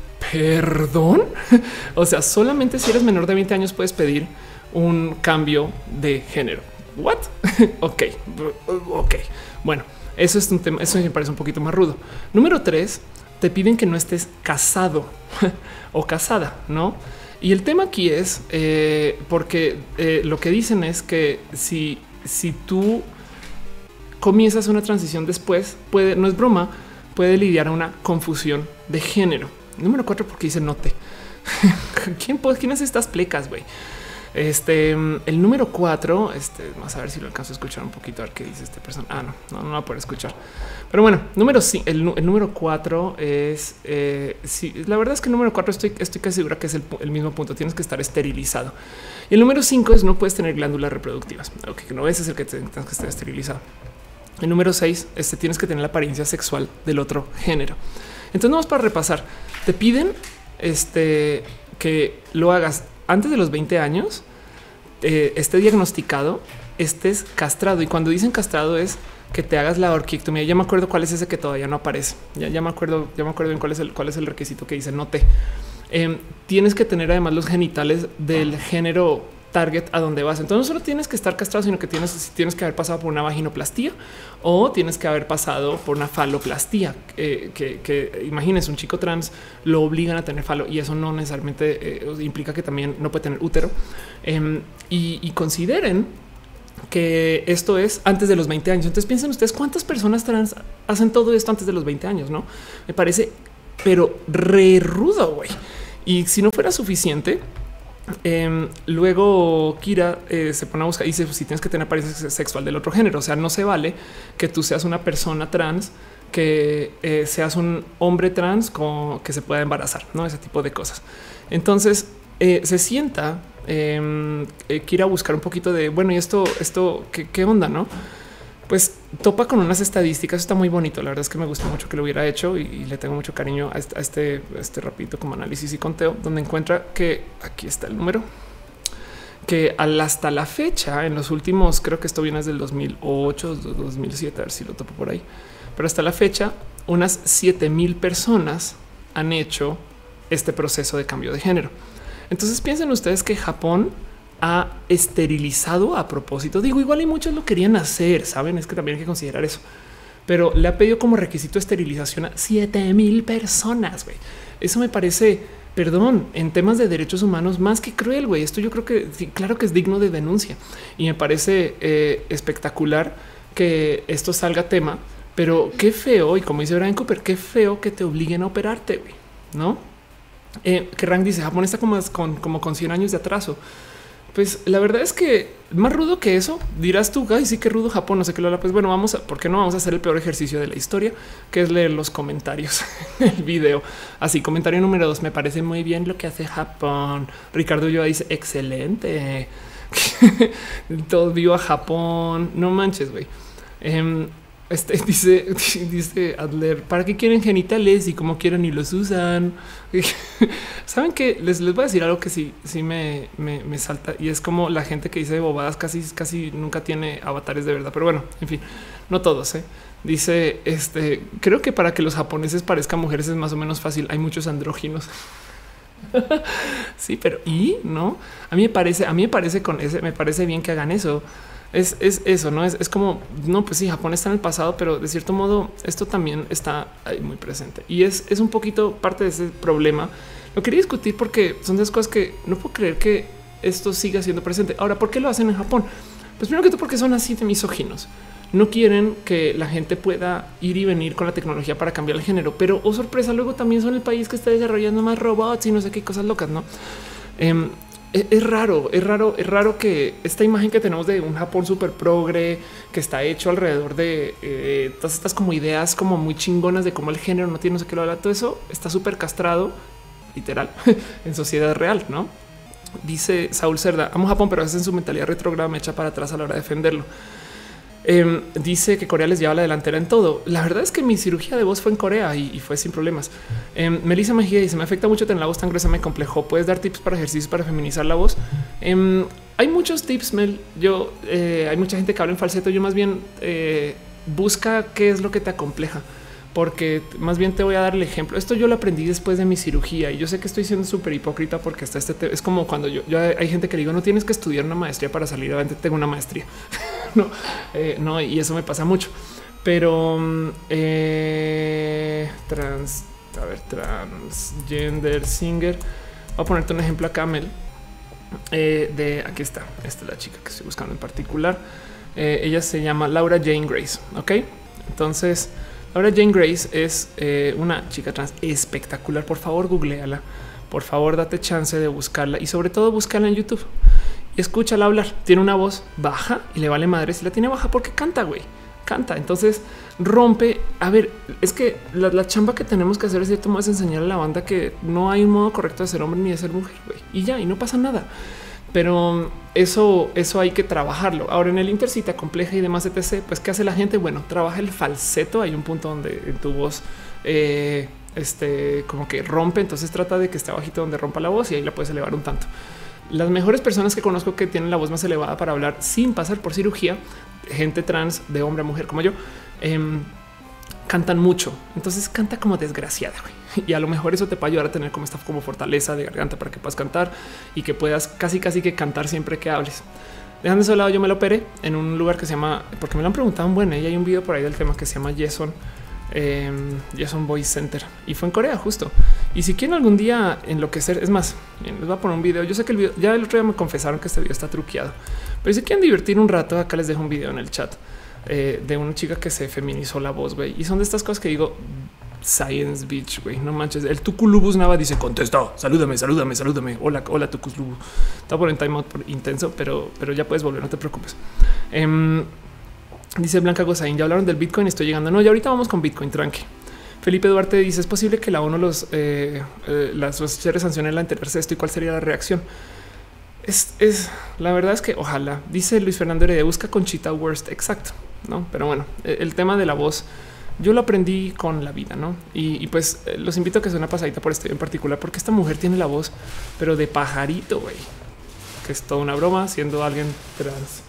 Perdón. O sea, solamente si eres menor de veinte años puedes pedir un cambio de género. What? Ok, ok. Bueno, eso es un tema. Eso me parece un poquito más rudo. Número tres, te piden que no estés casado o casada, no? Y el tema aquí es eh, porque eh, lo que dicen es que si, si tú comienzas una transición después, puede, no es broma, puede lidiar a una confusión de género. Número cuatro, porque dice note. ¿Quién, ¿Quién hace estas plecas, güey? Este, el número cuatro, este, vamos a ver si lo alcanzo a escuchar un poquito, a ver qué dice esta persona. Ah, no, no, no va a poder escuchar. Pero bueno, número sí, el, el número cuatro es, eh, sí, la verdad es que el número cuatro estoy, estoy casi segura que es el, el mismo punto. Tienes que estar esterilizado. Y el número cinco es no puedes tener glándulas reproductivas. Ok, que no ese es el que tienes que estar esterilizado. El número seis, este, tienes que tener la apariencia sexual del otro género. Entonces, vamos para repasar. Te piden este, que lo hagas antes de los veinte años, eh, esté diagnosticado, estés castrado. Y cuando dicen castrado es que te hagas la orquiectomía. Ya me acuerdo cuál es ese que todavía no aparece. Ya, ya me acuerdo, ya me acuerdo bien cuál es el, cuál es el requisito que dice no te. Eh, tienes que tener además los genitales del género target a donde vas. Entonces no solo tienes que estar castrado, sino que tienes, tienes que haber pasado por una vaginoplastía o tienes que haber pasado por una faloplastía. Eh, que, que imagínense, un chico trans lo obligan a tener falo y eso no necesariamente eh, implica que también no puede tener útero. Eh, y, y consideren que esto es antes de los veinte años. Entonces piensen ustedes cuántas personas trans hacen todo esto antes de los veinte años, ¿no? Me parece, pero re rudo, güey. Y si no fuera suficiente, eh, luego Kira eh, se pone a buscar y dice si tienes que tener apariencia sexual del otro género. O sea, no se vale que tú seas una persona trans, que eh, seas un hombre trans con, que se pueda embarazar, no ese tipo de cosas. Entonces eh, se sienta eh, eh, Kira a buscar un poquito de bueno, y esto, esto, ¿qué, qué onda? No, pues topa con unas estadísticas. Está muy bonito. La verdad es que me gusta mucho que lo hubiera hecho y, y le tengo mucho cariño a este, a este, a este rapidito como análisis y conteo, donde encuentra que aquí está el número que hasta la fecha, en los últimos, creo que esto viene desde el dos mil ocho, dos mil siete, a ver si lo topo por ahí, pero hasta la fecha, unas siete mil personas han hecho este proceso de cambio de género. Entonces piensen ustedes que Japón ha esterilizado a propósito. Digo, igual y muchos lo querían hacer, saben, es que también hay que considerar eso, pero le ha pedido como requisito esterilización a siete mil personas. Güey, eso me parece, perdón, en temas de derechos humanos más que cruel. Güey, esto yo creo que sí, claro que es digno de denuncia y me parece eh, espectacular que esto salga a tema, pero qué feo. Y como dice Brian Cooper, qué feo que te obliguen a operarte, güey, no? Eh, que Rank dice Japón está como con, como con cien años de atraso. Pues la verdad es que más rudo que eso, dirás tú, ay, sí que rudo Japón, no sé qué lo habla. Pues bueno, vamos a, ¿por qué no vamos a hacer el peor ejercicio de la historia, que es leer los comentarios del video? Así, comentario número dos, me parece muy bien lo que hace Japón. Ricardo Ulloa dice, excelente. Todo viva Japón, no manches, güey. Eh, Este dice, dice Adler, ¿para qué quieren genitales y como quieran y los usan? Saben que les, les voy a decir algo que sí, sí me, me, me salta y es como la gente que dice bobadas casi, casi nunca tiene avatares de verdad. Pero bueno, en fin, no todos. ¿eh? Dice este, creo que para que los japoneses parezcan mujeres es más o menos fácil. Hay muchos andróginos. Sí, pero y no, a mí me parece, a mí me parece con ese, me parece bien que hagan eso. Es, es eso, no es, es como no, pues sí, Japón está en el pasado, pero de cierto modo esto también está ahí muy presente y es, es un poquito parte de ese problema. Lo quería discutir porque son de las cosas que no puedo creer que esto siga siendo presente. Ahora, ¿por qué lo hacen en Japón? Pues primero que todo porque son así de misóginos. No quieren que la gente pueda ir y venir con la tecnología para cambiar el género, pero oh sorpresa, luego también son el país que está desarrollando más robots y no sé qué cosas locas, ¿no? Eh, Es raro, es raro, es raro que esta imagen que tenemos de un Japón súper progre que está hecho alrededor de eh, todas estas como ideas como muy chingonas de cómo el género no tiene no sé qué lo habla. Todo eso está súper castrado, literal, en sociedad real, ¿no? Dice Saúl Cerda, amo Japón, pero a veces en su mentalidad retrógrada me echa para atrás a la hora de defenderlo. Eh, dice que Corea les lleva la delantera en todo. La verdad es que mi cirugía de voz fue en Corea y, y fue sin problemas. Eh, Melissa Mejía dice, me afecta mucho tener la voz tan gruesa, me complejó. ¿Puedes dar tips para ejercicios para feminizar la voz? Eh, hay muchos tips, Mel. Yo, eh, hay mucha gente que habla en falseto. Yo más bien eh, busca qué es lo que te acompleja, porque más bien te voy a dar el ejemplo. Esto yo lo aprendí después de mi cirugía y yo sé que estoy siendo súper hipócrita porque hasta este es como cuando yo, yo hay gente que le digo no tienes que estudiar una maestría para salir adelante. Tengo una maestría. No, eh, no, y eso me pasa mucho, pero eh, trans, a ver, transgender singer. Voy a ponerte un ejemplo acá, Mel. Eh, de aquí está. Esta es la chica que estoy buscando en particular. Eh, ella se llama Laura Jane Grace. Ok, entonces Laura Jane Grace es eh, una chica trans espectacular. Por favor, googleala. Por favor, date chance de buscarla y sobre todo buscarla en YouTube. Escúchala hablar, tiene una voz baja y le vale madre si la tiene baja porque canta, güey, canta. Entonces rompe. A ver, es que la, la chamba que tenemos que hacer es cierto modo es enseñar a la banda que no hay un modo correcto de ser hombre ni de ser mujer, güey, y ya, y no pasa nada. Pero eso, eso hay que trabajarlo. Ahora en el intercita compleja y demás, etcétera. Pues qué hace la gente? Bueno, trabaja el falseto. Hay un punto donde en tu voz eh, este como que rompe, entonces trata de que esté bajito donde rompa la voz y ahí la puedes elevar un tanto. Las mejores personas que conozco que tienen la voz más elevada para hablar sin pasar por cirugía, gente trans de hombre a mujer como yo, eh, cantan mucho. Entonces canta como desgraciada, güey. Y a lo mejor eso te puede ayudar a tener como esta como fortaleza de garganta para que puedas cantar y que puedas casi casi que cantar siempre que hables. Dejando eso de lado, yo me lo operé en un lugar que se llama, porque me lo han preguntado, bueno, y hay un video por ahí del tema que se llama Jason, eh, Jason Voice Center, y fue en Corea justo. Y si quieren algún día enloquecer, es más, les voy a poner un video. Yo sé que el video, ya el otro día me confesaron que este video está truqueado, pero si quieren divertir un rato, acá les dejo un video en el chat eh, de una chica que se feminizó la voz, güey. Y son de estas cosas que digo, Science Beach, güey, no manches. El Tuculubus Nava dice, contesta, salúdame, salúdame, salúdame. Hola, hola, Tuculubus. Está por en timeout por intenso, pero, pero ya puedes volver, no te preocupes. Um, dice Blanca Gozaín, ya hablaron del Bitcoin, estoy llegando. No, ya ahorita vamos con Bitcoin, tranqui. Felipe Duarte dice, ¿es posible que la ONU los eh, eh, las asociaciones sancionen la enterarse de esto y cuál sería la reacción? Es, es la verdad es que ojalá. Dice Luis Fernando Heredia, busca Conchita Wurst. Exacto, no, pero bueno, el, el tema de la voz yo lo aprendí con la vida, ¿no? Y, y pues eh, los invito a que sea una pasadita por este en particular, porque esta mujer tiene la voz, pero de pajarito, güey, que es toda una broma siendo alguien trans.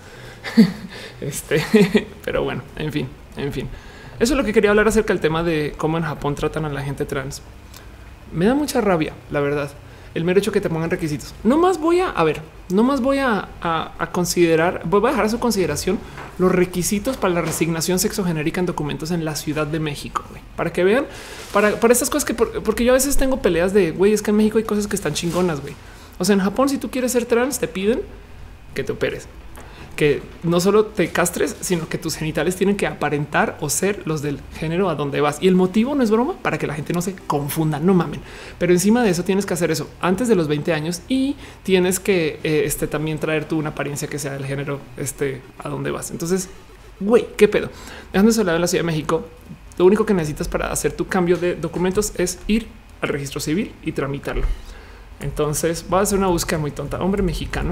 este, pero bueno, en fin, en fin. Eso es lo que quería hablar acerca del tema de cómo en Japón tratan a la gente trans. Me da mucha rabia, la verdad, el mero hecho que te pongan requisitos. No más voy a, a ver, no más voy a, a, a considerar, voy a dejar a su consideración los requisitos para la resignación sexogenérica en documentos en la Ciudad de México, güey, para que vean, para, para estas cosas que, por, porque yo a veces tengo peleas de, güey, es que en México hay cosas que están chingonas, güey. O sea, en Japón, si tú quieres ser trans, te piden que te operes, que no solo te castres, sino que tus genitales tienen que aparentar o ser los del género a donde vas. Y el motivo no es broma, para que la gente no se confunda, no mamen. Pero encima de eso tienes que hacer eso antes de los veinte años y tienes que eh, este, también traer tú una apariencia que sea del género este, a donde vas. Entonces, güey, qué pedo. Dejando eso de lado en la Ciudad de México, lo único que necesitas para hacer tu cambio de documentos es ir al registro civil y tramitarlo. Entonces va a ser una búsqueda muy tonta. Hombre mexicano.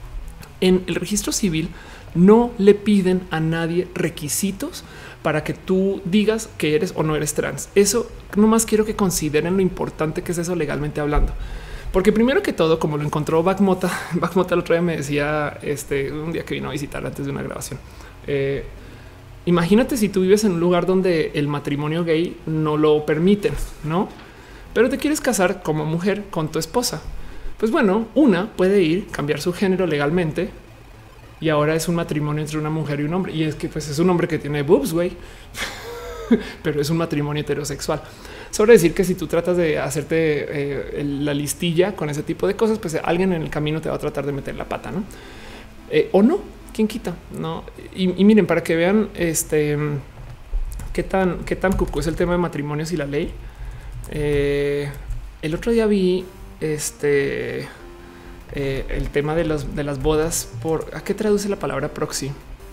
En el registro civil no le piden a nadie requisitos para que tú digas que eres o no eres trans. Eso nomás quiero que consideren lo importante que es eso legalmente hablando. Porque primero que todo, como lo encontró Backmota, Backmota el otro día me decía, este, un día que vino a visitar antes de una grabación, eh, imagínate si tú vives en un lugar donde el matrimonio gay no lo permiten, ¿no? Pero te quieres casar como mujer con tu esposa. Pues bueno, una puede ir, cambiar su género legalmente y ahora es un matrimonio entre una mujer y un hombre. Y es que pues es un hombre que tiene boobs, güey, pero es un matrimonio heterosexual. Sobre decir que si tú tratas de hacerte eh, la listilla con ese tipo de cosas, pues alguien en el camino te va a tratar de meter la pata, ¿no? Eh, o no, ¿quién quita? No. Y, y miren, para que vean este qué tan, qué tan cucú es el tema de matrimonios y la ley. Eh, el otro día vi este eh, el tema de, los, de las bodas por ¿a qué traduce la palabra proxy?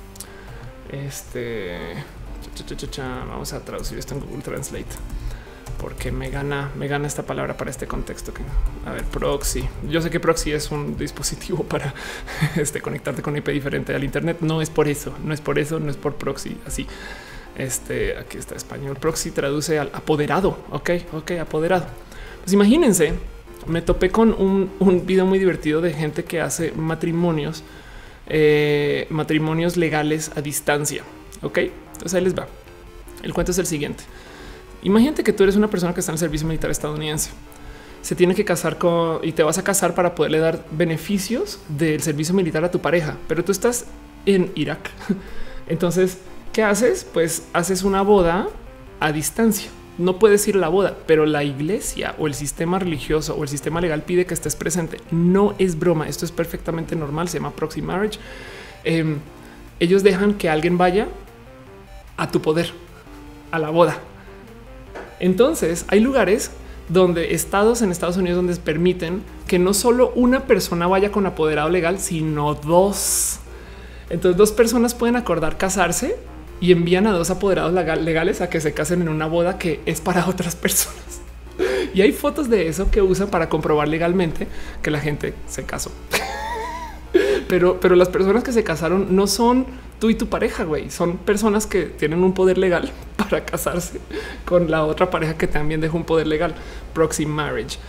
Este cha, cha, cha, cha, vamos a traducir esto en Google Translate porque me gana, me gana esta palabra para este contexto. Que, a ver, proxy. Yo sé que proxy es un dispositivo para este, conectarte con I P diferente al Internet. No es por eso, no es por eso, no es por proxy. Así, este aquí está español. Proxy traduce al apoderado. Ok, ok, apoderado. Pues imagínense. Me topé con un, un video muy divertido de gente que hace matrimonios, eh, matrimonios legales a distancia. Ok, entonces ahí les va. El cuento es el siguiente. Imagínate que tú eres una persona que está en el servicio militar estadounidense. Se tiene que casar con y te vas a casar para poderle dar beneficios del servicio militar a tu pareja, pero tú estás en Irak. Entonces, ¿qué haces? Pues haces una boda a distancia. No puedes ir a la boda, pero la iglesia o el sistema religioso o el sistema legal pide que estés presente. No es broma. Esto es perfectamente normal. Se llama proxy marriage. Eh, ellos dejan que alguien vaya a tu poder, a la boda. Entonces hay lugares donde estados en Estados Unidos donde permiten que no solo una persona vaya con apoderado legal, sino dos. Entonces dos personas pueden acordar casarse y envían a dos apoderados legales a que se casen en una boda que es para otras personas. Y hay fotos de eso que usan para comprobar legalmente que la gente se casó. Pero, pero las personas que se casaron no son tú y tu pareja, güey. Son personas que tienen un poder legal para casarse con la otra pareja que también dejó un poder legal. Proxy marriage.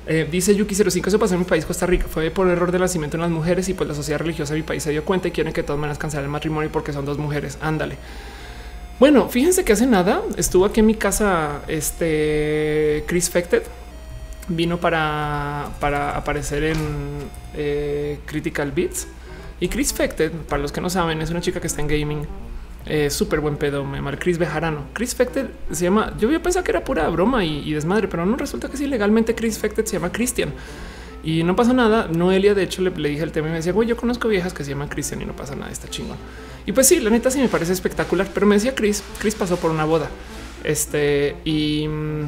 Eh, dice Yuki cero cinco, eso pasó en mi país, Costa Rica. Fue por error de nacimiento en las mujeres y pues la sociedad religiosa de mi país se dio cuenta y quieren que de todas maneras cancelar el matrimonio porque son dos mujeres. Ándale. Bueno, fíjense que hace nada estuvo aquí en mi casa este Chris Fected. Vino para, para aparecer en eh, Critical Beats. Y Chris Fected, para los que no saben, es una chica que está en gaming. Eh, súper buen pedo, me llama Chris Bejarano. Chris Fected se llama, yo había pensado que era pura broma y, y desmadre, pero no, resulta que sí, legalmente Chris Fected se llama Christian. Y no pasa nada. Noelia, de hecho, le, le dije el tema y me decía, güey, yo conozco viejas que se llaman Christian y no pasa nada, está chingón. Y pues sí, la neta sí me parece espectacular, pero me decía Chris, Chris pasó por una boda. Este, y...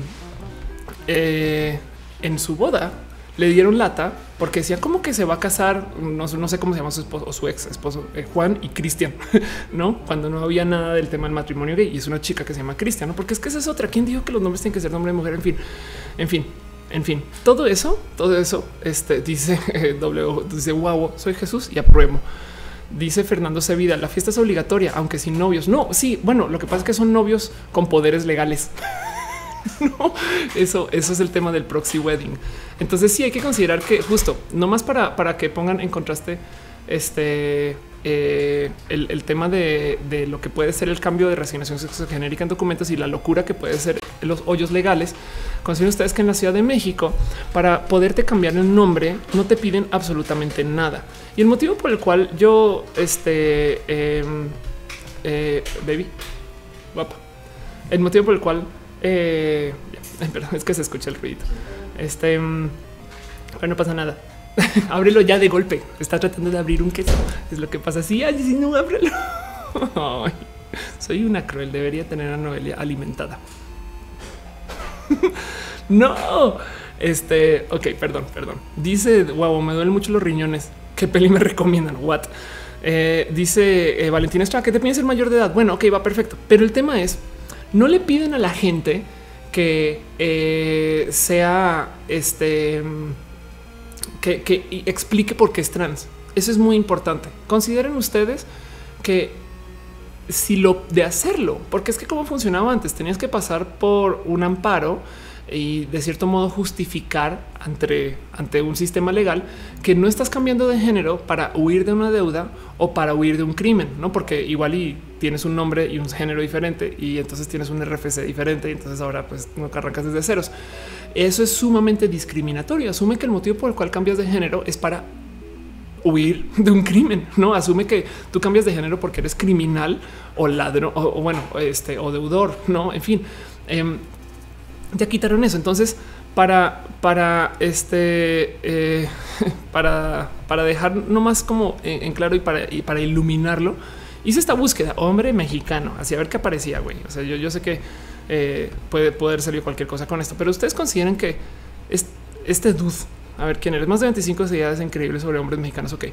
Eh, en su boda le dieron lata porque decía como que se va a casar, no, no sé cómo se llama su esposo o su ex esposo, eh, Juan y Cristian, no, cuando no había nada del tema del matrimonio gay y es una chica que se llama Cristian, ¿no? Porque es que esa es otra. ¿Quién dijo que los nombres tienen que ser nombre de mujer? En fin, en fin, en fin, todo eso, todo eso, este dice eh, W, dice wow, soy Jesús y apruebo. Dice Fernando Sevida, la fiesta es obligatoria, aunque sin novios. No, sí, bueno, lo que pasa es que son novios con poderes legales. No, eso, eso es el tema del proxy wedding. Entonces sí hay que considerar que justo nomás para, para que pongan en contraste este eh, el, el tema de, de lo que puede ser el cambio de resignación sexogenérica en documentos y la locura que puede ser los hoyos legales. Consideren ustedes que en la Ciudad de México para poderte cambiar el nombre no te piden absolutamente nada. Y el motivo por el cual yo este eh, eh, baby guapa, el motivo por el cual Eh, perdón, es que se escucha el ruido. Este, pero no pasa nada. Ábrelo ya de golpe. Está tratando de abrir un queso. Es lo que pasa. Sí, ay, si no, ábrelo. Ay, soy una cruel. Debería tener a Noelia alimentada. No, este, ok, perdón, perdón. Dice, wow, me duelen mucho los riñones. ¿Qué peli me recomiendan? What? Eh, dice eh, Valentina Estrada, que te pides ser mayor de edad. Bueno, ok, va perfecto. Pero el tema es, no le piden a la gente que eh, sea este, que, que explique por qué es trans. Eso es muy importante. Consideren ustedes que si lo de hacerlo, porque es que cómo funcionaba antes, tenías que pasar por un amparo y de cierto modo justificar ante, ante un sistema legal que no estás cambiando de género para huir de una deuda o para huir de un crimen, no? Porque igual y tienes un nombre y un género diferente y entonces tienes un R F C diferente y entonces ahora pues no arrancas desde ceros. Eso es sumamente discriminatorio. Asume que el motivo por el cual cambias de género es para huir de un crimen, no asume que tú cambias de género porque eres criminal o ladrón o, o bueno, este o deudor, no? En fin, eh, ya quitaron eso. Entonces, para, para este, eh, para, para dejar nomás como en, en claro y para, y para iluminarlo, hice esta búsqueda hombre mexicano, así a ver qué aparecía. Güey, o sea, yo, yo sé que eh, puede poder salir cualquier cosa con esto, pero ustedes consideran que es, este dude, a ver quién eres, más de veinticinco ideas increíbles sobre hombres mexicanos. Ok,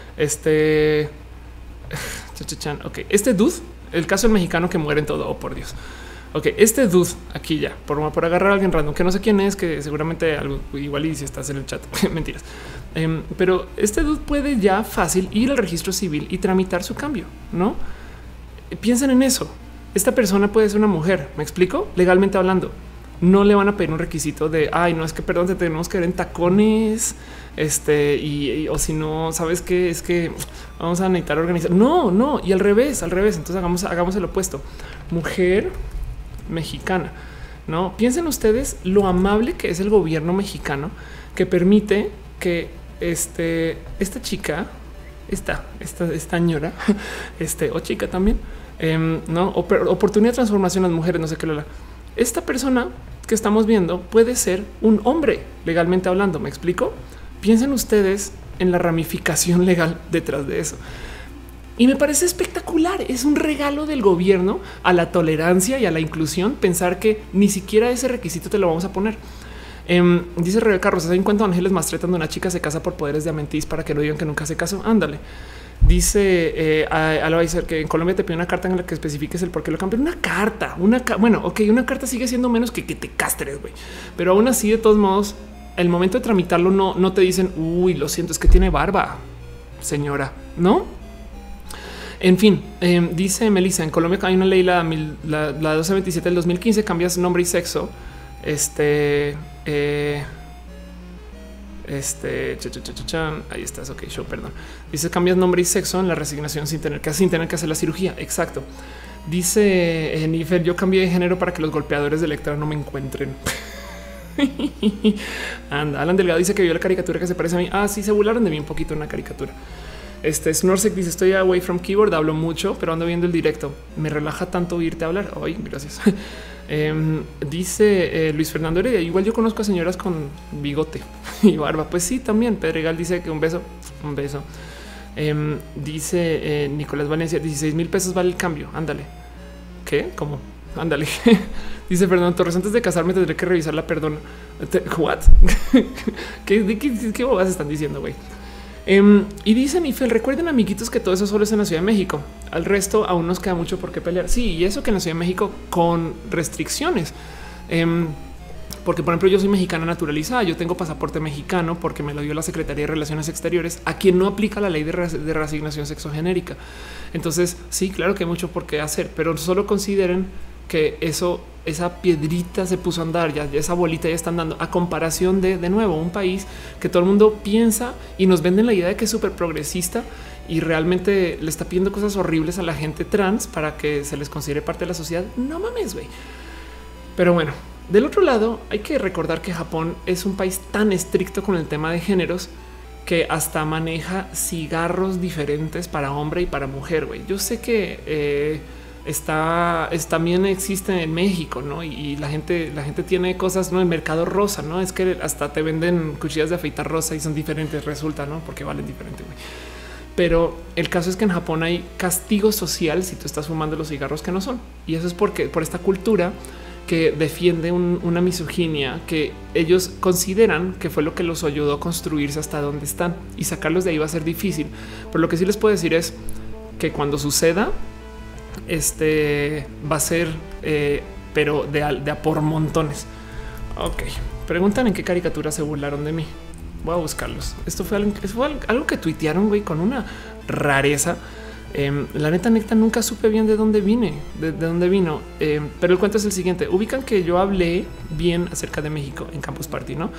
este, chachachan, ok, este dude, el caso del mexicano que muere en todo. Oh, por Dios. Ok, este dude aquí ya por, por agarrar a alguien random que no sé quién es, que seguramente algo igual y si estás en el chat, mentiras. Um, pero este dude puede ya fácil ir al registro civil y tramitar su cambio, no? Piensen en eso. Esta persona puede ser una mujer. Me explico legalmente hablando. No le van a pedir un requisito de ay, no es que perdón, te tenemos que ver en tacones. Este y, y o si no, sabes que es que vamos a necesitar organizar. No, no. Y al revés, al revés. Entonces hagamos, hagamos el opuesto. Mujer mexicana, no piensen ustedes lo amable que es el gobierno mexicano que permite que este, esta chica, esta, esta, esta señora, este o chica también, eh, no oportunidad de transformación a las mujeres. No sé qué, la, esta persona que estamos viendo puede ser un hombre legalmente hablando. Me explico. Piensen ustedes en la ramificación legal detrás de eso. Y me parece espectacular. Es un regalo del gobierno a la tolerancia y a la inclusión pensar que ni siquiera ese requisito te lo vamos a poner. Eh, dice Rebeca Rosas, ¿en cuánto Ángeles Mastreta donde una chica se casa por poderes de Amentis para que no digan que nunca se casó? Ándale. Dice eh, Alba Iser que en Colombia te pide una carta en la que especifiques el por qué lo cambian. Una carta, una ca bueno, ok, una carta sigue siendo menos que que te castres, güey. Pero aún así, de todos modos, el momento de tramitarlo no, no te dicen, uy, lo siento, es que tiene barba, señora, ¿no? En fin, eh, dice Melissa, en Colombia hay una ley, la, la, la doce veintisiete del dos mil quince, cambias nombre y sexo. Este, eh, Este cha, cha, cha, cha, chan. Ahí estás. Ok, show, perdón. Dice cambias nombre y sexo en la resignación sin tener que, sin tener que hacer la cirugía. Exacto. Dice Jennifer, yo cambié de género para que los golpeadores de Electra no me encuentren. Anda, Alan Delgado dice que vio la caricatura que se parece a mí. Ah, sí, se burlaron de mí un poquito en una caricatura. Este Snorsek dice estoy away from keyboard, hablo mucho, pero ando viendo el directo. Me relaja tanto oírte hablar. Ay, gracias. eh, dice eh, Luis Fernando Heredia, igual yo conozco a señoras con bigote y barba. Pues sí, también. Pedregal dice que un beso, un beso. Eh, dice eh, Nicolás Valencia, dieciséis mil pesos vale el cambio. Ándale. ¿Qué? ¿Cómo? Ándale. Dice Fernando Torres, antes de casarme tendré que revisar la perdona. ¿What? ¿Qué, qué, qué bobas están diciendo, güey? Um, y dice Nifel, recuerden amiguitos que todo eso solo es en la Ciudad de México. Al resto aún nos queda mucho por qué pelear. Sí, y eso que en la Ciudad de México con restricciones. Um, Porque, por ejemplo, yo soy mexicana naturalizada, yo tengo pasaporte mexicano porque me lo dio la Secretaría de Relaciones Exteriores, a quien no aplica la ley de, re de reasignación sexogenérica. Entonces, sí, claro que hay mucho por qué hacer, pero solo consideren que eso, esa piedrita se puso a andar, ya, ya esa bolita ya está andando, a comparación de, de nuevo, un país que todo el mundo piensa y nos venden la idea de que es súper progresista y realmente le está pidiendo cosas horribles a la gente trans para que se les considere parte de la sociedad. No mames, güey. Pero bueno. Del otro lado, hay que recordar que Japón es un país tan estricto con el tema de géneros que hasta maneja cigarros diferentes para hombre y para mujer. Güey, yo sé que eh, está es, también existe en México, no? Y, y la gente, la gente tiene cosas, no, en mercado rosa, no es que hasta te venden cuchillas de afeitar rosa y son diferentes, resulta, no? Porque valen diferente. Güey. Pero el caso es que en Japón hay castigo social si tú estás fumando los cigarros que no son, y eso es porque por esta cultura que defiende un, una misoginia que ellos consideran que fue lo que los ayudó a construirse hasta donde están, y sacarlos de ahí va a ser difícil. Pero lo que sí les puedo decir es que cuando suceda, este va a ser, eh, pero de, de a por montones. Ok, preguntan en qué caricatura se burlaron de mí. Voy a buscarlos. Esto fue algo, esto fue algo que tuitearon, güey, con una rareza. Eh, la neta, neta, nunca supe bien de dónde vine, de, de dónde vino. Eh, pero el cuento es el siguiente. Ubican que yo hablé bien acerca de México en Campus Party, ¿no?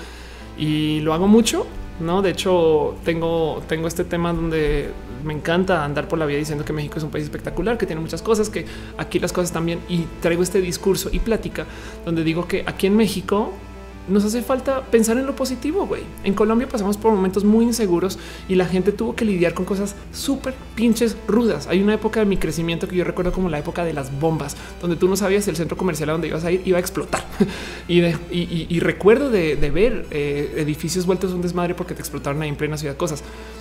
Y lo hago mucho, ¿no? De hecho, tengo, tengo este tema donde me encanta andar por la vida diciendo que México es un país espectacular, que tiene muchas cosas, que aquí las cosas también. Y traigo este discurso y plática donde digo que aquí en México nos hace falta pensar en lo positivo, güey. En Colombia pasamos por momentos muy inseguros y la gente tuvo que lidiar con cosas súper pinches rudas. Hay una época de mi crecimiento que yo recuerdo como la época de las bombas, donde tú no sabías si el centro comercial a donde ibas a ir iba a explotar. y, de, y, y, y recuerdo de, de ver eh, edificios vueltos a un desmadre porque te explotaron ahí en plena ciudad cosas.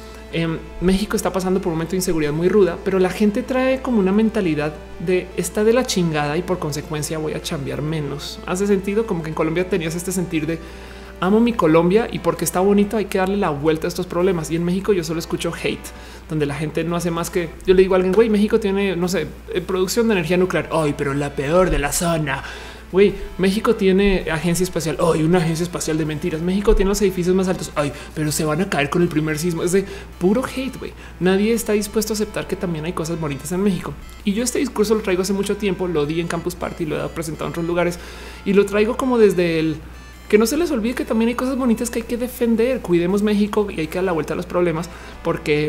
En México está pasando por un momento de inseguridad muy ruda, pero la gente trae como una mentalidad de está de la chingada y por consecuencia voy a chambear menos. Hace sentido, como que en Colombia tenías este sentir de amo mi Colombia y porque está bonito hay que darle la vuelta a estos problemas. Y en México yo solo escucho hate, donde la gente no hace más que yo le digo a alguien, güey, México tiene, no sé, producción de energía nuclear. Ay, pero la peor de la zona. Güey, México tiene agencia espacial. Ay, una agencia espacial de mentiras. México tiene los edificios más altos. Ay, pero se van a caer con el primer sismo. Es de puro hate, güey. Nadie está dispuesto a aceptar que también hay cosas bonitas en México. Y yo este discurso lo traigo hace mucho tiempo. Lo di en Campus Party, lo he presentado en otros lugares y lo traigo como desde el que no se les olvide que también hay cosas bonitas que hay que defender. Cuidemos México y hay que dar la vuelta a los problemas porque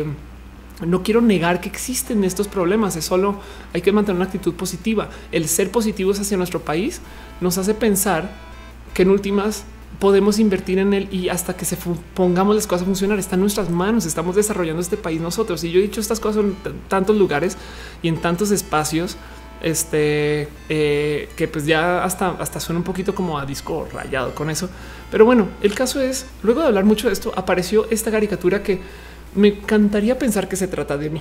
no quiero negar que existen estos problemas, es solo hay que mantener una actitud positiva. El ser positivos hacia nuestro país nos hace pensar que en últimas podemos invertir en él y hasta que se pongamos las cosas a funcionar está en nuestras manos. Estamos desarrollando este país nosotros. Y yo he dicho estas cosas en tantos lugares y en tantos espacios este eh, que pues ya hasta, hasta suena un poquito como a disco rayado con eso. Pero bueno, el caso es, luego de hablar mucho de esto, apareció esta caricatura que me encantaría pensar que se trata de mí.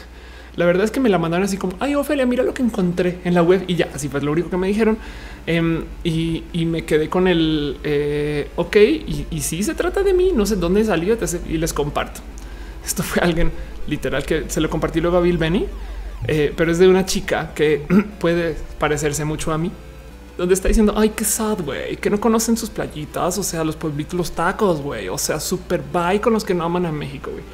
La verdad es que me la mandaron así como, ay, Ofelia, mira lo que encontré en la web. Y ya, así fue lo único que me dijeron. Um, y, y me quedé con el, eh, ok, y, y sí se trata de mí, no sé dónde salió y les comparto. Esto fue alguien literal que se lo compartí luego a Bill Benny, eh, pero es de una chica que puede parecerse mucho a mí, donde está diciendo, ay, qué sad, güey, que no conocen sus playitas, o sea, los pueblitos, los tacos, güey, o sea, super bye con los que no aman a México, güey.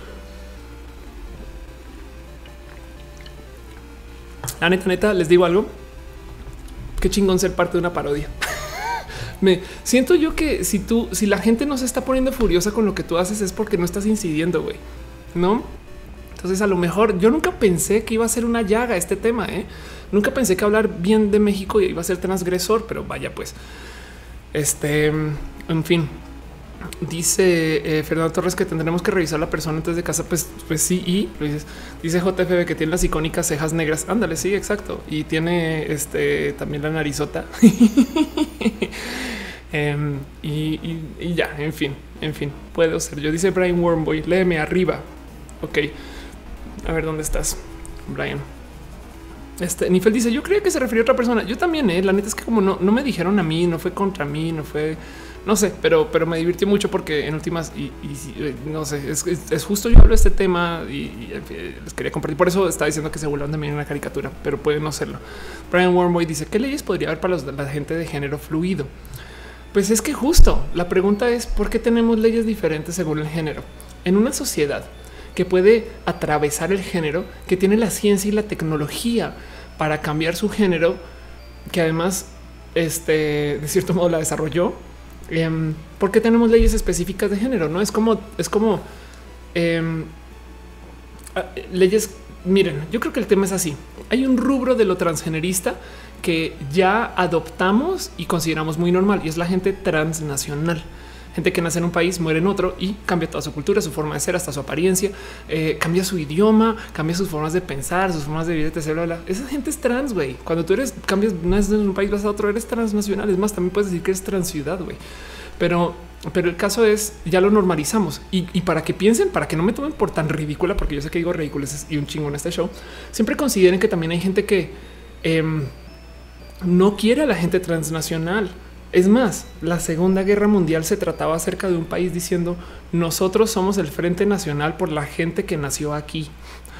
La neta, neta, les digo algo. Qué chingón ser parte de una parodia. Me siento yo que si tú, si la gente no se está poniendo furiosa con lo que tú haces es porque no estás incidiendo, güey, ¿no? Entonces a lo mejor yo nunca pensé que iba a ser una llaga este tema, ¿eh? Nunca pensé que hablar bien de México iba a ser transgresor, pero vaya pues. Este, en fin. Dice eh, Fernando Torres que tendremos que revisar la persona antes de casa. Pues, pues sí. Y dices, dice J F B que tiene las icónicas cejas negras. Ándale, sí, exacto. Y tiene este también la narizota. um, y, y, y ya, en fin, en fin, puedo ser yo. Dice Brian Wormboy, léeme arriba. Ok, a ver dónde estás, Brian. Este Nifel dice: yo creía que se refería a otra persona. Yo también, eh. La neta es que como no, no me dijeron a mí, no fue contra mí, no fue. No sé, pero, pero me divirtió mucho porque en últimas y, y no sé, es, es, es justo yo hablo de este tema y, y les quería compartir. Por eso estaba diciendo que se vuelvan también una caricatura, pero puede no serlo. Brian Wormboy dice: ¿qué leyes podría haber para los, la gente de género fluido? Pues es que justo la pregunta es ¿por qué tenemos leyes diferentes según el género? En una sociedad que puede atravesar el género, que tiene la ciencia y la tecnología para cambiar su género, que además este, de cierto modo la desarrolló. Um, ¿Por qué tenemos leyes específicas de género? No es como, es como um, leyes. Miren, yo creo que el tema es así. Hay un rubro de lo transgenerista que ya adoptamos y consideramos muy normal y es la gente transnacional. Gente que nace en un país, muere en otro y cambia toda su cultura, su forma de ser, hasta su apariencia, eh, cambia su idioma, cambia sus formas de pensar, sus formas de vivir, etcétera. Esa gente es trans, güey. Cuando tú eres, cambias, naces en un país, vas a otro, eres transnacional. Es más, también puedes decir que eres transciudad, güey. Pero, pero el caso es, ya lo normalizamos. Y, y para que piensen, para que no me tomen por tan ridícula, porque yo sé que digo ridículas y un chingo en este show, siempre consideren que también hay gente que eh, no quiere a la gente transnacional. Es más, la Segunda Guerra Mundial se trataba acerca de un país diciendo nosotros somos el Frente Nacional por la gente que nació aquí.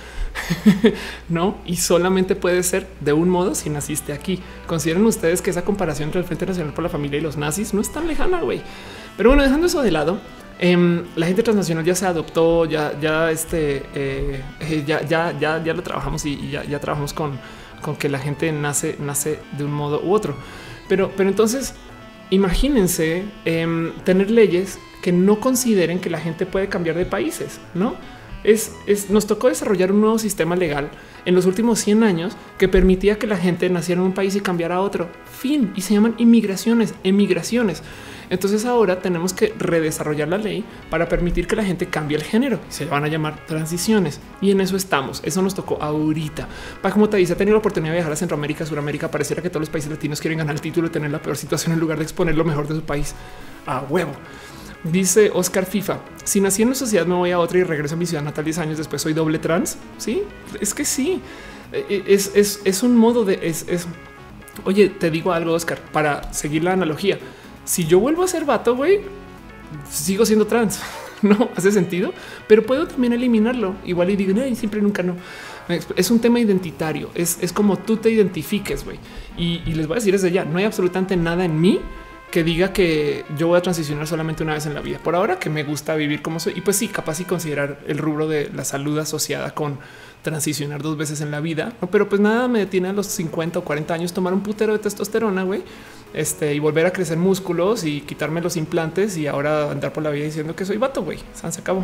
No, y solamente puede ser de un modo si naciste aquí. Consideren ustedes que esa comparación entre el Frente Nacional por la familia y los nazis no es tan lejana, güey. Pero bueno, dejando eso de lado, eh, la gente transnacional ya se adoptó, ya, ya, este, eh, ya, ya, ya, ya lo trabajamos y, y ya, ya trabajamos con, con que la gente nace, nace de un modo u otro. Pero, pero entonces imagínense eh, tener leyes que no consideren que la gente puede cambiar de países, ¿no? Es, es, nos tocó desarrollar un nuevo sistema legal en los últimos cien años que permitía que la gente naciera en un país y cambiara a otro. Fin. Y se llaman inmigraciones, emigraciones. Entonces ahora tenemos que redesarrollar la ley para permitir que la gente cambie el género. Se van a llamar transiciones y en eso estamos. Eso nos tocó ahorita. Para como te dice, he tenido la oportunidad de viajar a Centroamérica, Suramérica. Pareciera que todos los países latinos quieren ganar el título de tener la peor situación en lugar de exponer lo mejor de su país. A huevo. Dice Oscar FIFA: si nací en una sociedad me voy a otra y regreso a mi ciudad natal diez años después, soy doble trans. Sí, es que sí, es, es, es un modo de es, es. Oye, te digo algo, Oscar, para seguir la analogía. Si yo vuelvo a ser vato, güey, sigo siendo trans. No hace sentido, pero puedo también eliminarlo. Igual y digo, no, siempre nunca no. Es un tema identitario. Es, es como tú te identifiques, güey. Y, y les voy a decir desde ya, no hay absolutamente nada en mí que diga que yo voy a transicionar solamente una vez en la vida. Por ahora que me gusta vivir como soy. Y pues sí, capaz y considerar el rubro de la salud asociada con transicionar dos veces en la vida. No, pero pues nada me detiene a los cincuenta o cuarenta años tomar un putero de testosterona, güey. Este y volver a crecer músculos y quitarme los implantes y ahora andar por la vida diciendo que soy vato, güey. Se acabó.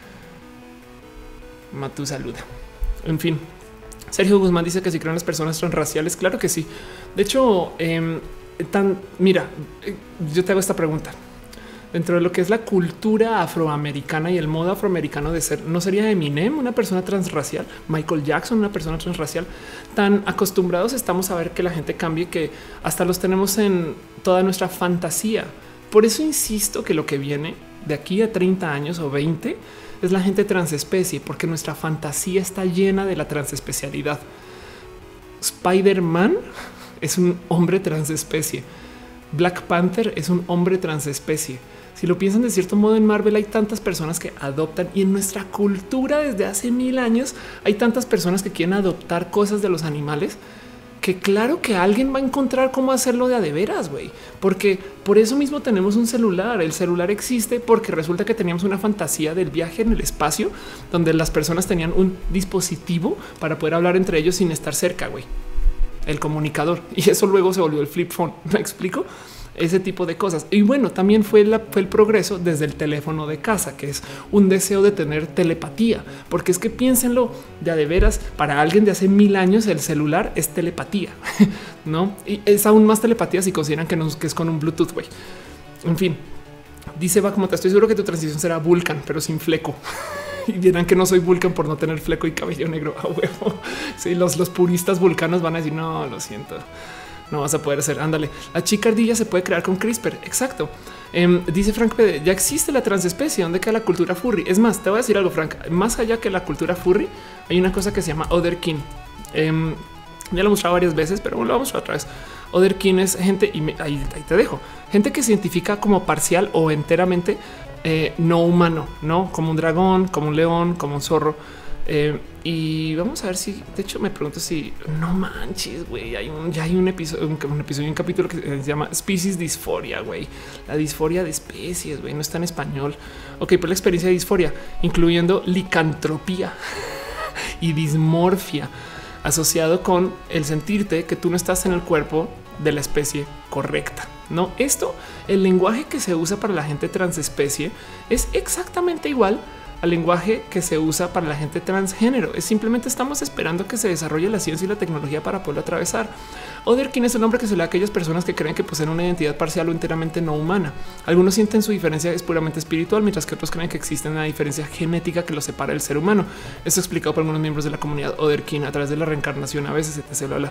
Matú saluda. En fin. Sergio Guzmán dice que si creen las personas transraciales. Claro que sí. De hecho, eh, tan mira, yo te hago esta pregunta. Dentro de lo que es la cultura afroamericana y el modo afroamericano de ser, ¿no sería Eminem una persona transracial? Michael Jackson una persona transracial. Tan acostumbrados estamos a ver que la gente cambie que hasta los tenemos en toda nuestra fantasía. Por eso insisto que lo que viene de aquí a treinta años o veinte es la gente transespecie, porque nuestra fantasía está llena de la transespecialidad. Spider-Man es un hombre transespecie. Black Panther es un hombre transespecie. Si lo piensan de cierto modo, en Marvel hay tantas personas que adoptan y en nuestra cultura desde hace mil años hay tantas personas que quieren adoptar cosas de los animales que claro que alguien va a encontrar cómo hacerlo de a de veras, güey, porque por eso mismo tenemos un celular. El celular existe porque resulta que teníamos una fantasía del viaje en el espacio donde las personas tenían un dispositivo para poder hablar entre ellos sin estar cerca, güey. El comunicador, y eso luego se volvió el flip phone. ¿Me explico? ese tipo de cosas. Y bueno, también fue, la, fue el progreso desde el teléfono de casa, que es un deseo de tener telepatía, porque es que piénsenlo de a de veras, para alguien de hace mil años el celular es telepatía, ¿no? Y es aún más telepatía si consideran que, no, que es con un Bluetooth, güey. En fin, dice va como te estoy seguro que tu transición será Vulcan, pero sin fleco. Y dirán que no soy Vulcan por no tener fleco y cabello negro a huevo. Sí, los, los puristas vulcanos van a decir no, lo siento, no vas a poder hacer. Ándale, la chica ardilla se puede crear con CRISPR. Exacto. Eh, dice Frank P. ya existe la transespecie. ¿Dónde queda la cultura furry? Es más, te voy a decir algo, Frank. Más allá que la cultura furry, hay una cosa que se llama otherkin. Eh, ya lo he mostrado varias veces, pero bueno, lo vamos a otra vez. Otherkin es gente, y me, ahí, ahí te dejo, gente que se identifica como parcial o enteramente eh, no humano, no como un dragón, como un león, como un zorro. Eh, y vamos a ver si, de hecho, me pregunto si no manches, güey. Hay un, ya hay un episodio, un, un episodio, un capítulo que se llama Species Dysphoria, güey. La disforia de especies, güey. No está en español. Ok, pues la experiencia de disforia, incluyendo licantropía y dismorfia, asociado con el sentirte que tú no estás en el cuerpo de la especie correcta. No, esto, el lenguaje que se usa para la gente transespecie es exactamente igual al lenguaje que se usa para la gente transgénero. Es simplemente estamos esperando que se desarrolle la ciencia y la tecnología para poderlo atravesar. Otherkin es el nombre que se le da a aquellas personas que creen que poseen una identidad parcial o enteramente no humana. Algunos sienten su diferencia es puramente espiritual, mientras que otros creen que existe una diferencia genética que los separa del ser humano. Esto es explicado por algunos miembros de la comunidad Otherkin a través de la reencarnación. A veces se te habla.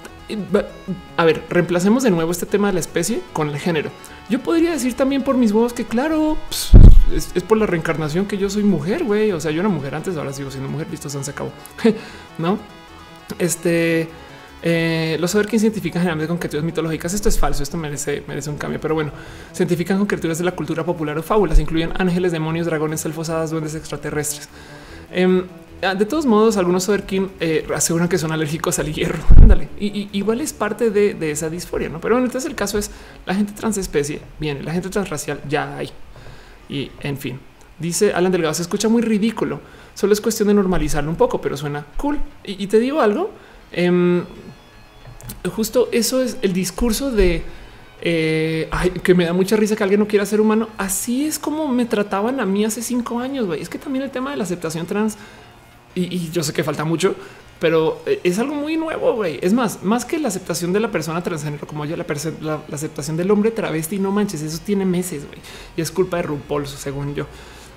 A ver, reemplacemos de nuevo este tema de la especie con el género. Yo podría decir también por mis huevos que claro, pues, es, es por la reencarnación que yo soy mujer, güey. O sea, yo era mujer antes, ahora sigo siendo mujer. Listo, se acabó. No, este, eh, los Otherkin se identifican generalmente con criaturas mitológicas. Esto es falso, esto merece, merece un cambio, pero bueno, se identifican con criaturas de la cultura popular o fábulas. Incluyen ángeles, demonios, dragones, elfos, hadas, duendes extraterrestres. Eh, De todos modos, algunos Otherkin eh, aseguran que son alérgicos al hierro. Ándale, y, y igual es parte de, de esa disforia, ¿no? Pero bueno, entonces el caso es la gente transespecie, bien, la gente transracial ya hay. Y en fin, dice Alan Delgado, se escucha muy ridículo. Solo es cuestión de normalizarlo un poco, pero suena cool. Y, y te digo algo, eh, justo eso es el discurso de eh, ay, que me da mucha risa que alguien no quiera ser humano. Así es como me trataban a mí hace cinco años. Güey. Es que también el tema de la aceptación trans, y, y yo sé que falta mucho, pero es algo muy nuevo. Güey. Es más, más que la aceptación de la persona transgénero como yo, la, la, la aceptación del hombre travesti, no manches, eso tiene meses güey. Y es culpa de RuPaul, según yo.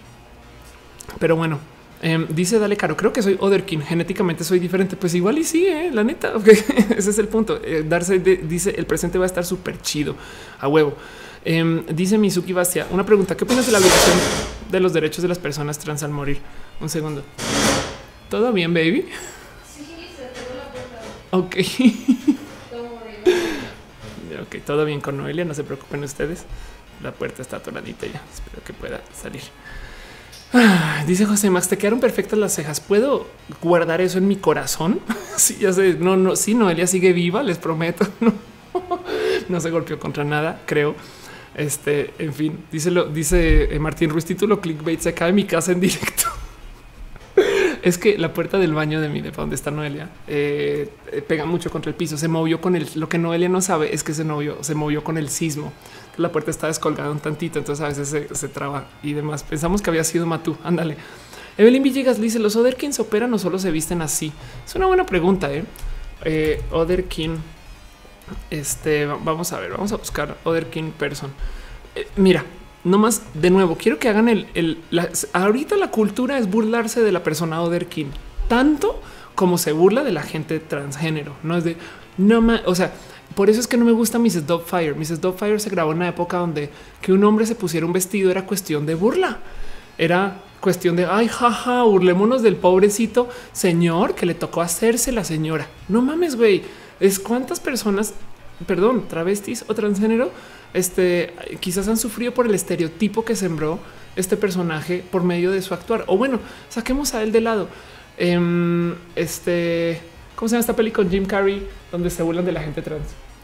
Pero bueno, eh, dice Dale Caro, creo que soy Otherkin, genéticamente soy diferente. Pues igual y sí, eh, la neta. Okay. Ese es el punto. Eh, darse de, dice el presente va a estar súper chido a huevo. Eh, dice Mizuki Bastia, una pregunta: ¿qué opinas de la violación de los derechos de las personas trans al morir? Un segundo. ¿Todo bien, baby? Sí, se cerró la puerta. Ok. Todo ok, todo bien con Noelia, no se preocupen ustedes. La puerta está atoradita ya. Espero que pueda salir. Ah, dice José Max, te quedaron perfectas las cejas. ¿Puedo guardar eso en mi corazón? Sí, ya sé. No, no, sí, Noelia sigue viva, les prometo. No, no se golpeó contra nada, creo. Este, en fin, díselo, dice Martín Ruiz, título clickbait, se cae mi casa en directo. Es que la puerta del baño de mi depa, donde está Noelia, eh, pega mucho contra el piso. Se movió con el. Lo que Noelia no sabe es que se movió, se movió con el sismo. La puerta está descolgada un tantito, entonces a veces se, se traba y demás. Pensamos que había sido Matú. Ándale. Evelyn Villegas le dice: ¿los Otherkins operan o solo se visten así? Es una buena pregunta. Eh, eh Otherkin. Este vamos a ver, vamos a buscar Otherkin person. Eh, mira. No más de nuevo, quiero que hagan el, el la, ahorita la cultura es burlarse de la persona Otherkin tanto como se burla de la gente transgénero. No es de no más. O sea, por eso es que no me gusta missus Doubtfire. missus Doubtfire se grabó en una época donde que un hombre se pusiera un vestido era cuestión de burla. Era cuestión de ay, jaja, burlémonos del pobrecito señor que le tocó hacerse la señora. No mames, güey. Es cuántas personas, perdón, travestis o transgénero, este quizás han sufrido por el estereotipo que sembró este personaje por medio de su actuar. O bueno, saquemos a él de lado. Um, este, ¿cómo se llama esta peli con Jim Carrey donde se burlan de la gente trans?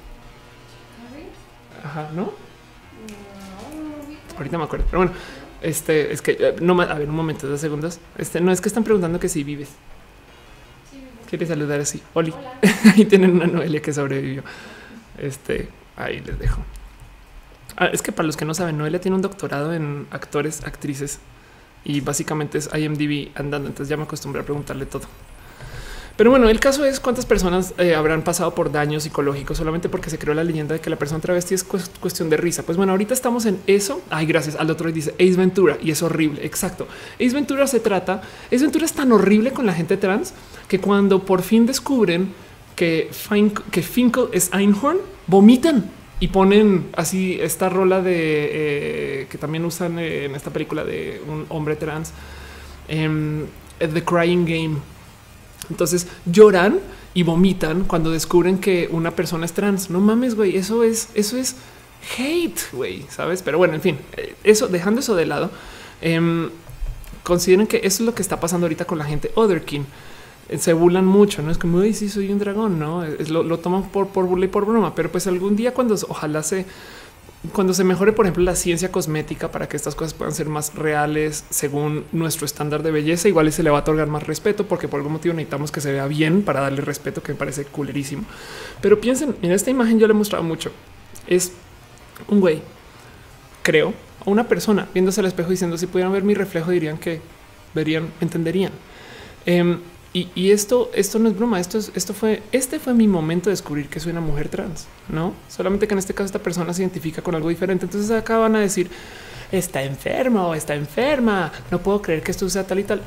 Ajá, ¿no? No, ahorita me acuerdo, pero bueno, este es que no a ver un momento, dos segundos. Este no es que están preguntando que si vives. Sí, ¿quieres saludar así? Oli. Ahí tienen una Noelia que sobrevivió. Este ahí les dejo. Ah, es que para los que no saben, Noelia tiene un doctorado en actores, actrices y básicamente es I M D B andando. Entonces ya me acostumbré a preguntarle todo. Pero bueno, el caso es cuántas personas eh, habrán pasado por daños psicológicos solamente porque se creó la leyenda de que la persona travesti es cu cuestión de risa. Pues bueno, ahorita estamos en eso. Ay, gracias. Al otro dice Ace Ventura y es horrible. Exacto. Ace Ventura se trata. Ace Ventura es tan horrible con la gente trans que cuando por fin descubren que, Fin que Finkel es Einhorn, vomitan y ponen así esta rola de eh, que también usan en esta película de un hombre trans, eh, The Crying Game. Entonces lloran y vomitan cuando descubren que una persona es trans. No mames, güey. Eso es, eso es hate, güey, sabes? Pero bueno, en fin, eso dejando eso de lado, eh, consideren que eso es lo que está pasando ahorita con la gente otherkin. Se burlan mucho, no es como ay, sí, soy un dragón, no es, lo, lo toman por, por burla y por broma, pero pues algún día cuando ojalá se cuando se mejore, por ejemplo, la ciencia cosmética para que estas cosas puedan ser más reales según nuestro estándar de belleza, igual se le va a otorgar más respeto porque por algún motivo necesitamos que se vea bien para darle respeto, que me parece culerísimo. Pero piensen en esta imagen, yo le he mostrado mucho. Es un güey, creo, o una persona viéndose al espejo diciendo si pudieran ver mi reflejo dirían que verían, entenderían. Eh, Y, y esto, esto no es broma. Esto es, esto fue, este fue mi momento de descubrir que soy una mujer trans, no solamente que en este caso esta persona se identifica con algo diferente. Entonces acá van a decir está enfermo, está enferma. No puedo creer que esto sea tal y tal.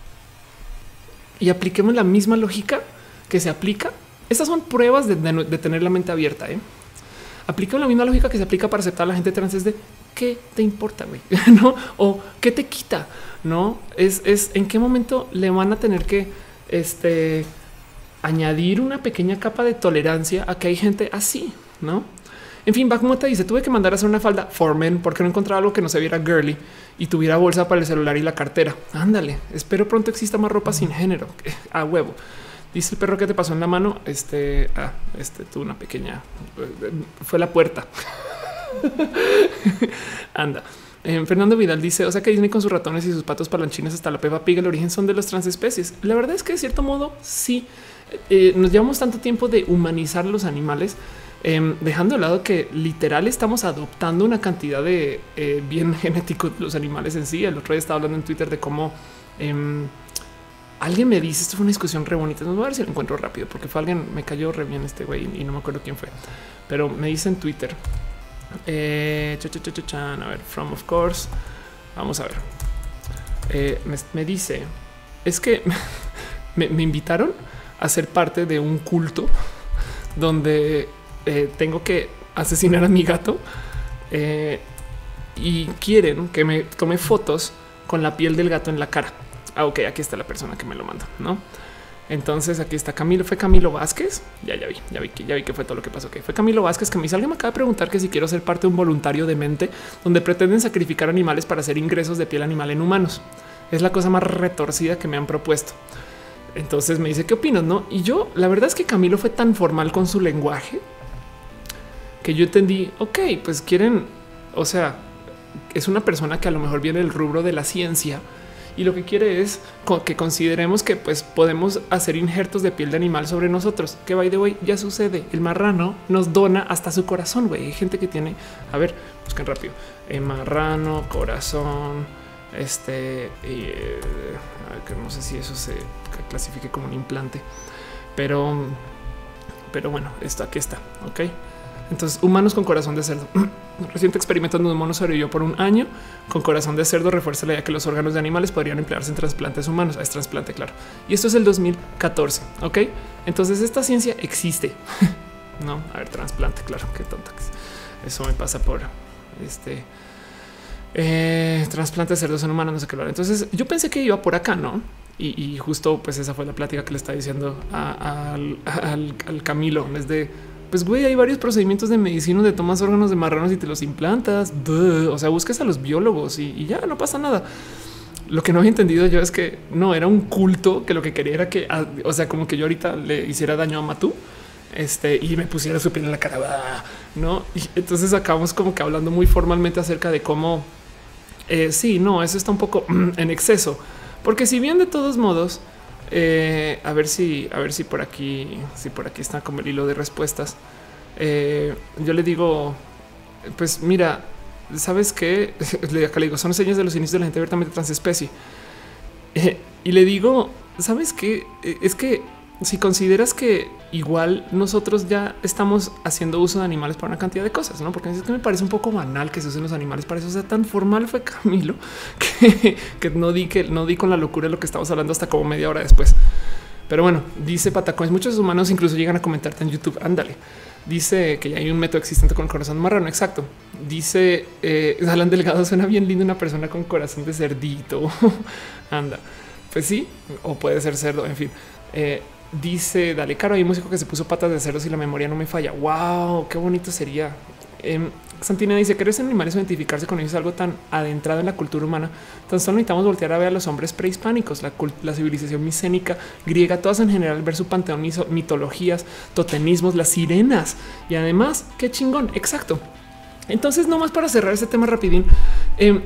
Y apliquemos la misma lógica que se aplica. Estas son pruebas de, de, de tener la mente abierta. ¿eh? Apliquemos la misma lógica que se aplica para aceptar a la gente trans. Es de qué te importa, güey, no? O qué te quita, no es, es en qué momento le van a tener que este añadir una pequeña capa de tolerancia a que hay gente así, no? En fin, Bakhmut dice tuve que mandar a hacer una falda for men porque no encontraba algo que no se viera girly y tuviera bolsa para el celular y la cartera. Ándale, espero pronto exista más ropa sin género. A huevo. Dice el perro que te pasó en la mano. Este, ah, este tuvo una pequeña, fue la puerta. Anda. Eh, Fernando Vidal dice, o sea que Disney con sus ratones y sus patos palanchines hasta la Peppa Pig, el origen son de las transespecies. La verdad es que de cierto modo sí. Eh, nos llevamos tanto tiempo de humanizar los animales, eh, dejando de lado que literal estamos adoptando una cantidad de eh, bien genético de los animales en sí. El otro día estaba hablando en Twitter de cómo eh, alguien me dice, esto fue una discusión re bonita, no voy a ver si lo encuentro rápido porque fue alguien, me cayó re bien este güey y no me acuerdo quién fue, pero me dice en Twitter. Eh, cha, cha, cha, cha, chan, a ver, from of course. Vamos a ver. Eh, me, me dice es que me, me invitaron a ser parte de un culto donde eh, tengo que asesinar a mi gato eh, y quieren que me tome fotos con la piel del gato en la cara. Ah, ok, aquí está la persona que me lo mandó, no? Entonces aquí está Camilo, fue Camilo Vázquez. Ya, ya vi, ya vi que ya vi que fue todo lo que pasó. Que fue Camilo Vázquez que me dice alguien me acaba de preguntar que si quiero ser parte de un voluntario demente donde pretenden sacrificar animales para hacer ingresos de piel animal en humanos. Es la cosa más retorcida que me han propuesto. Entonces me dice qué opinas, no? Y yo la verdad es que Camilo fue tan formal con su lenguaje que yo entendí. Ok, pues quieren, o sea, es una persona que a lo mejor viene del rubro de la ciencia. Y lo que quiere es que consideremos que pues podemos hacer injertos de piel de animal sobre nosotros. Que by the way ya sucede. El marrano nos dona hasta su corazón. Güey, hay gente que tiene. A ver, busquen rápido. El marrano, corazón. Este y, eh, a ver, que no sé si eso se clasifique como un implante, pero, pero bueno, esto aquí está. Ok. Entonces, humanos con corazón de cerdo. Reciente experimento donde un mono sobrevivió por un año con corazón de cerdo refuerza la idea que los órganos de animales podrían emplearse en trasplantes humanos. Es trasplante, claro. Y esto es el dos mil catorce. Ok. Entonces, esta ciencia existe. No, a ver, trasplante, claro, qué tonta que es. Eso me pasa por este eh, trasplante de cerdos en humanos, no sé qué lo hará. Entonces, yo pensé que iba por acá, no? Y, y justo, pues, esa fue la plática que le estaba diciendo a, a, al, al, al Camilo. Es de pues güey, hay varios procedimientos de medicina donde tomas órganos de marranos y te los implantas. Duh. O sea, buscas a los biólogos y, y ya no pasa nada. Lo que no había entendido yo es que no era un culto que lo que quería era que, o sea, como que yo ahorita le hiciera daño a Matú este, y me pusiera su piel en la cara. No, y entonces acabamos como que hablando muy formalmente acerca de cómo eh, sí, no, eso está un poco en exceso, porque si bien de todos modos, Eh, a ver si, a ver si por aquí, si por aquí está como el hilo de respuestas. Eh, yo le digo, pues mira, sabes que acá le digo, son señas de los inicios de la gente abiertamente transespecie. Eh, y le digo, sabes que es que si consideras que igual nosotros ya estamos haciendo uso de animales para una cantidad de cosas, no? Porque es que me parece un poco banal que se usen los animales para eso. O sea, tan formal fue Camilo que, que no di que no di con la locura de lo que estamos hablando hasta como media hora después. Pero bueno, dice Patacones, muchos humanos incluso llegan a comentarte en YouTube. Ándale. Dice que ya hay un método existente con el corazón marrano. Exacto. Dice eh, Alan Delgado, suena bien lindo una persona con corazón de cerdito. Anda. Pues sí, o puede ser cerdo. En fin, eh, dice dale caro. Hay un músico que se puso patas de cerdo si la memoria no me falla. Wow, qué bonito sería. Eh, Santina dice que eres animales o identificarse con ellos es algo tan adentrado en la cultura humana. Tan solo necesitamos voltear a ver a los hombres prehispánicos, la, la civilización micénica griega, todas en general, ver su panteón, mitologías, totemismos, las sirenas y además qué chingón. Exacto. Entonces, nomás para cerrar este tema rapidín, eh,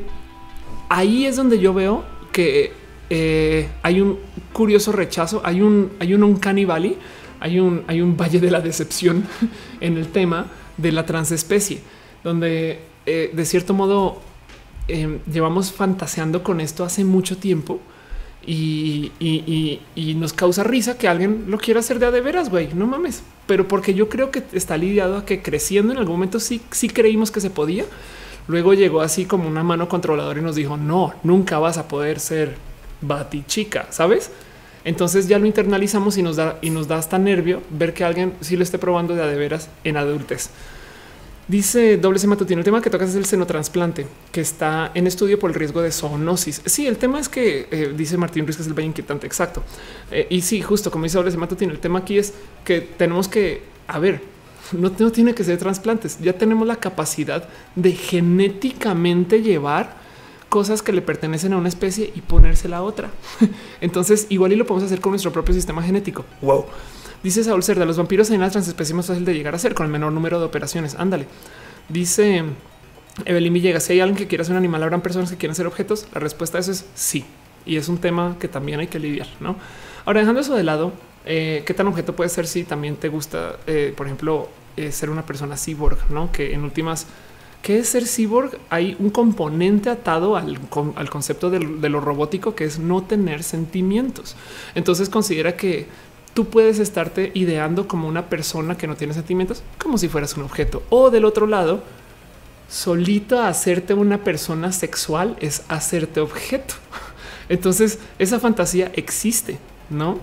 ahí es donde yo veo que eh, hay un curioso rechazo, hay un, hay un uncanny valley, hay un, hay un valle de la decepción en el tema de la transespecie, donde eh, de cierto modo eh, llevamos fantaseando con esto hace mucho tiempo y, y, y, y nos causa risa que alguien lo quiera hacer de a de veras, güey, no mames. Pero porque yo creo que está lidiado a que creciendo en algún momento sí, sí creímos que se podía. Luego llegó así como una mano controladora y nos dijo no, nunca vas a poder ser batichica, ¿sabes? Entonces ya lo internalizamos y nos da y nos da hasta nervio ver que alguien sí lo esté probando de a de veras en adultez. Dice doble C matutino, el tema que tocas es el senotransplante que está en estudio por el riesgo de zoonosis. Sí, el tema es que eh, dice Martín Ruiz que es el valle inquietante. Exacto. Eh, y sí, justo como dice doble C matutino, el tema aquí es que tenemos que, a ver, no, no tiene que ser trasplantes. Ya tenemos la capacidad de genéticamente llevar cosas que le pertenecen a una especie y ponérsela a otra. Entonces igual y lo podemos hacer con nuestro propio sistema genético. Wow. Dice Saúl Cerda, los vampiros en la transespecie más fácil de llegar a ser con el menor número de operaciones. Ándale. Dice Evelyn Villegas, si hay alguien que quiera ser un animal, ¿habrán personas que quieren ser objetos? La respuesta a eso es sí. Y es un tema que también hay que lidiar, ¿no? Ahora, dejando eso de lado, eh, ¿qué tan objeto puede ser si también te gusta, eh, por ejemplo, eh, ser una persona cyborg, ¿no? Que en últimas, ¿qué es ser cyborg? Hay un componente atado al, al concepto de, de lo robótico, que es no tener sentimientos. Entonces considera que tú puedes estarte ideando como una persona que no tiene sentimientos, como si fueras un objeto. O del otro lado, solito hacerte una persona sexual es hacerte objeto. Entonces esa fantasía existe, ¿no?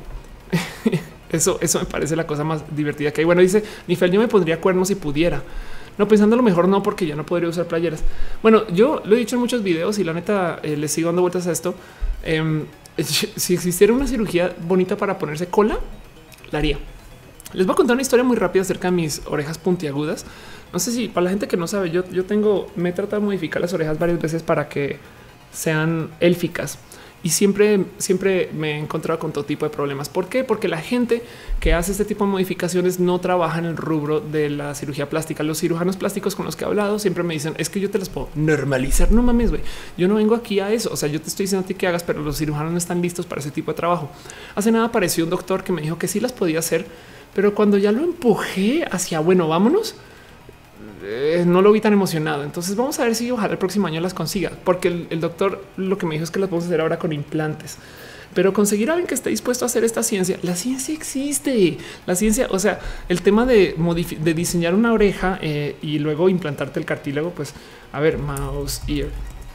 Eso, eso me parece la cosa más divertida que hay. Bueno, dice Nifel, yo me pondría cuernos si pudiera. No, pensando lo mejor no, porque ya no podría usar playeras. Bueno, yo lo he dicho en muchos videos y la neta eh, les sigo dando vueltas a esto. Eh, si existiera una cirugía bonita para ponerse cola, la haría. Les voy a contar una historia muy rápida acerca de mis orejas puntiagudas. No sé si para la gente que no sabe, yo, yo tengo, me he tratado de modificar las orejas varias veces para que sean élficas. Y siempre, siempre me he encontrado con todo tipo de problemas. ¿Por qué? Porque la gente que hace este tipo de modificaciones no trabaja en el rubro de la cirugía plástica. Los cirujanos plásticos con los que he hablado siempre me dicen es que yo te las puedo normalizar. No mames, güey. Yo no vengo aquí a eso. O sea, yo te estoy diciendo a ti que hagas, pero los cirujanos no están listos para ese tipo de trabajo. Hace nada apareció un doctor que me dijo que sí las podía hacer, pero cuando ya lo empujé hacia bueno, vámonos, Eh, no lo vi tan emocionado. Entonces vamos a ver si ojalá el próximo año las consiga, porque el, el doctor lo que me dijo es que las vamos a hacer ahora con implantes. Pero conseguir a alguien que esté dispuesto a hacer esta ciencia, la ciencia existe. La ciencia, o sea, el tema de, de diseñar una oreja eh, y luego implantarte el cartílago, pues a ver, mouse ear.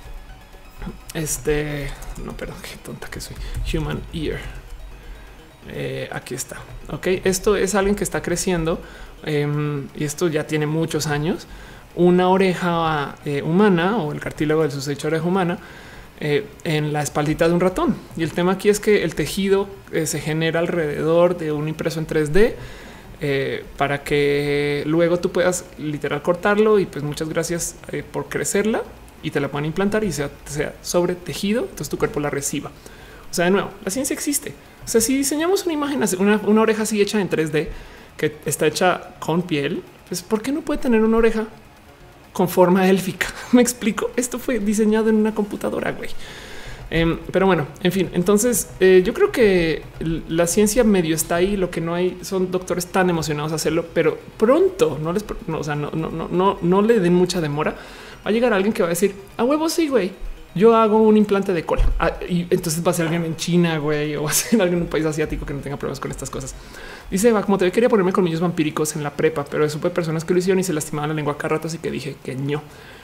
Este no, perdón, qué tonta que soy. Human ear. Eh, aquí está. Ok, esto es alguien que está creciendo. Um, y esto ya tiene muchos años, una oreja eh, humana o el cartílago del susodicha oreja humana eh, en la espaldita de un ratón. Y el tema aquí es que el tejido eh, se genera alrededor de un impreso en tres D eh, para que luego tú puedas literal cortarlo y pues muchas gracias eh, por crecerla y te la puedan implantar y sea, sea sobre tejido, entonces tu cuerpo la reciba. O sea, de nuevo, la ciencia existe. O sea, si diseñamos una imagen, una, una oreja así hecha en tres D que está hecha con piel, pues ¿por qué no puede tener una oreja con forma élfica? Me explico. Esto fue diseñado en una computadora, güey. Eh, pero bueno, en fin, entonces eh, yo creo que la ciencia medio está ahí. Lo que no hay son doctores tan emocionados a hacerlo, pero pronto no les, no, o sea, no, no, no, no, no le den mucha demora. Va a llegar alguien que va a decir a huevo, sí, güey, yo hago un implante de cola. Ah, y entonces va a ser alguien en China, güey, o va a ser alguien en un país asiático que no tenga problemas con estas cosas. Dice Eva, como te quería ponerme colmillos vampíricos en la prepa, pero supe personas que lo hicieron y se lastimaban la lengua cada rato, así que dije que no.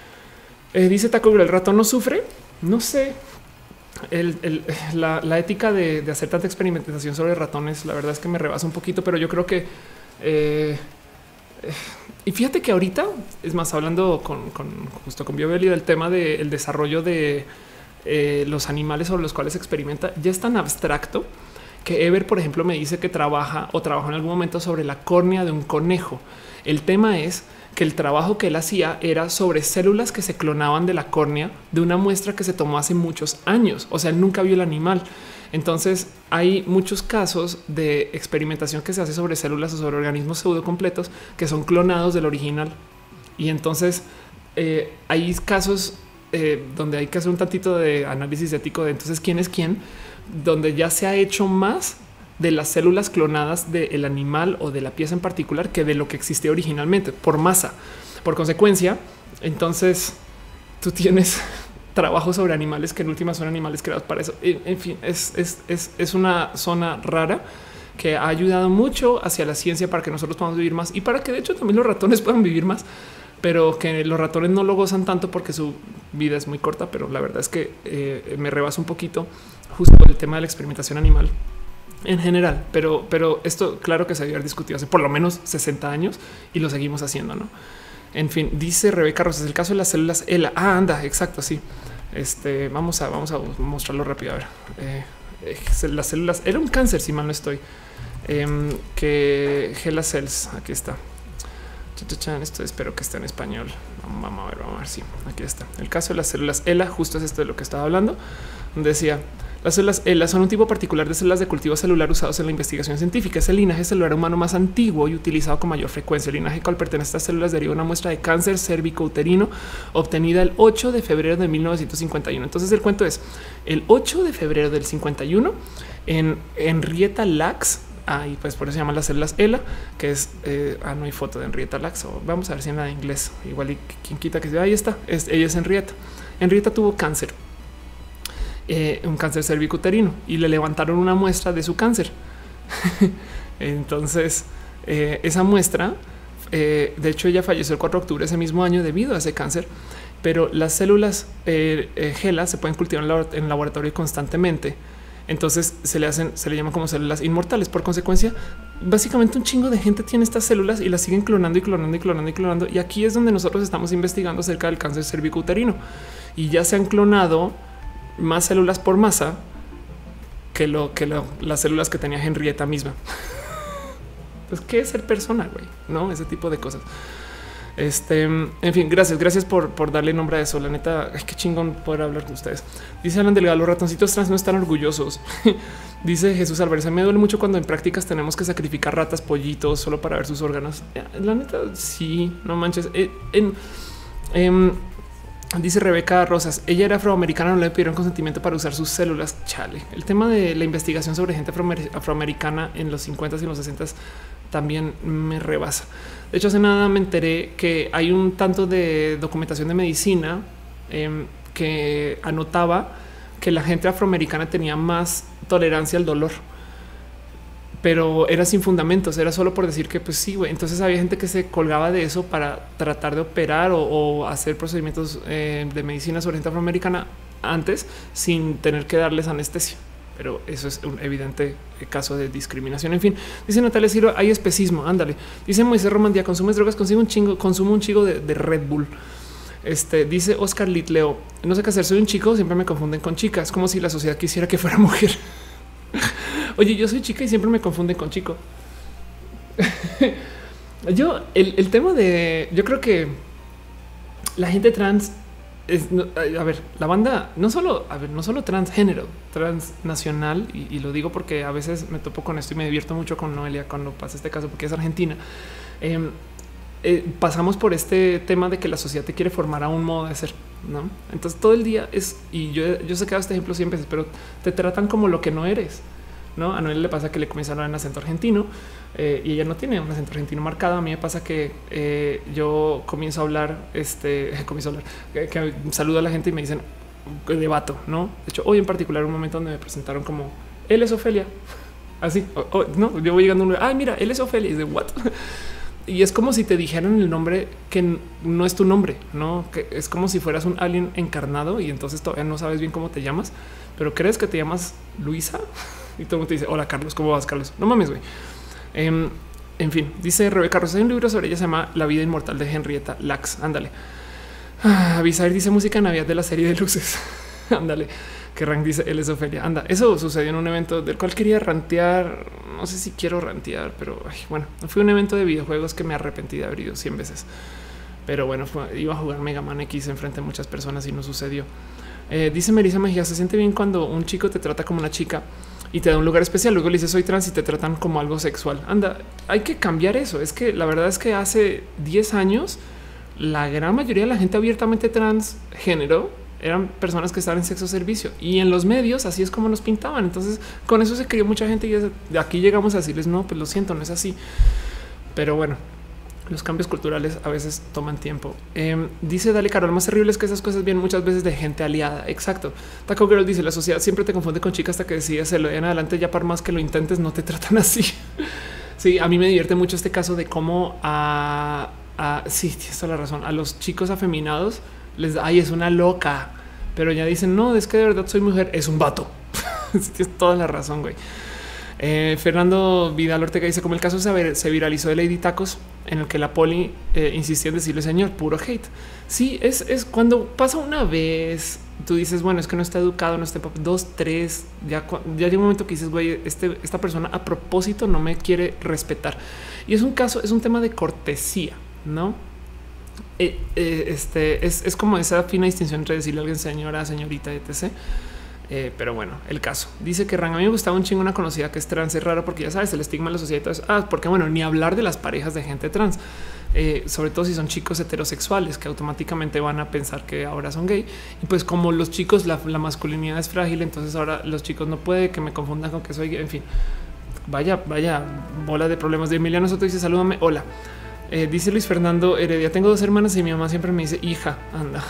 Eh, dice Taco, el ratón no sufre. No sé. El, el, la, la ética de, de hacer tanta experimentación sobre ratones, la verdad es que me rebasa un poquito, pero yo creo que eh, eh, y fíjate que ahorita es más hablando con, con justo con Biobeli del tema del desarrollo de eh, los animales sobre los cuales se experimenta. Ya es tan abstracto que Ever, por ejemplo, me dice que trabaja o trabajó en algún momento sobre la córnea de un conejo. El tema es que el trabajo que él hacía era sobre células que se clonaban de la córnea de una muestra que se tomó hace muchos años. O sea, él nunca vio el animal. Entonces hay muchos casos de experimentación que se hace sobre células o sobre organismos pseudo completos que son clonados del original. Y entonces eh, hay casos eh, donde hay que hacer un tantito de análisis ético de entonces quién es quién, donde ya se ha hecho más de las células clonadas del animal o de la pieza en particular que de lo que existía originalmente por masa. Por consecuencia, entonces tú tienes trabajo sobre animales que en última son animales creados para eso. En fin, es, es, es, es una zona rara que ha ayudado mucho hacia la ciencia para que nosotros podamos vivir más y para que de hecho también los ratones puedan vivir más, pero que los ratones no lo gozan tanto porque su vida es muy corta. Pero la verdad es que eh, me rebasa un poquito justo el tema de la experimentación animal en general, pero, pero esto claro que se había discutido hace por lo menos sesenta años y lo seguimos haciendo, ¿no? En fin, dice Rebeca Rosas, el caso de las células ELA. Ah, anda, exacto, sí. Este, vamos a, vamos a mostrarlo rápido. A ver, eh, eh, las células, era un cáncer, si mal no estoy, eh, que Hela Cells, aquí está. Esto espero que esté en español. Vamos a ver, vamos a ver si sí, aquí está. El caso de las células ELA, justo es esto de lo que estaba hablando. Decía, las células ELA son un tipo particular de células de cultivo celular usados en la investigación científica. Es el linaje celular humano más antiguo y utilizado con mayor frecuencia. El linaje al cual pertenece a estas células deriva una muestra de cáncer cérvico-uterino obtenida el ocho de febrero de mil novecientos cincuenta y uno. Entonces el cuento es el ocho de febrero del cincuenta y uno en Henrietta Lacks. Ah, y pues por eso se llaman las células ELA, que es, eh, ah, no hay foto de Henrietta Lacks, o vamos a ver si en la de inglés, igual y quien quita que sea, ahí está, es, ella es Henrietta. Henrietta tuvo cáncer, eh, un cáncer cervicuterino, y le levantaron una muestra de su cáncer. Entonces, eh, esa muestra, eh, de hecho ella falleció el cuatro de octubre de ese mismo año debido a ese cáncer, pero las células eh, eh, GELA se pueden cultivar en el laboratorio constantemente. Entonces se le hacen, se le llama como células inmortales. Por consecuencia, básicamente un chingo de gente tiene estas células y las siguen clonando y clonando y clonando y clonando. Y aquí es donde nosotros estamos investigando acerca del cáncer cervicouterino y ya se han clonado más células por masa que lo que lo, las células que tenía Henrietta misma. Pues qué es ser persona, güey, no ese tipo de cosas. Este, en fin, gracias, gracias por, por darle nombre a eso. La neta, ay, qué chingón poder hablar con ustedes. Dice Alan Delgado, los ratoncitos trans no están orgullosos. Dice Jesús Álvarez, me duele mucho cuando en prácticas tenemos que sacrificar ratas, pollitos solo para ver sus órganos. La neta, sí, no manches. Eh, en, eh, dice Rebeca Rosas, ella era afroamericana, no le pidieron consentimiento para usar sus células. Chale, el tema de la investigación sobre gente afroamer afroamericana en los cincuenta y en los sesenta también me rebasa. De hecho, hace nada me enteré que hay un tanto de documentación de medicina eh, que anotaba que la gente afroamericana tenía más tolerancia al dolor, pero era sin fundamentos, era solo por decir que pues sí, güey. Entonces había gente que se colgaba de eso para tratar de operar o, o hacer procedimientos eh, de medicina sobre gente afroamericana antes sin tener que darles anestesia. Pero eso es un evidente caso de discriminación. En fin, dice Natalia Ciro, hay especismo. Ándale. Dice Moisés Romandía, consumes drogas, consigo un chingo, consumo un chingo de, de Red Bull. Este dice Oscar Litleo, no sé qué hacer, soy un chico, siempre me confunden con chicas, como si la sociedad quisiera que fuera mujer. Oye, yo soy chica y siempre me confunden con chico. Yo, el, el tema de, yo creo que la gente trans es, a ver, la banda no solo, a ver, no solo transgénero, transnacional, y, y lo digo porque a veces me topo con esto y me divierto mucho con Noelia cuando pasa este caso, porque es argentina. Eh, eh, pasamos por este tema de que la sociedad te quiere formar a un modo de ser ¿no? Entonces todo el día es, y yo, yo sé que he dado este ejemplo siempre, pero te tratan como lo que no eres, ¿no? A Noel le pasa que le comienza a hablar en acento argentino eh, y ella no tiene un acento argentino marcado. A mí me pasa que eh, yo comienzo a hablar, este, comienzo a hablar, que, que saludo a la gente y me dicen de vato, ¿no? De hecho, hoy en particular un momento donde me presentaron como, él es Ofelia, así, o, o, no, yo voy llegando a un lugar, ay, mira, él es Ofelia, y de what? Y es como si te dijeran el nombre que no es tu nombre, no, que es como si fueras un alien encarnado y entonces todavía no sabes bien cómo te llamas, pero crees que te llamas Luisa y todo el mundo te dice hola Carlos, ¿cómo vas, Carlos? No mames, güey. Eh, en fin, dice Rebeca Rosa, hay un libro sobre ella, se llama La vida inmortal de Henrietta Lacks. Ándale. Ah, Avisar dice música Navidad de la serie de luces. Ándale. Que Rank dice él es Ofelia. Anda, eso sucedió en un evento del cual quería rantear. No sé si quiero rantear, pero ay, bueno, fue un evento de videojuegos que me arrepentí de haber ido cien veces. Pero bueno, fue, iba a jugar Mega Man X enfrente de muchas personas y no sucedió. Eh, dice Melissa Mejía, se siente bien cuando un chico te trata como una chica y te da un lugar especial. Luego le dices soy trans y te tratan como algo sexual. Anda, hay que cambiar eso. Es que la verdad es que hace diez años la gran mayoría de la gente abiertamente transgénero eran personas que estaban en sexo servicio y en los medios así es como nos pintaban. Entonces con eso se crió mucha gente y de aquí llegamos a decirles no, pues lo siento, no es así. Pero bueno, los cambios culturales a veces toman tiempo. Eh, dice Dale Carol, más terrible es que esas cosas vienen muchas veces de gente aliada. Exacto. Taco Girl dice la sociedad siempre te confunde con chicas hasta que decides hacerlo. En adelante ya por más que lo intentes no te tratan así. Sí, a mí me divierte mucho este caso de cómo a, a sí, tienes toda la razón, a los chicos afeminados les da, ay, es una loca, pero ya dicen no, es que de verdad soy mujer, es un vato. Tienes toda la razón, güey. Eh, Fernando Vidal Ortega dice como el caso se, se viralizó de Lady Tacos en el que la poli eh, insistía en decirle señor, puro hate. Sí, es, es cuando pasa una vez, tú dices, bueno, es que no está educado, no está dos, tres, ya, ya llega un momento que dices, güey, este, esta persona a propósito no me quiere respetar. Y es un caso, es un tema de cortesía, ¿no? Eh, eh, este es, es como esa fina distinción entre decirle a alguien señora, señorita, etcétera. Eh, pero bueno, el caso dice que Ran, a mí me gustaba un chingo una conocida que es trans, es raro porque ya sabes el estigma de la sociedad y todo eso. Ah, porque bueno, ni hablar de las parejas de gente trans, eh, sobre todo si son chicos heterosexuales que automáticamente van a pensar que ahora son gay. Y pues como los chicos, la, la masculinidad es frágil, entonces ahora los chicos no puede que me confundan con que soy gay. En fin, vaya, vaya bola de problemas. De Emiliano Soto dice salúdame, hola. Eh, dice Luis Fernando Heredia, tengo dos hermanas y mi mamá siempre me dice hija, anda,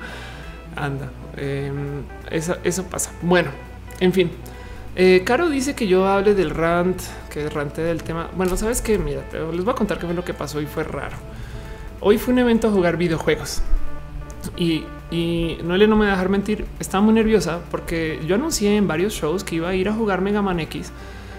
anda. Eh, eso, eso pasa. Bueno, en fin. Eh, Caro dice que yo hable del rant, que rante del tema. Bueno, sabes que mira, les voy a contar qué fue lo que pasó y fue raro. Hoy fue un evento a jugar videojuegos y, y Noelia no me va a dejar mentir. Estaba muy nerviosa porque yo anuncié en varios shows que iba a ir a jugar Mega Man X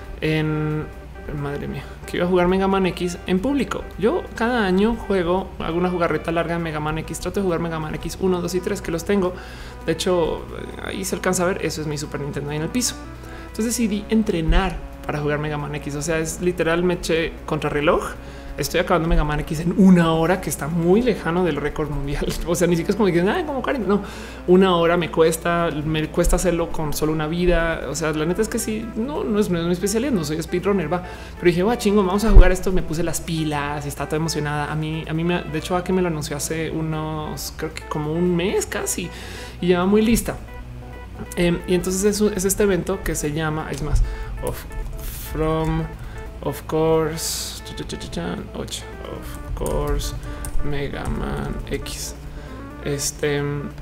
en madre mía, que iba a jugar Mega Man X en público. Yo cada año juego, hago una jugarreta larga de Mega Man X, trato de jugar Mega Man X uno, dos y tres que los tengo. De hecho, ahí se alcanza a ver, eso es mi Super Nintendo ahí en el piso. Entonces decidí entrenar para jugar Mega Man X. O sea, es literal, me eché contrarreloj. Estoy acabando Mega Man X en una hora, que está muy lejano del récord mundial. O sea, ni siquiera es como que ay, como Karen. No, una hora me cuesta, me cuesta hacerlo con solo una vida. O sea, la neta es que sí, no, no es, no es mi especialidad, no soy speedrunner, va. Pero dije, va, chingo, vamos a jugar esto. Me puse las pilas y está toda emocionada. A mí, a mí me, de hecho, a que me lo anunció hace unos, creo que como un mes casi, y ya va muy lista. Eh, y entonces es, es este evento que se llama, es más, of, from, of course. ocho, of course, Mega Man X. Este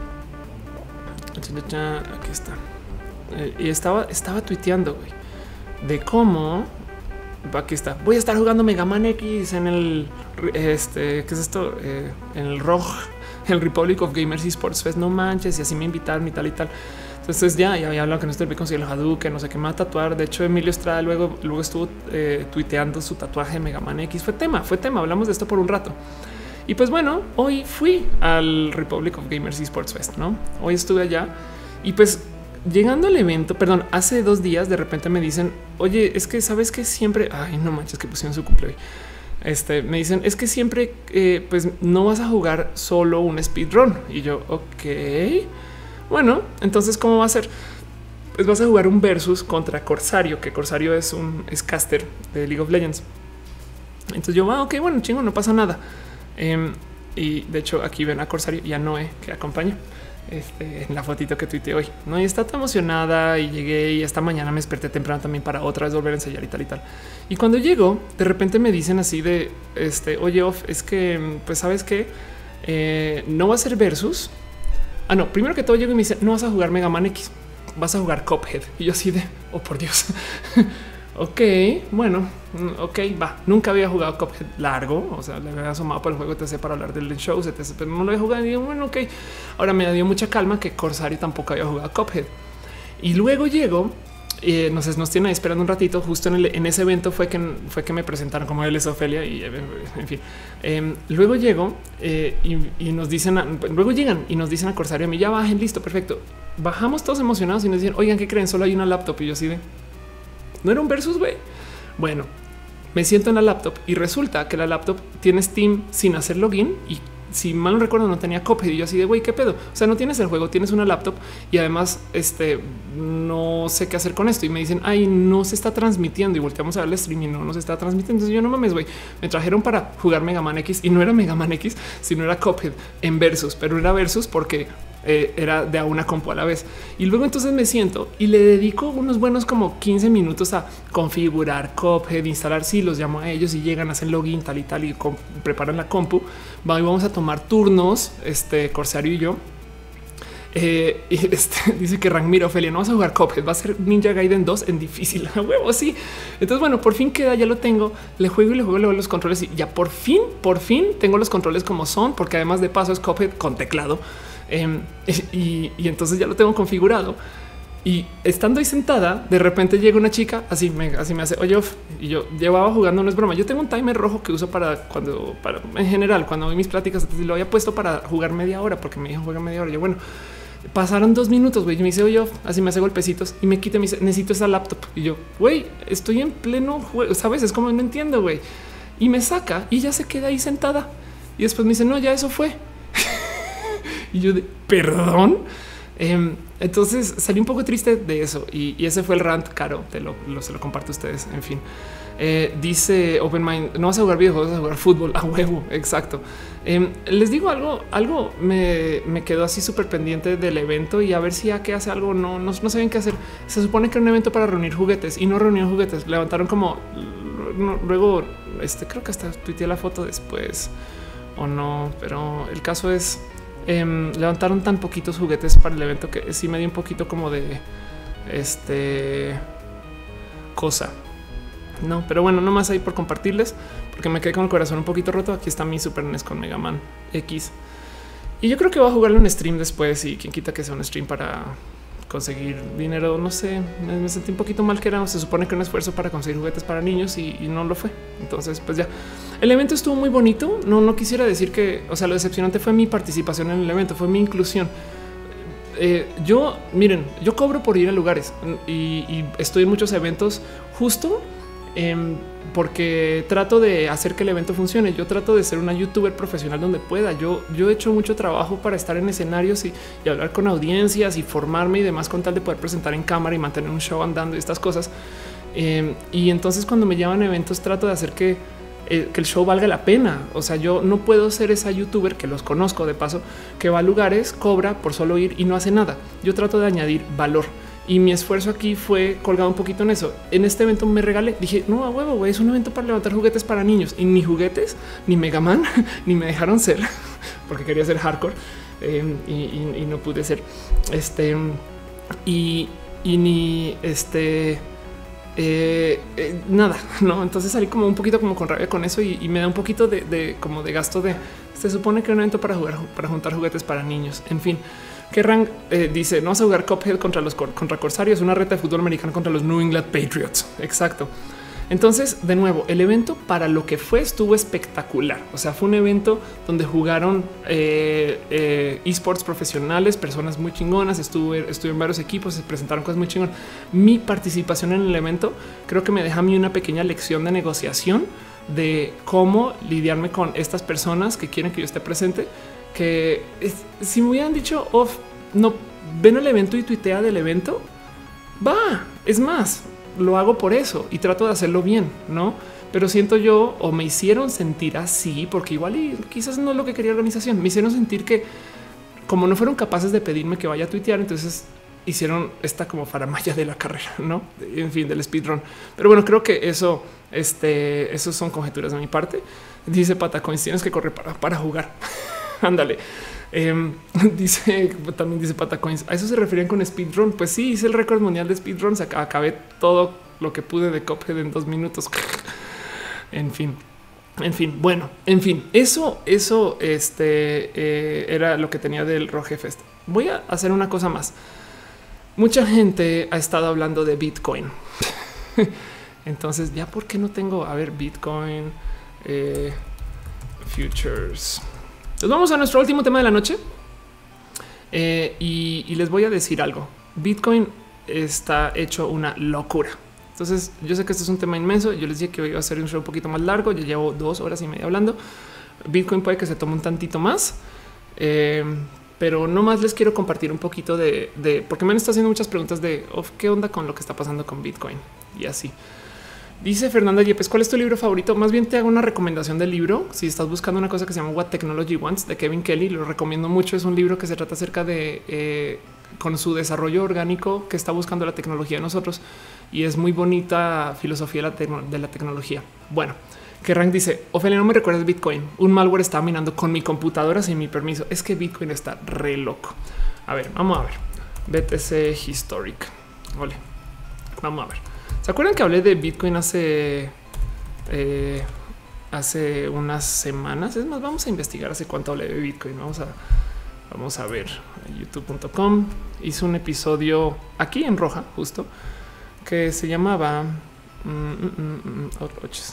aquí está. Eh, y estaba, estaba tuiteando güey, de cómo aquí está. Voy a estar jugando Mega Man X en el este, ¿qué es esto? Eh, en el R O G, el Republic of Gamers Esports Fest. No manches, y así me invitaron y tal y tal. Entonces ya, ya había hablado que no estoy bien conseguir el Hadouken, no sé qué me va a tatuar. De hecho, Emilio Estrada luego, luego estuvo eh, tuiteando su tatuaje de Mega Man X. Fue tema, fue tema. Hablamos de esto por un rato. Y pues bueno, hoy fui al Republic of Gamers Esports Fest, ¿no? Hoy estuve allá y pues llegando al evento, perdón, hace dos días de repente me dicen, oye, es que sabes que siempre, ay, no manches, que pusieron su cumple hoy. Este, me dicen, es que siempre, eh, pues no vas a jugar solo un speedrun. Y yo, ok. Bueno, entonces, ¿cómo va a ser? Pues vas a jugar un versus contra Corsario, que Corsario es un es caster de League of Legends. Entonces yo, ah, ok, bueno, chingo, no pasa nada. Eh, y de hecho aquí ven a Corsario y a Noé que acompaña este, en la fotito que tuiteé hoy. No, y está tan emocionada y llegué y esta mañana me desperté temprano también para otra vez volver a ensayar y tal y tal. Y cuando llego, de repente me dicen así de este, oye, Off, es que pues sabes que eh, no va a ser versus. Ah, no, primero que todo llego y me dice no vas a jugar Mega Man X, vas a jugar Cuphead. Y yo así de oh, por Dios. Ok, bueno, ok, va. Nunca había jugado Cuphead largo, o sea, le había asomado por el juego T C para hablar del show, pero no lo había jugado. Y digo, bueno, ok. Ahora me dio mucha calma que Corsario tampoco había jugado Cuphead. Y luego llego, eh, no sé, nos tienen ahí esperando un ratito. Justo en, el, en ese evento fue que fue que me presentaron como él es Ofelia y en fin. Eh, luego llego eh, y, y nos dicen, a, luego llegan y nos dicen a Corsario a mí ya bajen, listo, perfecto. Bajamos todos emocionados y nos dicen, oigan, ¿qué creen? Solo hay una laptop y yo así de no era un versus, güey. Bueno, me siento en la laptop y resulta que la laptop tiene Steam sin hacer login y si mal no recuerdo no tenía Cuphead y yo así de güey, qué pedo. O sea, no tienes el juego, tienes una laptop y además este no sé qué hacer con esto. Y me dicen ay, no se está transmitiendo y volteamos a ver el stream y no nos está transmitiendo. Entonces yo no mames, güey. Me trajeron para jugar Mega Man X y no era Mega Man X, sino era Cuphead en versus, pero era versus porque Eh, era de a una compu a la vez. Y luego entonces me siento y le dedico unos buenos como quince minutos a configurar Cuphead, instalar. Si sí, los llamo a ellos y llegan, hacen login tal y tal y preparan la compu. Vamos a tomar turnos, este Corsario y yo. Eh, y este, dice que Rank mira, Ofelia, no vas a jugar Cuphead, va a ser Ninja Gaiden dos en difícil. A huevo, sí. Entonces, bueno, por fin queda, ya lo tengo. Le juego y le juego, le juego los controles y ya por fin, por fin tengo los controles como son, porque además de paso es Cuphead con teclado. Um, y, y entonces ya lo tengo configurado y estando ahí sentada, de repente llega una chica así me, así me hace oye, off, y yo llevaba jugando, no es broma. Yo tengo un timer rojo que uso para cuando, para en general, cuando doy mis pláticas, lo había puesto para jugar media hora porque me dijo juega media hora. Yo, bueno, pasaron dos minutos, güey. Y me dice oye, off, así me hace golpecitos y me quita y me dice necesito esa laptop. Y yo, güey, estoy en pleno juego, sabes? Es como no entiendo, güey. Y me saca y ya se queda ahí sentada y después me dice no, ya eso fue. Y yo de perdón. Eh, entonces salí un poco triste de eso y, y ese fue el rant caro. Te lo, lo se lo comparto a ustedes. En fin, eh, dice Open Mind: no vas a jugar videojuegos, vas a jugar fútbol a huevo. Exacto. Eh, les digo algo, algo me, me quedó así súper pendiente del evento y a ver si ya que hace algo. No, no, no saben qué hacer. Se supone que era un evento para reunir juguetes y no reunieron juguetes. Levantaron como no, luego, este creo que hasta tuiteé la foto después o no, pero el caso es Eh, levantaron tan poquitos juguetes para el evento que sí me dio un poquito como de este cosa. No, pero bueno, nomás ahí por compartirles, porque me quedé con el corazón un poquito roto. Aquí está mi Super N E S con Mega Man X. Y yo creo que voy a jugarle un stream después y quien quita que sea un stream para conseguir dinero. No sé, me, me sentí un poquito mal que era, se supone que un esfuerzo para conseguir juguetes para niños y, y no lo fue. Entonces, pues ya. El evento estuvo muy bonito. No, no quisiera decir que, o sea, lo decepcionante fue mi participación en el evento, fue mi inclusión. Eh, yo, miren, yo cobro por ir a lugares y, y estoy en muchos eventos justo eh, porque trato de hacer que el evento funcione. Yo trato de ser una youtuber profesional donde pueda. Yo, yo he hecho mucho trabajo para estar en escenarios y, y hablar con audiencias y formarme y demás con tal de poder presentar en cámara y mantener un show andando y estas cosas. Eh, y entonces cuando me llaman a eventos trato de hacer que que el show valga la pena. O sea, yo no puedo ser esa youtuber que los conozco de paso, que va a lugares, cobra por solo ir y no hace nada. Yo trato de añadir valor y mi esfuerzo aquí fue colgado un poquito en eso. En este evento me regalé, dije no a huevo, güey, es un evento para levantar juguetes para niños y ni juguetes, ni Mega Man, ni me dejaron ser porque quería ser hardcore eh, y, y, y no pude ser este y, y ni este. Eh, eh, nada, no. Entonces salí como un poquito como con rabia con eso y, y me da un poquito de, de como de gasto de se supone que era un evento para jugar, para juntar juguetes para niños. En fin, que Rank eh, dice no vas a jugar Cuphead contra los contra Corsario, es una reta de fútbol americano contra los New England Patriots. Exacto. Entonces, de nuevo, el evento para lo que fue estuvo espectacular. O sea, fue un evento donde jugaron eh, eh, esports profesionales, personas muy chingonas. Estuve, estuve en varios equipos, se presentaron cosas muy chingonas. Mi participación en el evento creo que me deja a mí una pequeña lección de negociación de cómo lidiarme con estas personas que quieren que yo esté presente. Que es, si me hubieran dicho, oh, no, ven el evento y tuitea del evento, va, es más, lo hago por eso y trato de hacerlo bien, ¿no? pero siento yo o me hicieron sentir así, porque igual y quizás no es lo que quería la organización. Me hicieron sentir que como no fueron capaces de pedirme que vaya a tuitear, entonces hicieron esta como faramaya de la carrera, no? En fin, del speedrun. Pero bueno, creo que eso, este, esos son conjeturas de mi parte. Dice Patacoins, tienes que correr para, para jugar. Ándale. Eh, dice también dice Patacoins. ¿A eso se referían con speedrun? Pues sí, hice el récord mundial de speedruns. Acabé todo lo que pude de Cuphead en dos minutos. En fin. En fin, bueno, en fin, eso, eso este, eh, era lo que tenía del Rogue Fest. Voy a hacer una cosa más. Mucha gente ha estado hablando de Bitcoin. Entonces, ya, ¿por qué no tengo? A ver, Bitcoin eh, Futures. Nos vamos a nuestro último tema de la noche eh, y, y les voy a decir algo. Bitcoin está hecho una locura. Entonces, yo sé que este es un tema inmenso. Yo les dije que iba a hacer un show un poquito más largo. Yo llevo dos horas y media hablando. Bitcoin puede que se tome un tantito más, eh, pero no más les quiero compartir un poquito de, de porque me han estado haciendo muchas preguntas de oh, qué onda con lo que está pasando con Bitcoin y así. Dice Fernanda Yepes, ¿cuál es tu libro favorito? Más bien te hago una recomendación del libro. Si estás buscando una cosa que se llama What Technology Wants de Kevin Kelly, lo recomiendo mucho. Es un libro que se trata acerca de eh, con su desarrollo orgánico que está buscando la tecnología de nosotros y es muy bonita filosofía de la, de la tecnología. Bueno, que Rank dice, Ofelia, no me recuerdas Bitcoin. Un malware está minando con mi computadora sin mi permiso. Es que Bitcoin está re loco. A ver, vamos a ver. B T C Historic. Vale, vamos a ver. ¿Se acuerdan que hablé de Bitcoin hace, eh, hace unas semanas? Es más, vamos a investigar hace cuánto hablé de Bitcoin. Vamos a, vamos a ver. youtube punto com. Hice un episodio aquí en roja, justo, que se llamaba... Mm, mm, mm, oh,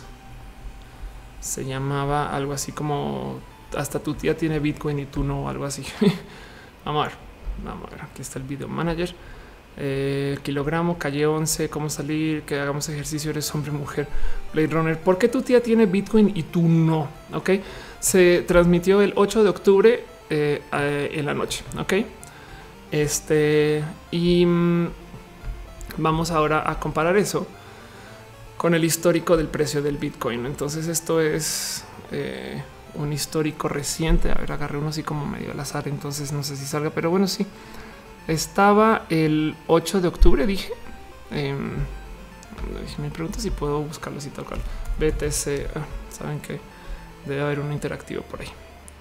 se llamaba algo así como hasta tu tía tiene Bitcoin y tú no, algo así. Vamos a ver. Vamos a ver. Aquí está el video manager. Eh, kilogramo, calle once, cómo salir, que hagamos ejercicio, eres hombre, mujer, Blade Runner. ¿Por qué tu tía tiene Bitcoin y tú no? Ok, se transmitió el ocho de octubre eh, eh, en la noche. Ok, este y mmm, vamos ahora a comparar eso con el histórico del precio del Bitcoin. Entonces, esto es eh, un histórico reciente. A ver, agarré uno así como medio al azar, entonces no sé si salga, pero bueno, sí. Estaba el ocho de octubre, dije. Eh, me pregunto si puedo buscarlo así tal cual. B T C. Ah, saben que debe haber uno interactivo por ahí.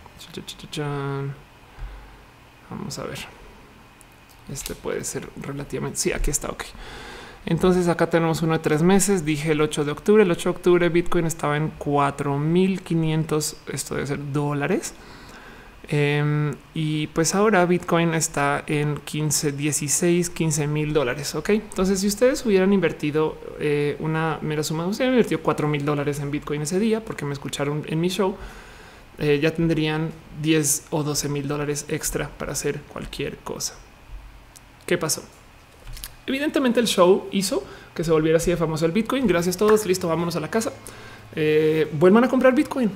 Vamos a ver. Este puede ser relativamente. Sí, aquí está. Ok. Entonces acá tenemos uno de tres meses. Dije el ocho de octubre. El ocho de octubre Bitcoin estaba en cuatro mil quinientos. Esto debe ser dólares. Um, y pues ahora Bitcoin está en quince, dieciséis, quince mil dólares. Ok, entonces si ustedes hubieran invertido eh, una mera suma, ustedes hubieran invertido cuatro mil dólares en Bitcoin ese día porque me escucharon en mi show, eh, ya tendrían diez o doce mil dólares extra para hacer cualquier cosa. ¿Qué pasó? Evidentemente el show hizo que se volviera así de famoso el Bitcoin. Gracias a todos. Listo, vámonos a la casa. Eh, vuelvan a comprar Bitcoin.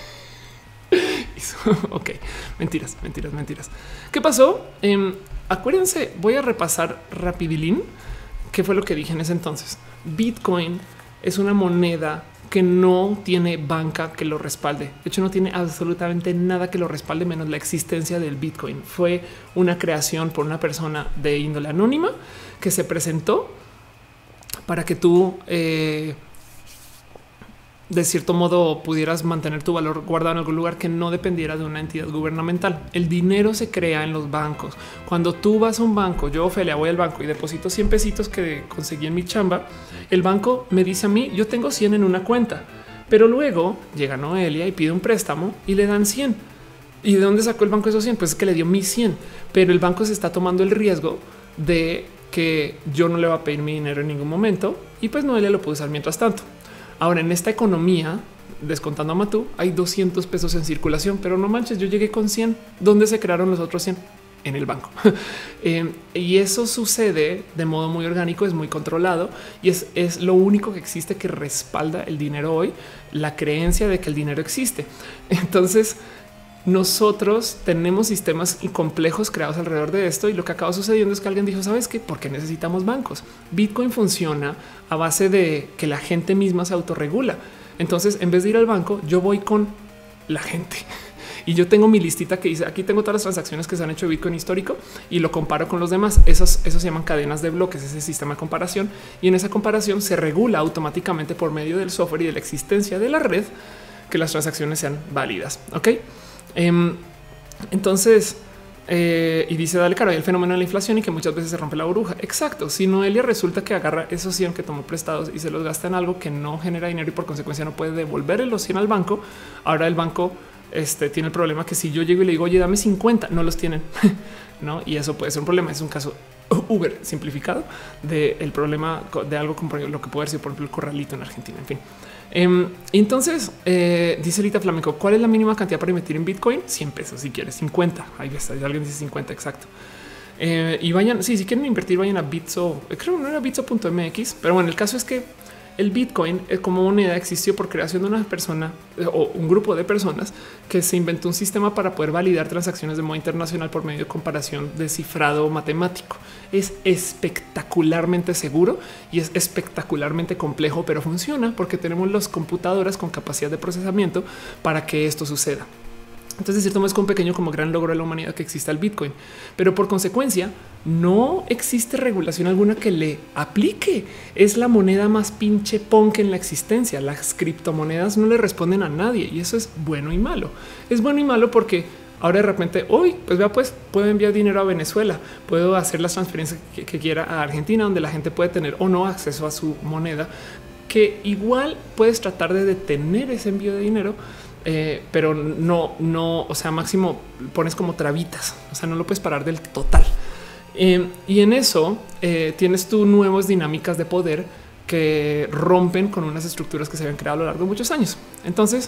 Ok, mentiras, mentiras, mentiras. ¿Qué pasó? Eh, acuérdense, voy a repasar rapidilín qué fue lo que dije en ese entonces. Bitcoin es una moneda que no tiene banca que lo respalde. De hecho, no tiene absolutamente nada que lo respalde menos la existencia del Bitcoin. Fue una creación por una persona de índole anónima que se presentó para que tú eh, de cierto modo pudieras mantener tu valor guardado en algún lugar que no dependiera de una entidad gubernamental. El dinero se crea en los bancos. Cuando tú vas a un banco, yo, Ofelia, voy al banco y deposito cien pesitos que conseguí en mi chamba, el banco me dice a mí, yo tengo cien en una cuenta, pero luego llega Noelia y pide un préstamo y le dan cien. ¿Y de dónde sacó el banco esos cien? Pues es que le dio mis cien, pero el banco se está tomando el riesgo de que yo no le va a pedir mi dinero en ningún momento y pues Noelia lo puede usar mientras tanto. Ahora, en esta economía, descontando a Matú, hay doscientos pesos en circulación, pero no manches, yo llegué con cien. ¿Dónde se crearon los otros cien? En el banco. eh, y eso sucede de modo muy orgánico, es muy controlado y es, es lo único que existe que respalda el dinero hoy, la creencia de que el dinero existe. Entonces, nosotros tenemos sistemas complejos creados alrededor de esto y lo que acaba sucediendo es que alguien dijo, ¿sabes qué? ¿Por qué necesitamos bancos? Bitcoin funciona a base de que la gente misma se autorregula. Entonces, en vez de ir al banco, yo voy con la gente. Y yo tengo mi listita que dice aquí tengo todas las transacciones que se han hecho de Bitcoin histórico y lo comparo con los demás. Esos, esos se llaman cadenas de bloques, ese sistema de comparación. Y en esa comparación se regula automáticamente por medio del software y de la existencia de la red que las transacciones sean válidas. Ok. Um, entonces, eh, y dice dale, claro, hay el fenómeno de la inflación y que muchas veces se rompe la burbuja. Exacto. Si Noelia resulta que agarra esos cien que tomó prestados y se los gasta en algo que no genera dinero y por consecuencia no puede devolver los cien al banco, ahora el banco Este tiene el problema que si yo llego y le digo, oye, dame cincuenta, no los tienen, no? Y eso puede ser un problema. Es un caso Uber simplificado del de problema de algo como lo que puede ser, por ejemplo, el corralito en Argentina. En fin, eh, entonces eh, dice Lita Flamenco, ¿cuál es la mínima cantidad para invertir en Bitcoin? cien pesos si quieres, cincuenta. Ahí ves, alguien dice cincuenta, exacto. Eh, y vayan, sí, si quieren invertir, vayan a Bitso, creo que no era bitso punto m x, pero bueno, el caso es que el Bitcoin como moneda existió por creación de una persona o un grupo de personas que se inventó un sistema para poder validar transacciones de modo internacional por medio de comparación de cifrado matemático. Es espectacularmente seguro y es espectacularmente complejo, pero funciona porque tenemos las computadoras con capacidad de procesamiento para que esto suceda. Entonces, de cierto modo, es un pequeño como gran logro de la humanidad que exista el Bitcoin, pero por consecuencia no existe regulación alguna que le aplique. Es la moneda más pinche punk en la existencia. Las criptomonedas no le responden a nadie y eso es bueno y malo. Es bueno y malo porque ahora de repente hoy, pues vea, pues puedo enviar dinero a Venezuela, puedo hacer las transferencias que, que quiera a Argentina, donde la gente puede tener o no acceso a su moneda, que igual puedes tratar de detener ese envío de dinero. Eh, pero no, no, o sea, máximo pones como trabitas, o sea, no lo puedes parar del total. Eh, y en eso eh, tienes tú nuevas dinámicas de poder que rompen con unas estructuras que se habían creado a lo largo de muchos años. Entonces,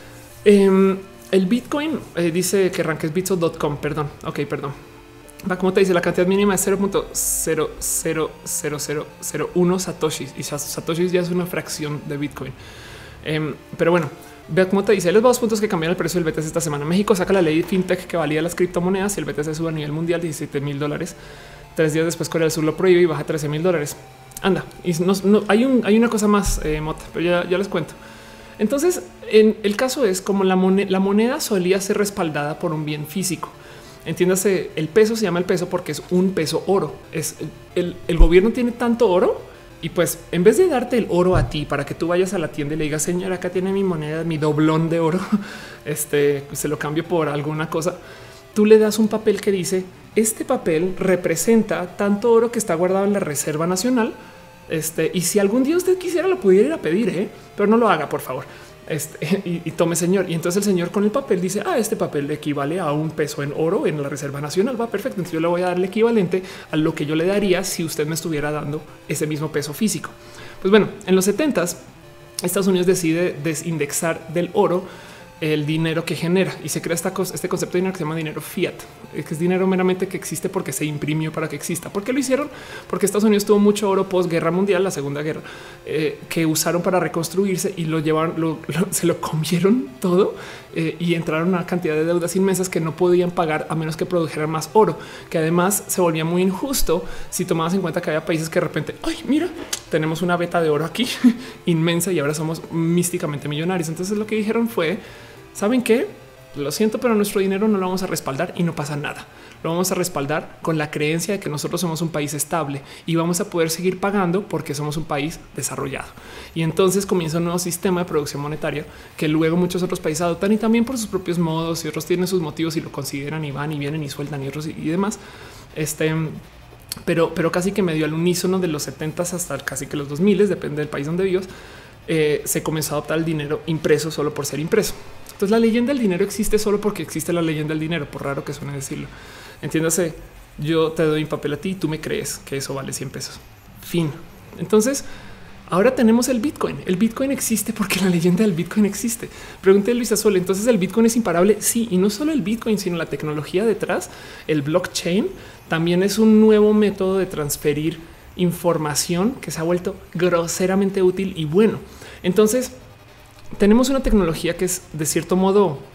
eh, el Bitcoin eh, dice que arranques bitso punto com, perdón, ok, perdón. Va, como te dice, la cantidad mínima es cero punto cero cero cero cero cero uno satoshis y satoshis ya es una fracción de Bitcoin. Eh, pero bueno, vea cómo te dice los dos puntos que cambiaron el precio del B T C esta semana. México saca la ley fintech que valida las criptomonedas y el B T C sube a nivel mundial diecisiete mil dólares. Tres días después Corea del Sur lo prohíbe y baja trece mil dólares. Anda, y no, no, hay, un, hay una cosa más, eh, Mota, pero ya, ya les cuento. Entonces, en el caso es como la moneda, la moneda solía ser respaldada por un bien físico. Entiéndase, el peso se llama el peso porque es un peso oro. Es el, el gobierno tiene tanto oro. Y pues en vez de darte el oro a ti para que tú vayas a la tienda y le digas, señora, acá tiene mi moneda, mi doblón de oro, este se lo cambio por alguna cosa, tú le das un papel que dice este papel representa tanto oro que está guardado en la Reserva Nacional. Este, y si algún día usted quisiera, lo pudiera ir a pedir, ¿eh? Pero no lo haga, por favor. Este, y, y tome, señor. Y entonces el señor con el papel dice, ah, este papel equivale a un peso en oro en la Reserva Nacional. Va perfecto. Entonces yo le voy a dar el equivalente a lo que yo le daría si usted me estuviera dando ese mismo peso físico. Pues bueno, en los setentas, Estados Unidos decide desindexar del oro el dinero que genera y se crea esta cosa, este concepto de dinero que se llama dinero fiat, que es dinero meramente que existe porque se imprimió para que exista. ¿Por qué lo hicieron? Porque Estados Unidos tuvo mucho oro posguerra mundial, la Segunda Guerra, eh, que usaron para reconstruirse y lo llevaron, lo, lo, se lo comieron todo eh, y entraron a una cantidad de deudas inmensas que no podían pagar a menos que produjeran más oro, que además se volvía muy injusto si tomabas en cuenta que había países que de repente, ay, mira, tenemos una veta de oro aquí inmensa y ahora somos místicamente millonarios. Entonces lo que dijeron fue, ¿saben qué? Lo siento, pero nuestro dinero no lo vamos a respaldar y no pasa nada. Lo vamos a respaldar con la creencia de que nosotros somos un país estable y vamos a poder seguir pagando porque somos un país desarrollado. Y entonces comienza un nuevo sistema de producción monetaria que luego muchos otros países adoptan y también por sus propios modos y otros tienen sus motivos y lo consideran y van y vienen y sueltan y otros y, y demás. Este, pero, pero casi que medio al unísono de los setentas hasta casi que los dos miles, depende del país donde vivas, eh, se comenzó a adoptar el dinero impreso solo por ser impreso. Entonces la leyenda del dinero existe solo porque existe la leyenda del dinero, por raro que suene decirlo. Entiéndase, yo te doy un papel a ti y tú me crees que eso vale cien pesos. Fin. Entonces, ahora tenemos el Bitcoin. El Bitcoin existe porque la leyenda del Bitcoin existe. Pregúntale a Luisa Sol. Entonces, ¿el Bitcoin es imparable? Sí, y no solo el Bitcoin, sino la tecnología detrás, el blockchain, también es un nuevo método de transferir información que se ha vuelto groseramente útil y bueno. Entonces, tenemos una tecnología que es de cierto modo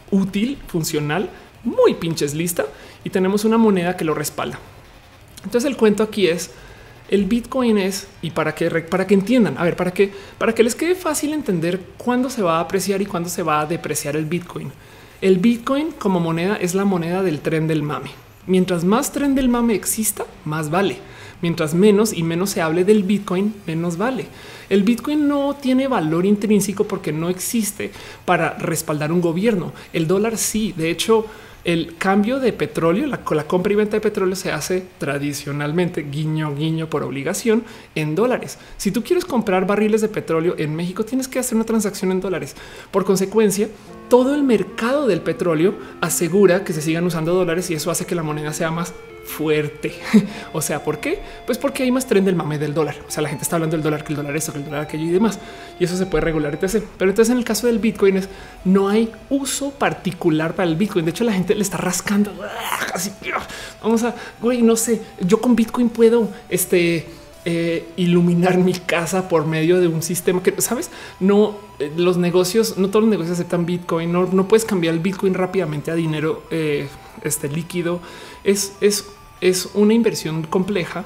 útil, funcional, muy pinches lista y tenemos una moneda que lo respalda. Entonces el cuento aquí es el Bitcoin es y para que para que entiendan, a ver, para que para que les quede fácil entender cuándo se va a apreciar y cuándo se va a depreciar el Bitcoin. El Bitcoin como moneda es la moneda del tren del mame. Mientras más tren del mame exista, más vale. Mientras menos y menos se hable del Bitcoin, menos vale. El Bitcoin no tiene valor intrínseco porque no existe para respaldar un gobierno. El dólar sí. De hecho, el cambio de petróleo, la, la compra y venta de petróleo se hace tradicionalmente, guiño, guiño, por obligación en dólares. Si tú quieres comprar barriles de petróleo en México, tienes que hacer una transacción en dólares. Por consecuencia, todo el mercado del petróleo asegura que se sigan usando dólares y eso hace que la moneda sea más fuerte. O sea, ¿por qué? Pues porque hay más tren del mame del dólar. O sea, la gente está hablando del dólar, que el dólar esto, que el dólar aquello y demás. Y eso se puede regular, etcétera. Pero entonces en el caso del Bitcoin es, no hay uso particular para el Bitcoin. De hecho, la gente le está rascando. Así que vamos a, güey, no sé, yo con Bitcoin puedo este, eh, iluminar mi casa por medio de un sistema que, ¿sabes? No, eh, los negocios, no todos los negocios aceptan Bitcoin. No, no puedes cambiar el Bitcoin rápidamente a dinero eh, este, líquido. Es, es Es una inversión compleja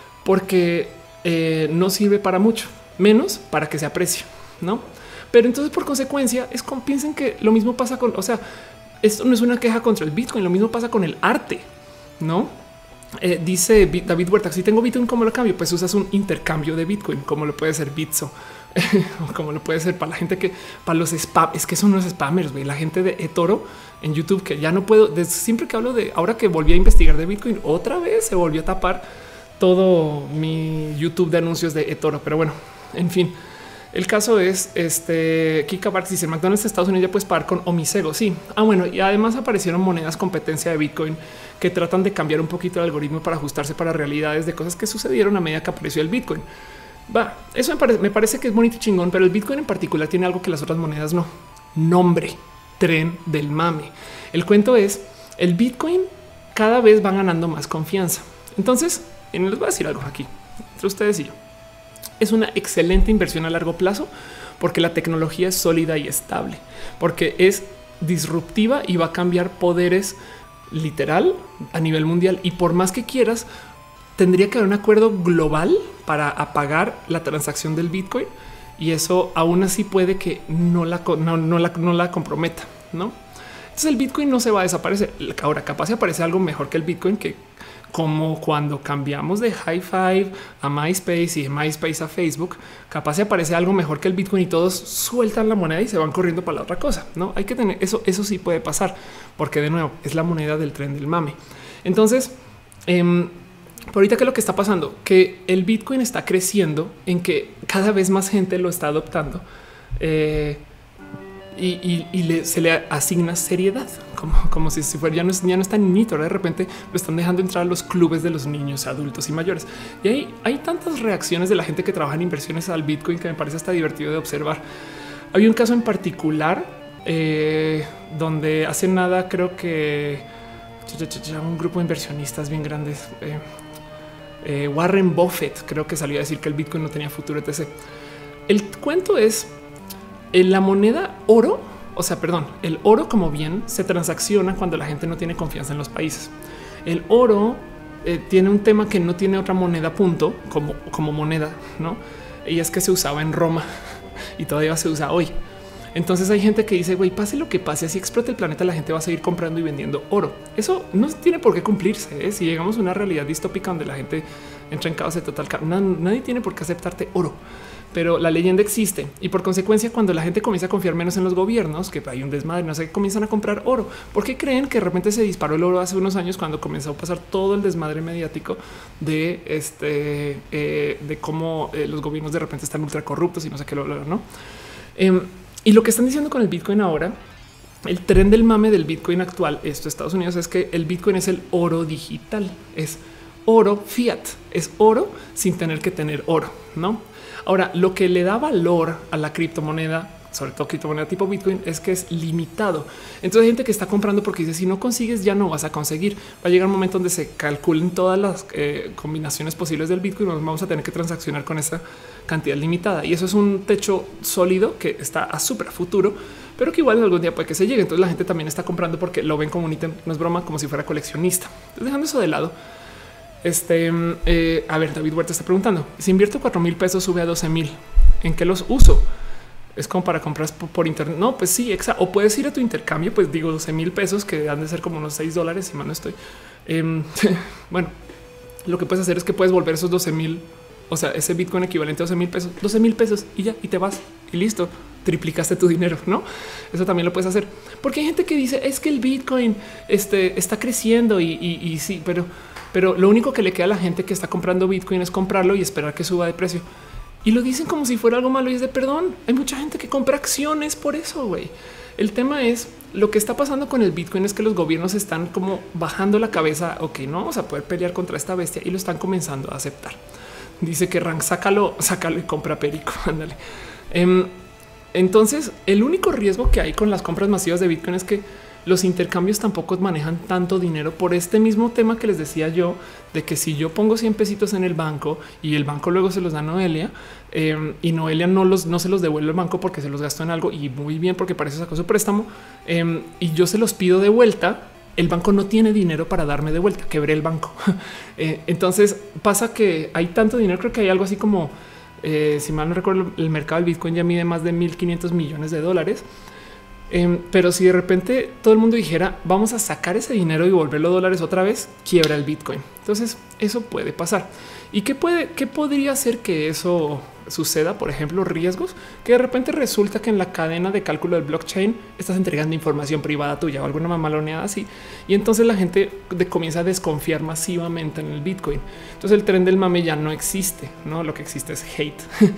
porque eh, no sirve para mucho, menos para que se aprecie, ¿no? Pero entonces por consecuencia es como piensen que lo mismo pasa con, o sea, esto no es una queja contra el Bitcoin, lo mismo pasa con el arte, ¿no? Eh, dice David Huerta, si tengo Bitcoin, ¿cómo lo cambio? Pues usas un intercambio de Bitcoin, como lo puede ser Bitso, o como lo puede ser para la gente que, para los spam, es que son los spammers, güey, la gente de eToro en YouTube, que ya no puedo, desde siempre que hablo de, ahora que volví a investigar de Bitcoin, otra vez se volvió a tapar todo mi YouTube de anuncios de eToro, pero bueno, en fin. El caso es este Kika Barks dice McDonald's de Estados Unidos ya puedes pagar con Omisego. Sí. Ah, bueno, y además aparecieron monedas competencia de Bitcoin que tratan de cambiar un poquito el algoritmo para ajustarse para realidades de cosas que sucedieron a medida que apareció el Bitcoin. Va, eso me parece, me parece que es bonito y chingón, pero el Bitcoin en particular tiene algo que las otras monedas no. Nombre, tren del mame. El cuento es el Bitcoin cada vez va ganando más confianza. Entonces, les voy a decir algo aquí entre ustedes y yo. Es una excelente inversión a largo plazo porque la tecnología es sólida y estable, porque es disruptiva y va a cambiar poderes literal a nivel mundial. Y por más que quieras, tendría que haber un acuerdo global para apagar la transacción del Bitcoin y eso aún así puede que no la, no, no la, no la comprometa, ¿no? Entonces el Bitcoin no se va a desaparecer. Ahora capaz se aparece algo mejor que el Bitcoin, que como cuando cambiamos de High Five a MySpace y de MySpace a Facebook, capaz se aparece algo mejor que el Bitcoin y todos sueltan la moneda y se van corriendo para la otra cosa. No hay que tener eso. Eso sí puede pasar porque de nuevo es la moneda del tren del mame. Entonces, eh, por ahorita, ¿qué es lo que está pasando? Que el Bitcoin está creciendo en que cada vez más gente lo está adoptando. Eh, Y, y, y le, se le asigna seriedad, como, como si, si fuera ya no, es, ya no es tan niñito. De repente lo están dejando entrar a los clubes de los niños, adultos y mayores. Y ahí hay tantas reacciones de la gente que trabaja en inversiones al Bitcoin que me parece hasta divertido de observar. Había un caso en particular eh, donde hace nada creo que un grupo de inversionistas bien grandes, eh, eh, Warren Buffett, creo que salió a decir que el Bitcoin no tenía futuro, etcétera. El cuento es en la moneda oro, o sea, perdón, el oro como bien se transacciona cuando la gente no tiene confianza en los países. El oro eh, tiene un tema que no tiene otra moneda punto como, como moneda, ¿no? Y es que se usaba en Roma y todavía se usa hoy. Entonces hay gente que dice, güey, pase lo que pase, así explote el planeta, la gente va a seguir comprando y vendiendo oro. Eso no tiene por qué cumplirse, ¿eh? Si llegamos a una realidad distópica donde la gente entra en caos de total, nadie tiene por qué aceptarte oro. Pero la leyenda existe y por consecuencia cuando la gente comienza a confiar menos en los gobiernos, que hay un desmadre, no sé, comienzan a comprar oro. ¿Por qué creen que de repente se disparó el oro hace unos años cuando comenzó a pasar todo el desmadre mediático de este eh, de cómo eh, los gobiernos de repente están ultra corruptos y no sé qué, lo, lo, no? Eh, y lo que están diciendo con el Bitcoin ahora, el tren del mame del Bitcoin actual, esto Estados Unidos, es que el Bitcoin es el oro digital, es oro fiat, es oro sin tener que tener oro, ¿no? Ahora, lo que le da valor a la criptomoneda, sobre todo criptomoneda tipo Bitcoin, es que es limitado. Entonces hay gente que está comprando porque dice si no consigues ya no vas a conseguir. Va a llegar un momento donde se calculen todas las eh, combinaciones posibles del Bitcoin. Nos vamos a tener que transaccionar con esa cantidad limitada y eso es un techo sólido que está a súper futuro, pero que igual algún día puede que se llegue. Entonces la gente también está comprando porque lo ven como un ítem, no es broma, como si fuera coleccionista. Entonces, dejando eso de lado, este, eh, a ver, David Huerta está preguntando, si invierto cuatro mil pesos, sube a doce mil, ¿en qué los uso? Es como para comprar por, por internet. No, pues sí, exacto. O puedes ir a tu intercambio, pues digo doce mil pesos, que han de ser como unos seis dólares, si mal no estoy. Eh, bueno, lo que puedes hacer es que puedes volver esos doce mil, o sea, ese Bitcoin equivalente a doce mil pesos, doce mil pesos y ya, y te vas y listo. Triplicaste tu dinero, ¿no? Eso también lo puedes hacer. Porque hay gente que dice, es que el Bitcoin este, está creciendo y, y, y sí, pero, pero lo único que le queda a la gente que está comprando Bitcoin es comprarlo y esperar que suba de precio. Y lo dicen como si fuera algo malo y es de perdón. Hay mucha gente que compra acciones por eso, güey. El tema es lo que está pasando con el Bitcoin es que los gobiernos están como bajando la cabeza. Ok, no vamos a poder pelear contra esta bestia y lo están comenzando a aceptar. Dice que Rank, sácalo, sácalo y compra perico. Ándale. Um, entonces, el único riesgo que hay con las compras masivas de Bitcoin es que los intercambios tampoco manejan tanto dinero por este mismo tema que les decía yo, de que si yo pongo cien pesitos en el banco y el banco luego se los da a Noelia eh, y Noelia no, los, no se los devuelve al banco porque se los gastó en algo y muy bien porque para eso sacó su préstamo eh, y yo se los pido de vuelta, el banco no tiene dinero para darme de vuelta, quebré el banco. eh, entonces pasa que hay tanto dinero, creo que hay algo así como, eh, si mal no recuerdo, el mercado del Bitcoin ya mide más de mil quinientos millones de dólares. Eh, pero si de repente todo el mundo dijera vamos a sacar ese dinero y volverlo dólares otra vez, quiebra el Bitcoin. Entonces eso puede pasar. ¿Y qué puede, qué podría hacer que eso suceda? Por ejemplo, riesgos que de repente resulta que en la cadena de cálculo del blockchain estás entregando información privada tuya o alguna mamaloneada así. Y entonces la gente de, comienza a desconfiar masivamente en el Bitcoin. Entonces el tren del mame ya no existe, no? Lo que existe es hate.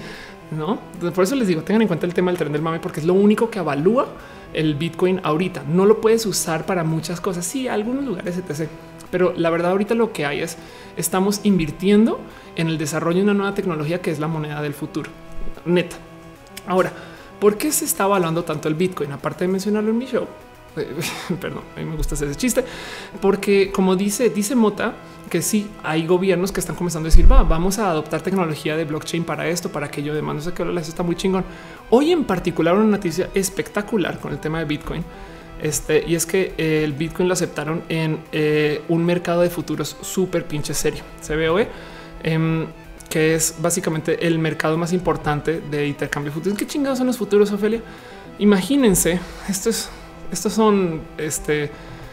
No, por eso les digo, tengan en cuenta el tema del tren del mame, porque es lo único que avalúa el Bitcoin ahorita. No lo puedes usar para muchas cosas. Sí, algunos lugares etcétera. Pero la verdad ahorita lo que hay es estamos invirtiendo en el desarrollo de una nueva tecnología que es la moneda del futuro. Neta. Ahora, ¿por qué se está evaluando tanto el Bitcoin? Aparte de mencionarlo en mi show. Eh, perdón, a mí me gusta hacer ese chiste, porque como dice, dice Mota, que sí hay gobiernos que están comenzando a decir, va, vamos a adoptar tecnología de blockchain para esto, para aquello, demás, no sé qué, eso está muy chingón. Hoy en particular una noticia espectacular con el tema de Bitcoin, este, y es que eh, el Bitcoin lo aceptaron en eh, un mercado de futuros súper pinche serio, C B O E, eh, que es básicamente el mercado más importante de intercambio de futuros. ¿Qué chingados son los futuros, Ofelia? Imagínense, esto es, estos son este,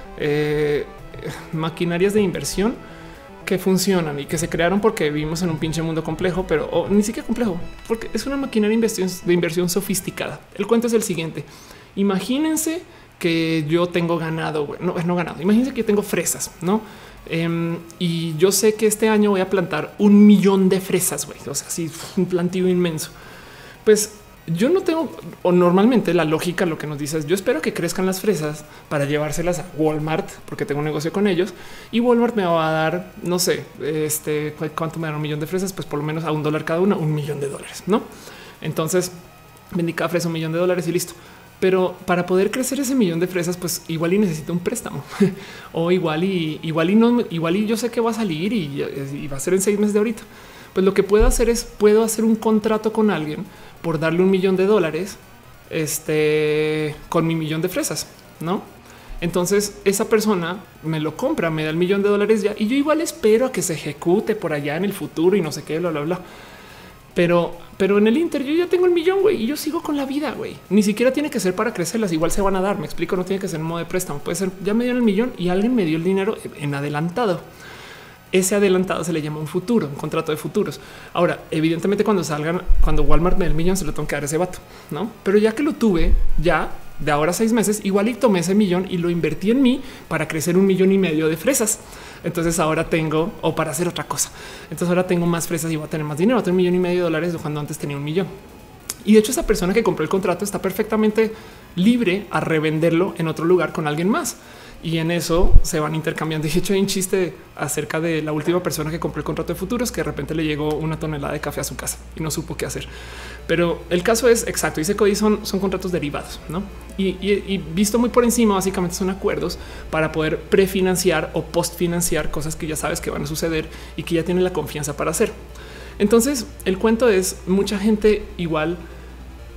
eh, maquinarias de inversión que funcionan y que se crearon porque vivimos en un pinche mundo complejo, pero oh, ni siquiera complejo, porque es una maquinaria de inversión, de inversión sofisticada. El cuento es el siguiente. Imagínense que yo tengo ganado, güey. No, no ganado. Imagínense que yo tengo fresas, ¿no? Um, y yo sé que este año voy a plantar un millón de fresas, güey. O sea, sí, un plantío inmenso. Pues yo no tengo, o normalmente la lógica lo que nos dice es yo espero que crezcan las fresas para llevárselas a Walmart porque tengo un negocio con ellos y Walmart me va a dar, no sé, este cuánto me dan un millón de fresas, pues por lo menos a un dólar cada una, un millón de dólares, ¿no? Entonces vendí cada fresa un millón de dólares y listo. Pero para poder crecer ese millón de fresas, pues igual y necesito un préstamo o igual y igual y no, igual y yo sé que va a salir y, y va a ser en seis meses de ahorita. Pues lo que puedo hacer es puedo hacer un contrato con alguien por darle un millón de dólares este, con mi millón de fresas, ¿no? Entonces esa persona me lo compra, me da el millón de dólares ya y yo igual espero a que se ejecute por allá en el futuro y no sé qué, bla, bla, bla. Pero, pero en el Inter yo ya tengo el millón, güey, y yo sigo con la vida, güey. Ni siquiera tiene que ser para crecerlas, igual se van a dar, me explico, no tiene que ser en modo de préstamo, puede ser, ya me dieron el millón y alguien me dio el dinero en adelantado. Ese adelantado se le llama un futuro, un contrato de futuros. Ahora, evidentemente cuando salgan, cuando Walmart me dé el millón, se lo tengo que dar a ese vato, ¿no? Pero ya que lo tuve, ya de ahora a seis meses, igual y tomé ese millón y lo invertí en mí para crecer un millón y medio de fresas. Entonces ahora tengo, o para hacer otra cosa. Entonces ahora tengo más fresas y voy a tener más dinero, voy a tener un millón y medio de dólares de cuando antes tenía un millón. Y de hecho esa persona que compró el contrato está perfectamente libre a revenderlo en otro lugar con alguien más. Y en eso se van intercambiando. De hecho, hay un chiste acerca de la última persona que compró el contrato de futuros que de repente le llegó una tonelada de café a su casa y no supo qué hacer. Pero el caso es exacto. Dice Cody son, son contratos derivados, ¿no? Y, y, y visto muy por encima, básicamente son acuerdos para poder prefinanciar o postfinanciar cosas que ya sabes que van a suceder y que ya tienen la confianza para hacer. Entonces, el cuento es mucha gente igual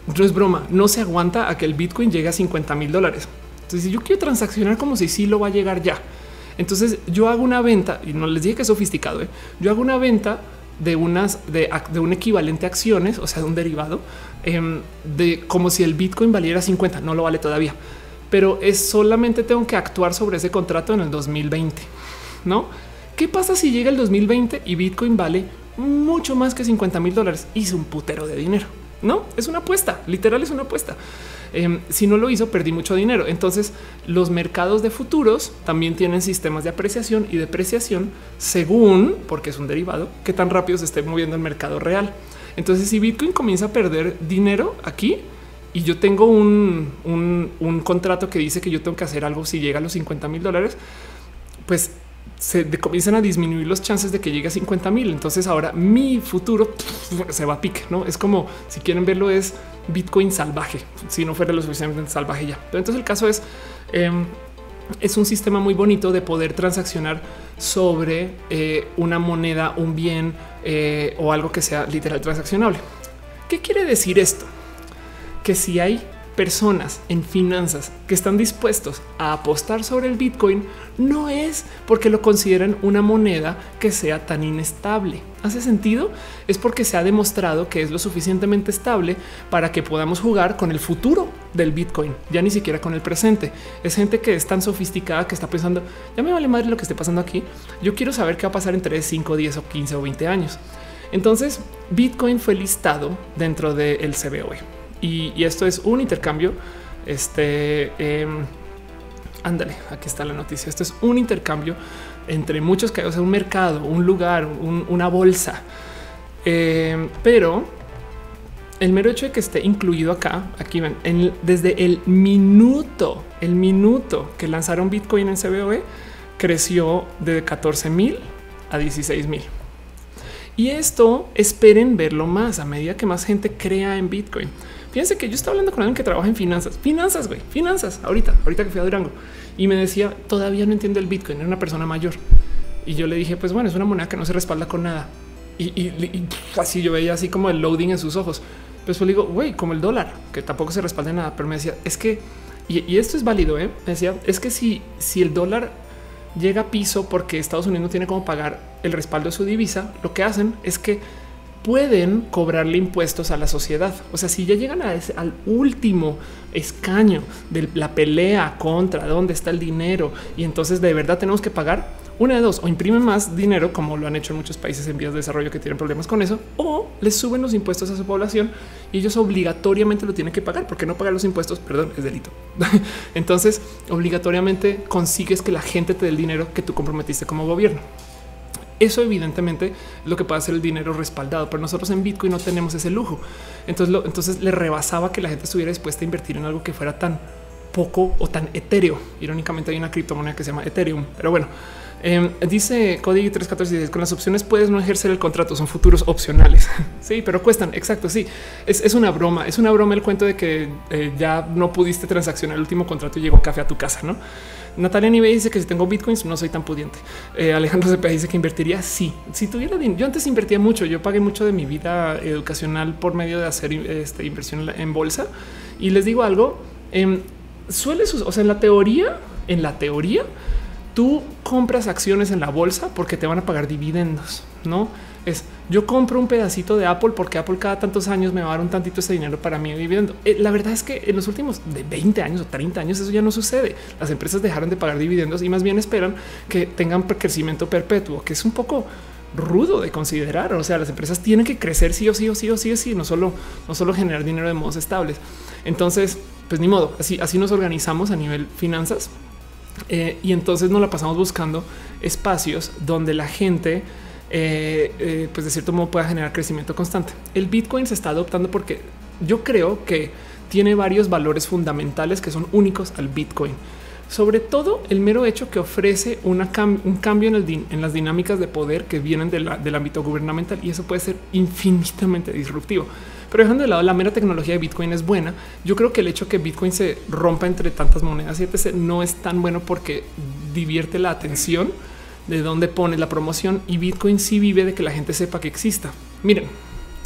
no es broma, no se aguanta a que el Bitcoin llegue a cincuenta mil dólares. Entonces, si yo quiero transaccionar como si sí lo va a llegar ya, entonces yo hago una venta y no les dije que es sofisticado. ¿eh? Yo hago una venta de unas de, de un equivalente a acciones, o sea, de un derivado eh, de como si el Bitcoin valiera cincuenta. No lo vale todavía, pero es solamente tengo que actuar sobre ese contrato en el dos mil veinte. No, ¿qué pasa si llega el dos mil veinte y Bitcoin vale mucho más que cincuenta mil dólares? Hice un putero de dinero. No es una apuesta, literal es una apuesta. Eh, si no lo hizo, perdí mucho dinero. Entonces, los mercados de futuros también tienen sistemas de apreciación y depreciación según, porque es un derivado, qué tan rápido se esté moviendo el mercado real. Entonces, si Bitcoin comienza a perder dinero aquí y yo tengo un, un, un contrato que dice que yo tengo que hacer algo si llega a los cincuenta mil dólares, pues se de, comienzan a disminuir los chances de que llegue a cincuenta mil. Entonces ahora mi futuro pff, se va a pique. No es como si quieren verlo, es Bitcoin salvaje. Si no fuera lo suficientemente salvaje ya. Pero entonces el caso es, eh, es un sistema muy bonito de poder transaccionar sobre eh, una moneda, un bien eh, o algo que sea literal transaccionable. ¿Qué quiere decir esto? Que si hay personas en finanzas que están dispuestos a apostar sobre el Bitcoin, no es porque lo consideran una moneda que sea tan inestable. ¿Hace sentido? Es porque se ha demostrado que es lo suficientemente estable para que podamos jugar con el futuro del Bitcoin, ya ni siquiera con el presente. Es gente que es tan sofisticada que está pensando, ya me vale madre lo que esté pasando aquí. Yo quiero saber qué va a pasar en tres, cinco, diez o quince o veinte años. Entonces, Bitcoin fue listado dentro del C B O E. Y, y esto es un intercambio. Este eh, ándale, aquí está la noticia. Esto es un intercambio entre muchos que, o sea, un mercado, un lugar, un, una bolsa. Eh, pero el mero hecho de que esté incluido acá, aquí ven, en, desde el minuto, el minuto que lanzaron Bitcoin en C B O E, creció de catorce mil a dieciséis mil. Y esto esperen verlo más a medida que más gente crea en Bitcoin. Fíjense que yo estaba hablando con alguien que trabaja en finanzas, finanzas, güey, finanzas. Ahorita, ahorita que fui a Durango y me decía, todavía no entiendo el Bitcoin. Era una persona mayor y yo le dije, pues bueno, es una moneda que no se respalda con nada. Y, y, y así yo veía así como el loading en sus ojos. Pues le digo, güey, como el dólar, que tampoco se respalda en nada. Pero me decía, es que, y, y esto es válido, ¿eh? Me decía, es que si, si el dólar llega a piso porque Estados Unidos no tiene cómo pagar el respaldo de su divisa, lo que hacen es que pueden cobrarle impuestos a la sociedad. O sea, si ya llegan a ese, al último escaño de la pelea contra dónde está el dinero y entonces de verdad tenemos que pagar, una de dos, o imprimen más dinero como lo han hecho en muchos países en vías de desarrollo que tienen problemas con eso, o les suben los impuestos a su población y ellos obligatoriamente lo tienen que pagar, porque no pagar los impuestos, perdón, es delito. Entonces obligatoriamente consigues que la gente te dé el dinero que tú comprometiste como gobierno. Eso evidentemente es lo que puede hacer el dinero respaldado, pero nosotros en Bitcoin no tenemos ese lujo. Entonces, lo, entonces le rebasaba que la gente estuviera dispuesta a invertir en algo que fuera tan poco o tan etéreo. Irónicamente hay una criptomoneda que se llama Ethereum, pero bueno, eh, dice Código tres catorce dieciséis, con las opciones puedes no ejercer el contrato, son futuros opcionales. Sí, pero cuestan. Exacto. Sí, es, es una broma. Es una broma el cuento de que eh, ya no pudiste transaccionar el último contrato y llegó café a tu casa, ¿no? Natalia Nive dice que si tengo bitcoins no soy tan pudiente. Eh, Alejandro Cepeda dice que invertiría. Sí, si tuviera dinero. Yo antes invertía mucho. Yo pagué mucho de mi vida educacional por medio de hacer este, inversión en bolsa. Y les digo algo, eh, suele, o sea, en la teoría, en la teoría, tú compras acciones en la bolsa porque te van a pagar dividendos, ¿no? Es yo compro un pedacito de Apple porque Apple cada tantos años me va a dar un tantito ese dinero para mi dividendo. Eh, la verdad es que en los últimos de veinte años o treinta años eso ya no sucede. Las empresas dejaron de pagar dividendos y más bien esperan que tengan crecimiento perpetuo, que es un poco rudo de considerar. O sea, las empresas tienen que crecer sí o sí o sí o sí o sí, no solo, no solo generar dinero de modos estables. Entonces, pues ni modo, así, así nos organizamos a nivel finanzas. Eh, y entonces nos la pasamos buscando espacios donde la gente eh, eh, pues de cierto modo pueda generar crecimiento constante. El Bitcoin se está adoptando porque yo creo que tiene varios valores fundamentales que son únicos al Bitcoin. Sobre todo el mero hecho que ofrece una cam un cambio en, el en las dinámicas de poder que vienen de la, del ámbito gubernamental, y eso puede ser infinitamente disruptivo. Pero dejando de lado la mera tecnología de Bitcoin es buena. Yo creo que el hecho que Bitcoin se rompa entre tantas monedas y etcétera no es tan bueno porque divierte la atención de dónde pone la promoción, y Bitcoin sí vive de que la gente sepa que exista. Miren,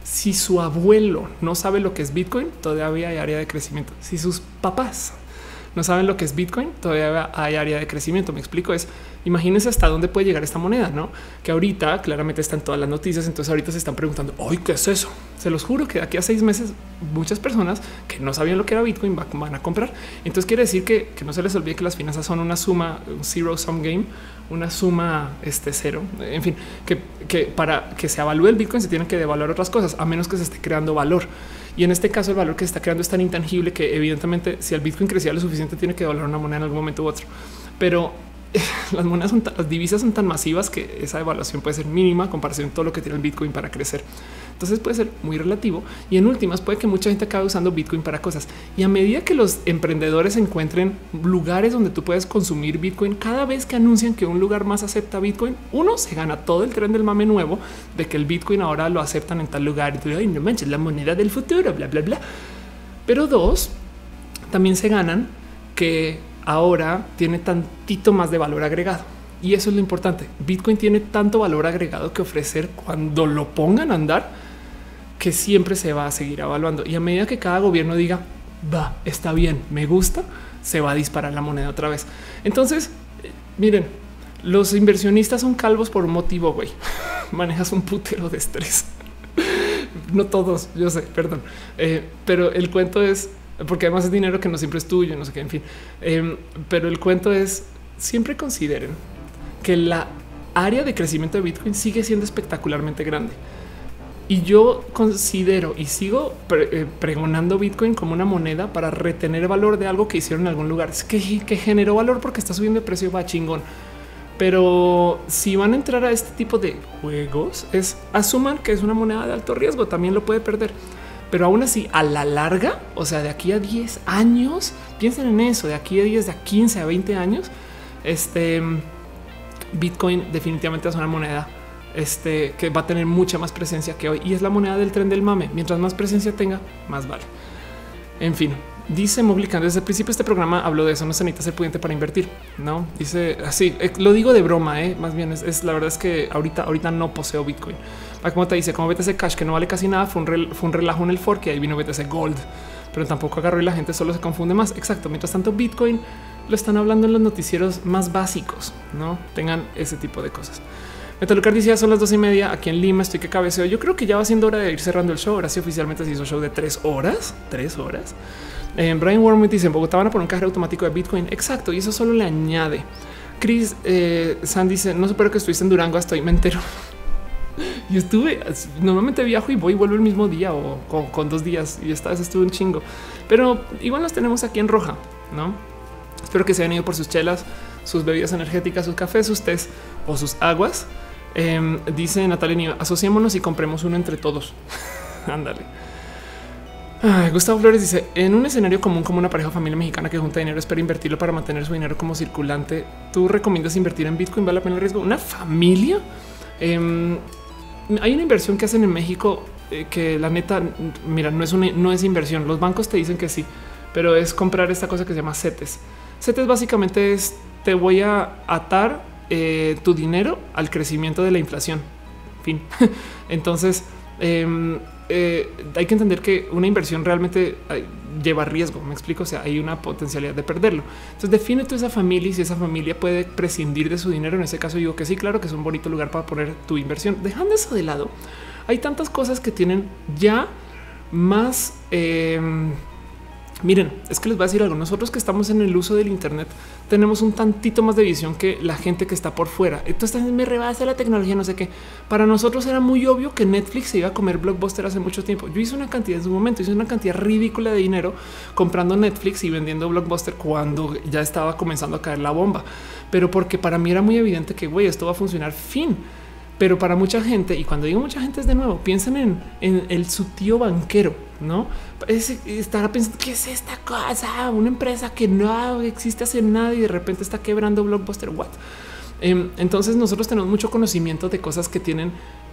Si su abuelo no sabe lo que es Bitcoin, todavía hay área de crecimiento. Si sus papás no saben lo que es Bitcoin, todavía hay área de crecimiento. Me explico, es imagínense hasta dónde puede llegar esta moneda, ¿no? Que ahorita claramente está en todas las noticias, entonces ahorita se están preguntando, ¡ay, qué es eso! Se los juro que de aquí a seis meses muchas personas que no sabían lo que era Bitcoin van a comprar. Entonces quiere decir que, que no se les olvide que las finanzas son una suma, un zero sum game, una suma este cero. En fin, que, que para que se evalúe el Bitcoin se tienen que devaluar otras cosas, a menos que se esté creando valor. Y en este caso el valor que se está creando es tan intangible que evidentemente si el Bitcoin crecía lo suficiente tiene que devaluar una moneda en algún momento u otro. Pero las monedas son las divisas son tan masivas que esa evaluación puede ser mínima en comparación con todo lo que tiene el Bitcoin para crecer. Entonces puede ser muy relativo y en últimas puede que mucha gente acabe usando Bitcoin para cosas. Y a medida que los emprendedores encuentren lugares donde tú puedes consumir Bitcoin, cada vez que anuncian que un lugar más acepta Bitcoin, uno se gana todo el tren del mame nuevo de que el Bitcoin ahora lo aceptan en tal lugar y tú, ay, no manches, la moneda del futuro, bla, bla, bla. Pero dos, también se ganan que ahora tiene tantito más de valor agregado. Y eso es lo importante. Bitcoin tiene tanto valor agregado que ofrecer cuando lo pongan a andar que siempre se va a seguir evaluando. Y a medida que cada gobierno diga, va, está bien, me gusta, se va a disparar la moneda otra vez. Entonces, miren, los inversionistas son calvos por un motivo, güey. Manejas un putero de estrés. No todos, yo sé, perdón. Eh, pero el cuento es, porque además es dinero que no siempre es tuyo, no sé qué, en fin. Eh, pero el cuento es, siempre consideren que la área de crecimiento de Bitcoin sigue siendo espectacularmente grande. Y yo considero y sigo pre pregonando Bitcoin como una moneda para retener valor de algo que hicieron en algún lugar. Es que, que generó valor porque está subiendo de precio, va chingón. Pero si van a entrar a este tipo de juegos, es asuman que es una moneda de alto riesgo, también lo puede perder. Pero aún así, a la larga, o sea, de aquí a diez años, piensen en eso, de aquí a diez, de a quince a veinte años, este Bitcoin definitivamente es una moneda este, que va a tener mucha más presencia que hoy y es la moneda del tren del mame. Mientras más presencia tenga, más vale. En fin, dice Moglican, desde el principio de este programa habló de eso, no se necesita ser pudiente para invertir, ¿no? Dice así, eh, lo digo de broma, eh, más bien es, es la verdad es que ahorita, ahorita no poseo Bitcoin. Como te dice, como B T C Cash, que no vale casi nada, fue un, rel, fue un relajo en el fork y ahí vino B T C Gold, pero tampoco agarró y la gente solo se confunde más. Exacto. Mientras tanto, Bitcoin lo están hablando en los noticieros más básicos, no tengan ese tipo de cosas. Metalucar decía son las dos y media aquí en Lima. Estoy que cabeceo. Yo creo que ya va siendo hora de ir cerrando el show. Ahora sí, oficialmente se hizo show de tres horas, tres horas. Eh, Brian Warren dice en Bogotá van a poner un cajero automático de Bitcoin. Exacto. Y eso solo le añade. Chris eh, San dice no supero que estuviste en Durango hasta hoy me entero. Y estuve normalmente viajo y voy y vuelvo el mismo día o con, con dos días y esta vez estuve un chingo, pero igual los tenemos aquí en Roja, no? Espero que se hayan ido por sus chelas, sus bebidas energéticas, sus cafés, sus tés o sus aguas. Eh, dice Natalia Niva, asociémonos y compremos uno entre todos. Ándale. Ay, Gustavo Flores dice en un escenario común como una pareja o familia mexicana que junta dinero espera invertirlo para mantener su dinero como circulante. ¿Tú recomiendas invertir en Bitcoin? ¿Vale la pena el riesgo? ¿Una familia? Eh, hay una inversión que hacen en México eh, que la neta, mira, no es una, no es inversión. Los bancos te dicen que sí, pero es comprar esta cosa que se llama CETES. CETES básicamente es te voy a atar eh, tu dinero al crecimiento de la inflación. Fin. Entonces eh, eh, hay que entender que una inversión realmente eh, lleva riesgo. Me explico. O sea, hay una potencialidad de perderlo. Entonces define tú esa familia y si esa familia puede prescindir de su dinero. En ese caso digo que sí, claro que es un bonito lugar para poner tu inversión. Dejando eso de lado, hay tantas cosas que tienen ya más. Eh, miren, es que les voy a decir algo. Nosotros que estamos en el uso del Internet tenemos un tantito más de visión que la gente que está por fuera. Entonces me rebasa la tecnología, no sé qué. Para nosotros era muy obvio que Netflix se iba a comer Blockbuster hace mucho tiempo. Yo hice una cantidad en su momento, hice una cantidad ridícula de dinero comprando Netflix y vendiendo Blockbuster cuando ya estaba comenzando a caer la bomba. Pero porque para mí era muy evidente que güey, esto va a funcionar fin. Pero para mucha gente, y cuando digo mucha gente es de nuevo, piensen en, en el su tío banquero, ¿no? Es, estará pensando, ¿qué es esta cosa? Una empresa que no existe hace nada y de repente está quebrando Blockbuster, what? Eh, entonces nosotros tenemos mucho conocimiento de cosas que tienen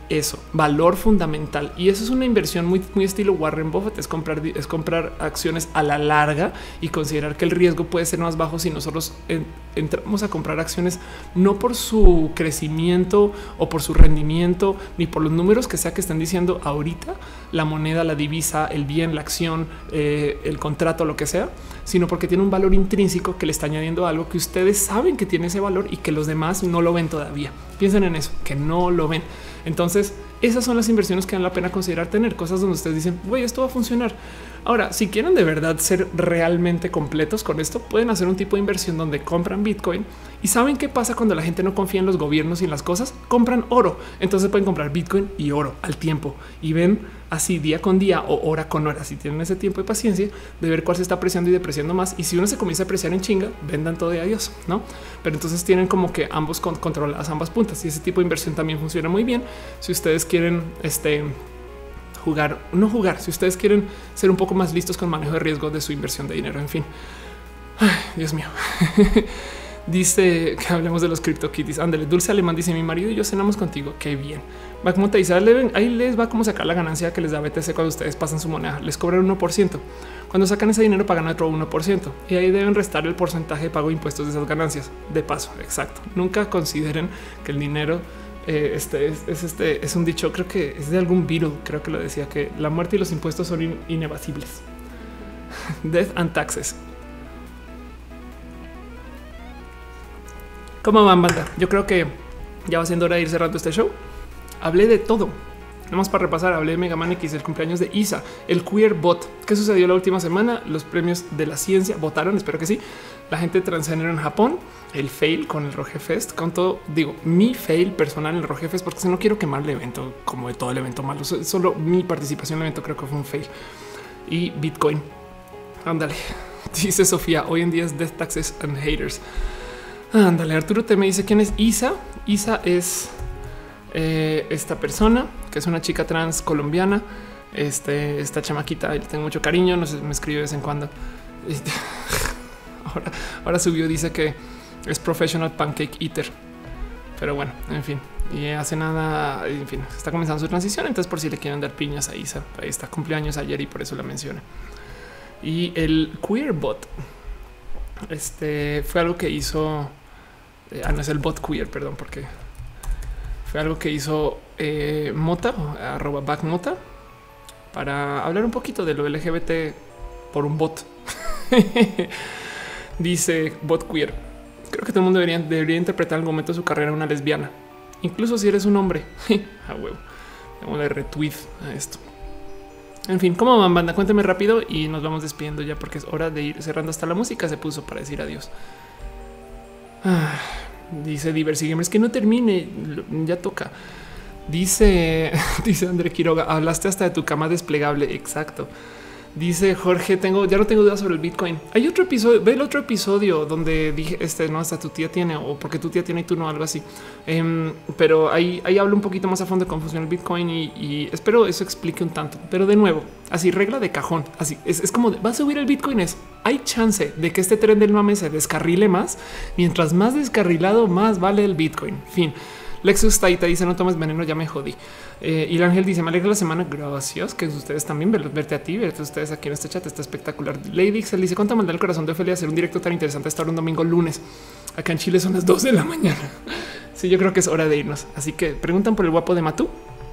eso, valor fundamental. Y eso es una inversión muy, muy estilo Warren Buffett, es comprar, es comprar acciones a la larga y considerar que el riesgo puede ser más bajo si nosotros en, entramos a comprar acciones no por su crecimiento o por su rendimiento, ni por los números que sea que estén diciendo ahorita, la moneda, la divisa, el bien, la acción, eh, el contrato, lo que sea, sino porque tiene un valor intrínseco que le está añadiendo algo que ustedes saben que tiene ese valor y que los demás no lo ven todavía. Piensen en eso, que no lo ven. Entonces, esas son las inversiones que dan la pena considerar tener, cosas donde ustedes dicen, güey, esto va a funcionar. Ahora, si quieren de verdad ser realmente completos con esto, pueden hacer un tipo de inversión donde compran Bitcoin y saben qué pasa cuando la gente no confía en los gobiernos y en las cosas, compran oro. Entonces pueden comprar Bitcoin y oro al tiempo y ven así día con día o hora con hora. Si tienen ese tiempo de paciencia de ver cuál se está apreciando y depreciando más. Y si uno se comienza a apreciar en chinga, vendan todo y adiós, no? Pero entonces tienen como que ambos con, controladas ambas puntas y ese tipo de inversión también funciona muy bien. Si ustedes quieren este, jugar, no jugar, si ustedes quieren ser un poco más listos con manejo de riesgo de su inversión de dinero, en fin. Ay, Dios mío. Dice que hablemos de los CryptoKitties. Ándale, Dulce Alemán dice: mi marido y yo cenamos contigo. Qué bien. Va como te dice, ahí les va como sacar la ganancia que les da B T C cuando ustedes pasan su moneda. Les cobran uno por ciento. Cuando sacan ese dinero pagan otro uno por ciento y ahí deben restar el porcentaje de pago de impuestos de esas ganancias. De paso, exacto. Nunca consideren que el dinero eh, este es, es este es un dicho, creo que es de algún Beatle, creo que lo decía, que la muerte y los impuestos son in inevasibles. Death and taxes. ¿Cómo van, banda? Yo creo que ya va siendo hora de ir cerrando este show. Hablé de todo. Vamos para repasar. Hablé de Mega Man X, el cumpleaños de Isa, el Queer Bot. ¿Qué sucedió la última semana? Los premios de la ciencia votaron. Espero que sí. La gente transgénero en Japón, el fail con el Roge Fest, con todo. Digo, mi fail personal en el Roge Fest, porque si no quiero quemar el evento como de todo el evento malo. Solo mi participación en el evento creo que fue un fail. Y Bitcoin. Ándale. Dice Sofía: hoy en día es Death, Taxes and Haters. Ándale, Arturo T me dice: ¿quién es Isa? Isa es eh, esta persona que es una chica trans colombiana. Este, esta chamaquita, le tengo mucho cariño, no sé, me escribe de vez en cuando. Este, ahora, ahora subió, dice que es professional pancake eater. Pero bueno, en fin, y hace nada, en fin, está comenzando su transición. Entonces, por si le quieren dar piñas a Isa, ahí está, cumpleaños ayer y por eso la menciona. Y el Queer Bot, este fue algo que hizo. Eh, ah, no es el bot queer, perdón, porque fue algo que hizo eh, Mota, arroba back Mota, para hablar un poquito de lo L G B T por un bot. Dice bot queer: creo que todo el mundo debería, debería interpretar en algún momento de su carrera una lesbiana, incluso si eres un hombre. A huevo. Vamos a retweet a esto. En fin, ¿cómo van, banda? Cuéntame rápido y nos vamos despidiendo ya porque es hora de ir cerrando. Hasta la música se puso para decir adiós. Ah, dice Diversi Gamers que no termine, ya toca. Dice, dice André Quiroga: hablaste hasta de tu cama desplegable. Exacto. Dice Jorge: tengo, ya no tengo dudas sobre el Bitcoin. Hay otro episodio, ve el otro episodio donde dije este no, hasta tu tía tiene, o porque tu tía tiene y tú no, algo así. Um, pero ahí, ahí hablo un poquito más a fondo de cómo funciona el Bitcoin y, y espero eso explique un tanto. Pero de nuevo, así regla de cajón, así es, es como de, va a subir el Bitcoin. Es hay chance de que este tren del mame se descarrile más. Mientras más descarrilado, más vale el Bitcoin. Fin. Lexus Taita dice: no tomes veneno, ya me jodí. Eh, y el Ángel dice: me alegra la semana. Gracias, que ustedes también, verte a ti, verte a ustedes aquí en este chat, está espectacular. Lady X dice: cuánta maldad el corazón de Ophelia hacer un directo tan interesante hasta ahora un domingo lunes. Acá en Chile son las dos de la mañana. Sí, yo creo que es hora de irnos. Así que preguntan por el guapo de Matú.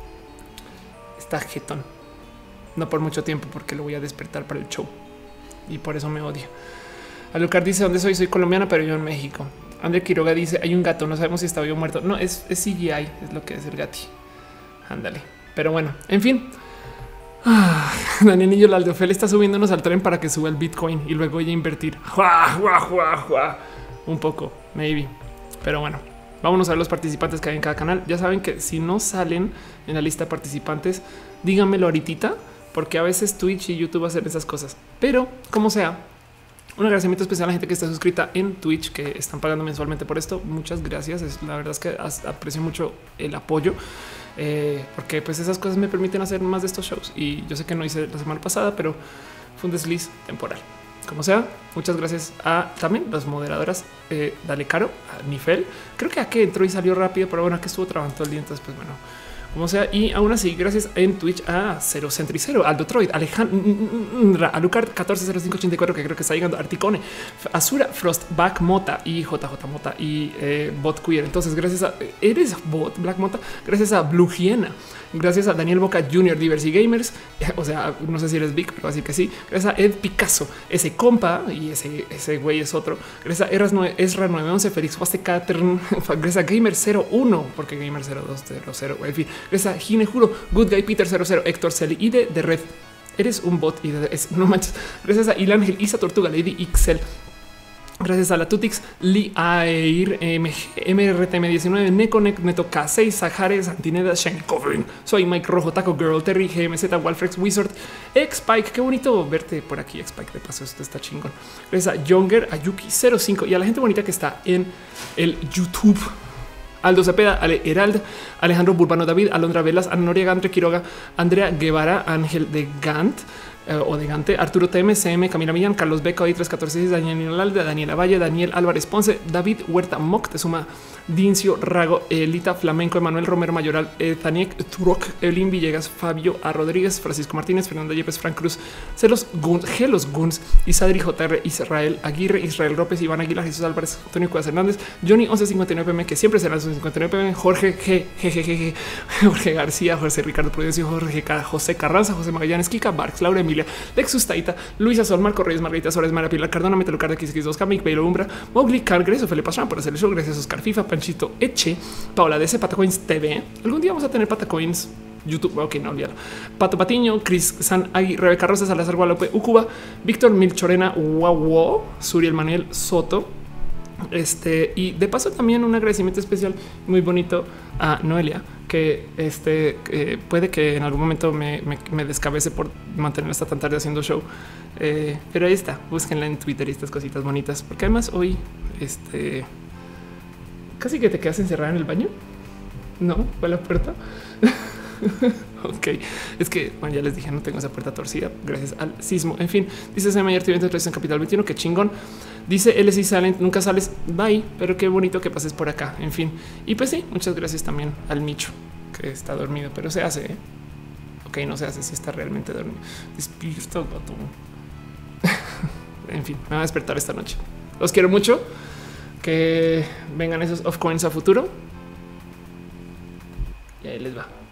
Está jetón. No por mucho tiempo, porque lo voy a despertar para el show y por eso me odia. Alucard dice: ¿dónde soy? Soy colombiana, pero yo en México. André Quiroga dice: hay un gato, no sabemos si está vivo o muerto. No, es, es C G I, es lo que es el gati. Ándale. Pero bueno, en fin. Ah, Daniel Niño Laldefel está subiéndonos al tren para que suba el Bitcoin y luego ella invertir. ¡Jua, jua, jua, jua! Un poco, maybe. Pero bueno, vámonos a ver los participantes que hay en cada canal. Ya saben que si no salen en la lista de participantes, díganmelo ahorita, porque a veces Twitch y YouTube hacen esas cosas. Pero como sea, un agradecimiento especial a la gente que está suscrita en Twitch, que están pagando mensualmente por esto. Muchas gracias. Es, la verdad es que aprecio mucho el apoyo, eh, porque pues esas cosas me permiten hacer más de estos shows. Y yo sé que no hice la semana pasada, pero fue un desliz temporal. Como sea, muchas gracias a también las moderadoras. Eh, Dale Caro, a Nifel. Creo que a que entró y salió rápido, pero bueno, que estuvo trabajando todo el día. Entonces, pues bueno, como sea. Y aún así, gracias en Twitch a Cero Centricero, Aldo Troid, Alejandra, Alucard catorce cero cinco ochenta y cuatro, que creo que está llegando, Articone, Azura, Frostback Mota y J J Mota y eh, Bot Queer. Entonces, gracias a eres Bot Black Mota, gracias a Blue Hiena, gracias a Daniel Boca Junior Diversi Gamers, o sea, no sé si eres Vic, pero así que sí, gracias a Ed Picasso, ese compa y ese, ese güey es otro, gracias a Ezra nueve once, Félix Huastecatern, gracias a Gamer cero uno, porque Gamer cero dos cero cero, en fin, gracias a Gine Juro, Good Guy Peter cero cero, Héctor Celi y de, de Red. Eres un bot y de, es, no manches. Gracias a Ilángel, Isa Tortuga, Lady Ixel. Gracias a la Tutix, Li Air, M R T M diecinueve, Neconnect, Neto K seis, Sahares, Antineda, Shane Coven. Soy Mike Rojo, Taco Girl, Terry, G M Z, Walfrex, Wizard, X-Spike. Qué bonito verte por aquí, X-Spike. De paso, esto está chingón. Gracias a Younger, a Yuki cero cinco y a la gente bonita que está en el YouTube. Aldo Cepeda, Ale Herald, Alejandro Burbano, David, Alondra Velas, Ana Noriega, Andre Quiroga, Andrea Guevara, Ángel de Gant, eh, o de Gante, Arturo T M, C M, Camila Millán, Carlos Beca, hoy tres catorce seis, Daniel Inalde, Daniela Valle, Daniel Álvarez Ponce, David Huerta Moctezuma, Dincio Rago, Elita Flamenco, Emanuel Romero Mayoral, eh, Taniek Turok, Evelyn Villegas, Fabio A. Rodríguez, Francisco Martínez, Fernando Yepes, Frank Cruz, Celos Guns, Gelos Guns, Isadri J R, Israel Aguirre, Israel López, Iván Aguilar, Jesús Álvarez, Antonio Cuevas Hernández, Johnny once cincuenta y nueve P M, que siempre será cincuenta y nueve P M, Jorge G, G, G, G, G, Jorge García, José Ricardo Prudencio, Jorge K, José Carranza, José Magallanes, Kika Barks, Laura Emilia, Lexus Taita, Luisa Sol, Marco Reyes, Margarita Suárez, Mara Pilar Cardona, Metelucar de X X dos, Kamik, Bailo Umbra, Mowgli, Car, Greso, Felipe Pastrana por hacer el show, gracias a Oscar FIFA, Panchito Eche, Paola D C, Patacoins T V. Algún día vamos a tener Patacoins YouTube. Ok, no olvídalo. Pato Patiño, Chris San Agui, Rebeca Rosas, Salazar Guadalupe, Ucuba, Víctor Milchorena, Guau, Suriel Manuel Soto. Este, y de paso también un agradecimiento especial muy bonito a Noelia, que este eh, puede que en algún momento me, me, me descabece por mantener hasta tan tarde haciendo show. Eh, pero ahí está, búsquenla en Twitter y estas cositas bonitas, porque además hoy este casi que te quedas encerrada en el baño. No, fue la puerta. Ok, es que bueno, ya les dije, no tengo esa puerta torcida gracias al sismo. En fin, dice se mayor en Capital veintiuno, que chingón. Dice L S I Silent, nunca sales, bye, pero qué bonito que pases por acá. En fin, y pues sí, muchas gracias también al Micho, que está dormido, pero se hace. ¿eh? Ok, no se hace si está realmente dormido. Despierta, gato. En fin, me va a despertar esta noche. Los quiero mucho. Que vengan esos off coins a futuro. Y ahí les va.